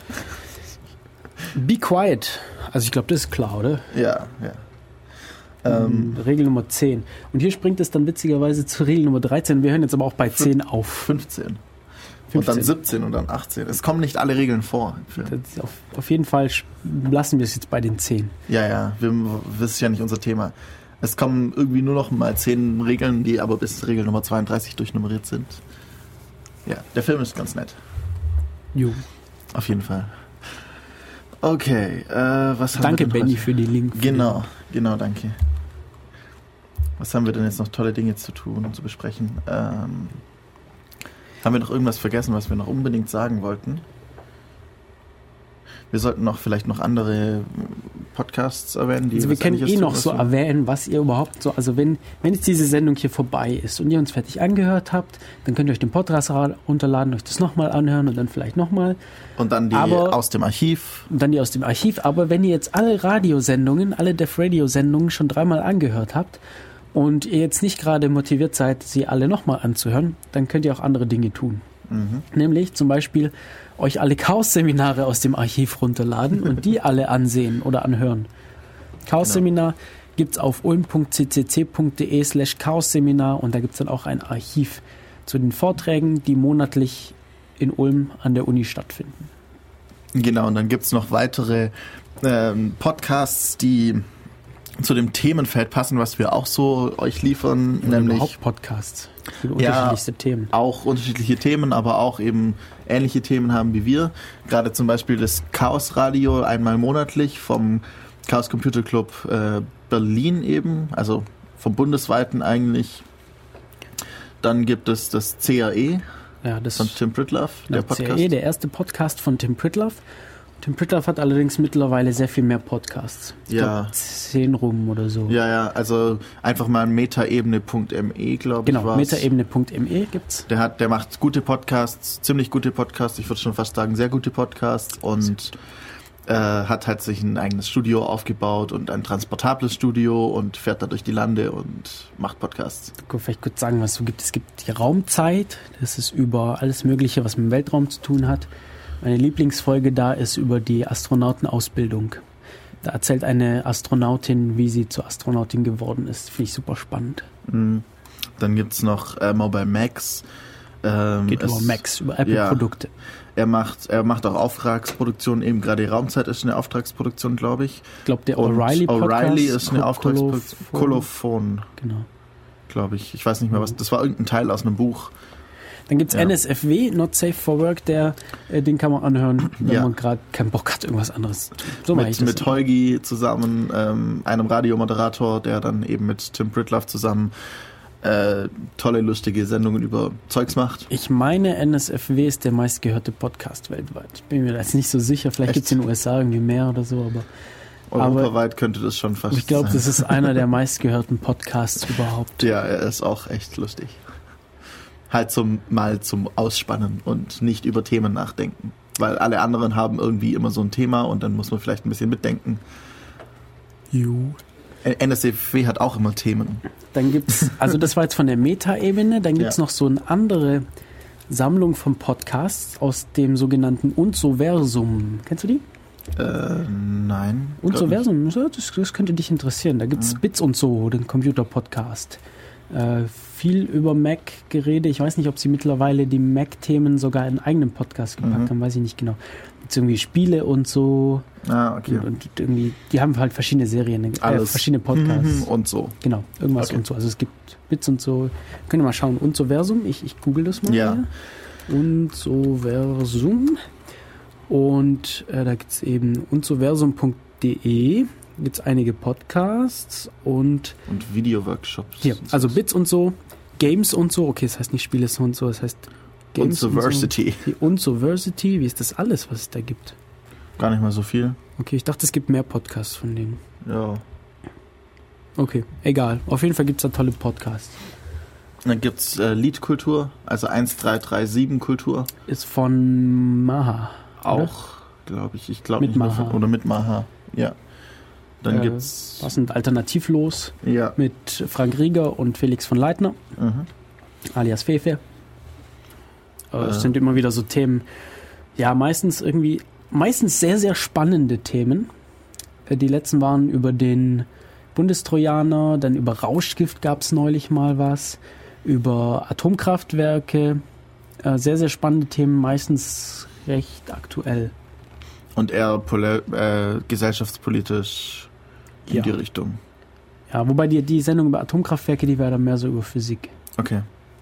Be quiet. Also ich glaube, das ist klar, oder? Ja, ja. Ähm, Regel Nummer zehn. Und hier springt es dann witzigerweise zu Regel Nummer dreizehn. Wir hören jetzt aber auch bei zehn auf. fünfzehn. fünfzehn. Und dann siebzehn und dann achtzehn. Es kommen nicht alle Regeln vor im Film. Das auf, auf jeden Fall lassen wir es jetzt bei den zehn. Ja, ja. Wir, das ist ja nicht unser Thema. Es kommen irgendwie nur noch mal zehn Regeln, die aber bis Regel Nummer zweiunddreißig durchnummeriert sind. Ja, der Film ist ganz nett. Jo. Auf jeden Fall. Okay, äh, was haben Danke, wir denn Benny, heute? für die Link. Genau, genau, danke. Was haben wir denn jetzt noch tolle Dinge zu tun und zu besprechen? Ähm, haben wir noch irgendwas vergessen, was wir noch unbedingt sagen wollten? Wir sollten noch vielleicht noch andere Podcasts erwähnen, die also wir was können Ähnliches eh tun, noch was so wir- erwähnen, was ihr überhaupt so, also wenn, wenn jetzt diese Sendung hier vorbei ist und ihr uns fertig angehört habt, dann könnt ihr euch den Podcast runterladen, euch das nochmal anhören und dann vielleicht nochmal. Und dann die Aber- aus dem Archiv. Und dann die aus dem Archiv. Aber wenn ihr jetzt alle Radiosendungen, alle Def Radio Sendungen schon dreimal angehört habt und ihr jetzt nicht gerade motiviert seid, sie alle nochmal anzuhören, dann könnt ihr auch andere Dinge tun. Mhm. Nämlich zum Beispiel euch alle Chaos-Seminare aus dem Archiv runterladen und die alle ansehen oder anhören. Chaos-Seminar gibt's auf ulm.ccc.de slash Chaos-Seminar und da gibt's dann auch ein Archiv zu den Vorträgen, die monatlich in Ulm an der Uni stattfinden. Genau, und dann gibt es noch weitere ähm, Podcasts, die zu dem Themenfeld passen, was wir auch so euch liefern, Oder nämlich überhaupt Podcasts für ja, unterschiedlichste Themen. Auch unterschiedliche Themen, aber auch eben ähnliche Themen haben wie wir. Gerade zum Beispiel das Chaos Radio einmal monatlich vom Chaos Computer Club äh, Berlin eben, also vom bundesweiten eigentlich. Dann gibt es das C R E Ja, das von Tim Pritloff, der der Podcast. C R E, der erste Podcast von Tim Pritloff. Tim Pritlove hat allerdings mittlerweile sehr viel mehr Podcasts. Ich Ja. glaub, zehn rum oder so. Ja, ja, also einfach mal metaebene Punkt me, glaube ich, Genau, war's. metaebene Punkt me gibt's. Der hat, der macht gute Podcasts, ziemlich gute Podcasts, ich würde schon fast sagen, sehr gute Podcasts und äh, hat halt sich ein eigenes Studio aufgebaut und ein transportables Studio und fährt da durch die Lande und macht Podcasts. Ich kann vielleicht kurz sagen, was es so gibt. Es gibt die Raumzeit, das ist über alles Mögliche, was mit dem Weltraum zu tun hat. Meine Lieblingsfolge da ist über die Astronautenausbildung. Da erzählt eine Astronautin, wie sie zur Astronautin geworden ist. Finde ich super spannend. Mhm. Dann gibt's noch äh, Mobile Max. Ähm, Geht über es- Max, über Apple-Produkte. Ja. Er macht, er macht auch Auftragsproduktionen, eben gerade die Raumzeit ist eine Auftragsproduktion, glaube ich. Ich glaube, der Und O'Reilly-Podcast. O'Reilly ist eine Ko- Auftragsproduktion. Kolophon. Kolophon, Genau. glaube ich. Ich weiß nicht mehr was. Das war irgendein Teil aus einem Buch. Dann gibt's Ja. N S F W, Not Safe for Work, der, äh, den kann man anhören, wenn Ja. man gerade keinen Bock hat, irgendwas anderes zu tun. So mache ich mit das. mit Heugi zusammen, ähm, einem Radiomoderator, der dann eben mit Tim Pritlove zusammen äh, tolle, lustige Sendungen über Zeugs macht. Ich meine, N S F W ist der meistgehörte Podcast weltweit. Ich bin mir da jetzt nicht so sicher. Vielleicht Echt? gibt's in den U S A irgendwie mehr oder so, aber Europaweit könnte das schon fast ich glaube, sein. das ist einer der meistgehörten Podcasts überhaupt. Ja, er ist auch echt lustig. Halt zum mal zum Ausspannen und nicht über Themen nachdenken. Weil alle anderen haben irgendwie immer so ein Thema und dann muss man vielleicht ein bisschen mitdenken. Jo. N S F W hat auch immer Themen. Dann gibt's, also das war jetzt von der Meta-Ebene, dann gibt's Ja. noch so eine andere Sammlung von Podcasts aus dem sogenannten Unsoversum. Kennst du die? Äh, nein. Unsoversum, ja, das, das könnte dich interessieren. Da gibt's Mhm. Bits und so, den Computer-Podcast. Äh, viel über Mac-Gerede. Ich weiß nicht, ob sie mittlerweile die Mac-Themen sogar in einen eigenen Podcast gepackt Mhm. haben, weiß ich nicht genau. Gibt's irgendwie Spiele und so. Ah, okay. Und, und irgendwie, die haben halt verschiedene Serien, äh, Alles. verschiedene Podcasts. Mhm, und so. Genau, irgendwas Okay. und so. Also es gibt Bits und so. Könnt ihr mal schauen. Unsoversum, ich, ich google das mal. Ja. Hier. Unsoversum. Und äh, da gibt's eben unsoversum punkt de. Gibt es einige Podcasts und Und Videoworkshops. hier, also Bits und so, Games und so, okay, das heißt nicht Spiele und so, das heißt Games Unsoversity. und so. Die Unsoversity, wie ist das alles, was es da gibt? Gar nicht mal so viel. Okay, ich dachte, es gibt mehr Podcasts von denen. Ja. Okay, egal. Auf jeden Fall gibt es da tolle Podcasts. Dann gibt's äh, Liedkultur, also eins drei drei sieben Kultur. Ist von Maha. oder? Auch, glaube ich. Ich glaube Mit nicht nur Maha. von- Oder mit Maha, ja. Dann Äh, gibt's... Was sind Alternativlos Ja. mit Frank Rieger und Felix von Leitner, Mhm. alias Fefe. Äh, Äh. Es sind immer wieder so Themen, ja, meistens irgendwie, meistens sehr, sehr spannende Themen. Äh, Die letzten waren über den Bundestrojaner, dann über Rauschgift gab es neulich mal was, über Atomkraftwerke. Äh, Sehr, sehr spannende Themen, meistens recht aktuell. Und eher poli- äh, gesellschaftspolitisch in Ja. die Richtung. Ja, wobei die, die Sendung über Atomkraftwerke, die wäre dann mehr so über Physik. Okay.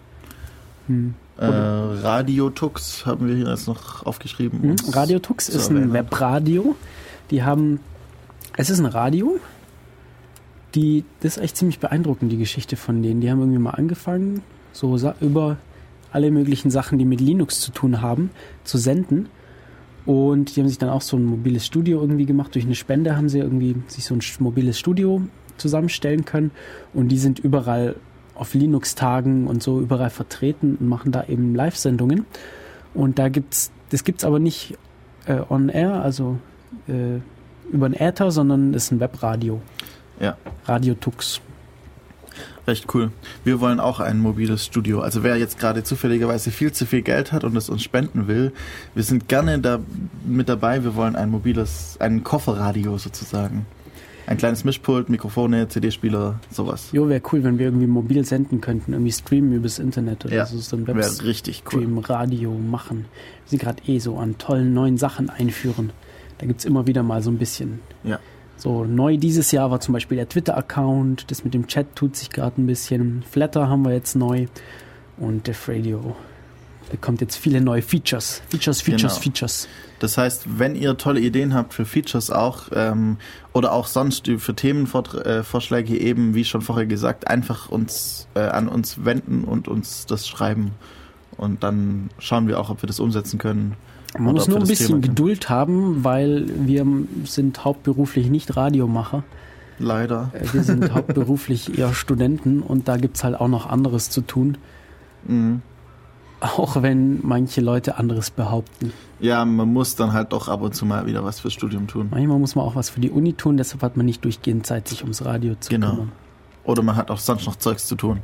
Hm. Äh, Radiotux haben wir hier jetzt noch aufgeschrieben. Hm? uns Radiotux zu ist ein erwähnen. Webradio. Die haben, es ist ein Radio, die, das ist echt ziemlich beeindruckend, die Geschichte von denen. Die haben irgendwie mal angefangen, so sa- über alle möglichen Sachen, die mit Linux zu tun haben, zu senden. Und die haben sich dann auch so ein mobiles Studio irgendwie gemacht. Durch eine Spende haben sie irgendwie sich so ein sch- mobiles Studio zusammenstellen können. Und die sind überall auf Linux-Tagen und so überall vertreten und machen da eben Live-Sendungen. Und da gibt's, das gibt's aber nicht äh, on air, also äh, über ein Äther, sondern es ist ein Webradio. Ja. Radio Tux. Recht cool. Wir wollen auch ein mobiles Studio. Also wer jetzt gerade zufälligerweise viel zu viel Geld hat und es uns spenden will, wir sind gerne da mit dabei. Wir wollen ein mobiles, ein Kofferradio sozusagen. Ein kleines Mischpult, Mikrofone, C D-Spieler, sowas. Jo, wäre cool, wenn wir irgendwie mobil senden könnten, irgendwie streamen übers Internet oder Ja, so, so ein wäre richtig cool. Webstream, Radio machen. Wir sind gerade eh so an tollen neuen Sachen einführen. Da gibt's immer wieder mal so ein bisschen. Ja. So neu dieses Jahr war zum Beispiel der Twitter-Account, das mit dem Chat tut sich gerade ein bisschen. Flatter haben wir jetzt neu und Def Radio bekommt jetzt viele neue Features. Features, Features, Genau. Features. Das heißt, wenn ihr tolle Ideen habt für Features auch ähm, oder auch sonst für Themenvorschläge eben, wie schon vorher gesagt, einfach uns äh, an uns wenden und uns das schreiben. Und dann schauen wir auch, ob wir das umsetzen können. Man muss nur ein bisschen Geduld haben, weil wir sind hauptberuflich nicht Radiomacher. Leider. Wir sind hauptberuflich eher Studenten und da gibt es halt auch noch anderes zu tun. Mhm. Auch wenn manche Leute anderes behaupten. Ja, man muss dann halt doch ab und zu mal wieder was fürs Studium tun. Manchmal muss man auch was für die Uni tun, deshalb hat man nicht durchgehend Zeit, sich ums Radio zu genau. kümmern. Oder man hat auch sonst noch Zeugs zu tun.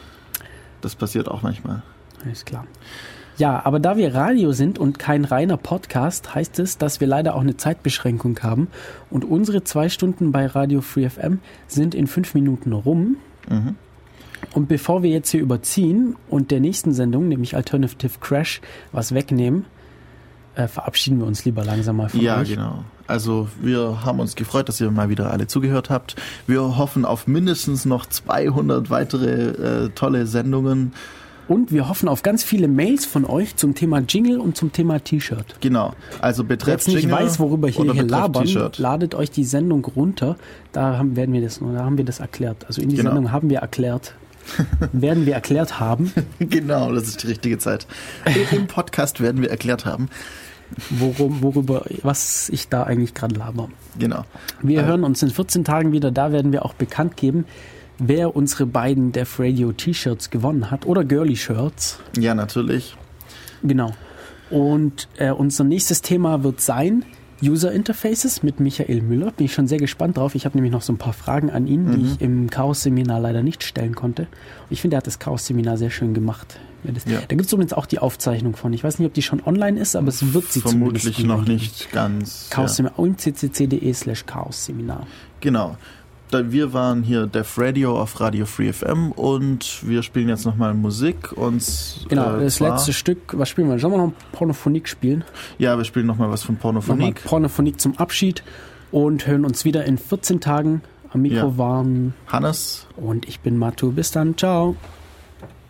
Das passiert auch manchmal. Alles klar. Ja, aber da wir Radio sind und kein reiner Podcast, heißt es, dass wir leider auch eine Zeitbeschränkung haben. Und unsere zwei Stunden bei Radio Free F M sind in fünf Minuten rum. Mhm. Und bevor wir jetzt hier überziehen und der nächsten Sendung, nämlich Alternative Crash, was wegnehmen, äh, verabschieden wir uns lieber langsam mal von ja, euch. Ja, genau. Also wir haben uns gefreut, dass ihr mal wieder alle zugehört habt. Wir hoffen auf mindestens noch zweihundert weitere äh, tolle Sendungen. Und wir hoffen auf ganz viele Mails von euch zum Thema Jingle und zum Thema T-Shirt. Genau, also betreff Jingle. Wer jetzt nicht weiß, worüber hier, hier labern, T-Shirt. Ladet euch die Sendung runter. Da haben, werden wir das, da haben wir das erklärt. Also in die genau. Sendung haben wir erklärt, werden wir erklärt haben. Genau, das ist die richtige Zeit. Im Podcast werden wir erklärt haben. Worum, worüber, was ich da eigentlich gerade laber. Genau. Wir äh, hören uns in vierzehn Tagen wieder. Da werden wir auch bekannt geben, wer unsere beiden Def Radio T-Shirts gewonnen hat oder Girly Shirts. Ja, natürlich. Genau. Und äh, unser nächstes Thema wird sein User Interfaces mit Michael Müller. Bin ich schon sehr gespannt drauf. Ich habe nämlich noch so ein paar Fragen an ihn, mhm. die ich im Chaos-Seminar leider nicht stellen konnte. Und ich finde, er hat das Chaos-Seminar sehr schön gemacht. Das, ja. Da gibt es übrigens auch die Aufzeichnung von. Ich weiß nicht, ob die schon online ist, aber es wird sie vermutlich zumindest noch nicht ganz. Chaos-Seminar ja. und c c c punkt d e slash Chaos-Seminar. Genau. Wir waren hier Def Radio auf Radio Free F M und wir spielen jetzt nochmal Musik. Und, genau, äh, das letzte Stück, was spielen wir? Sollen wir noch Pornophonik spielen? Ja, wir spielen nochmal was von Pornophonik. Nochmal Pornophonik zum Abschied und hören uns wieder in vierzehn Tagen. Am Mikro ja. waren Hannes und ich bin Matu. Bis dann, ciao.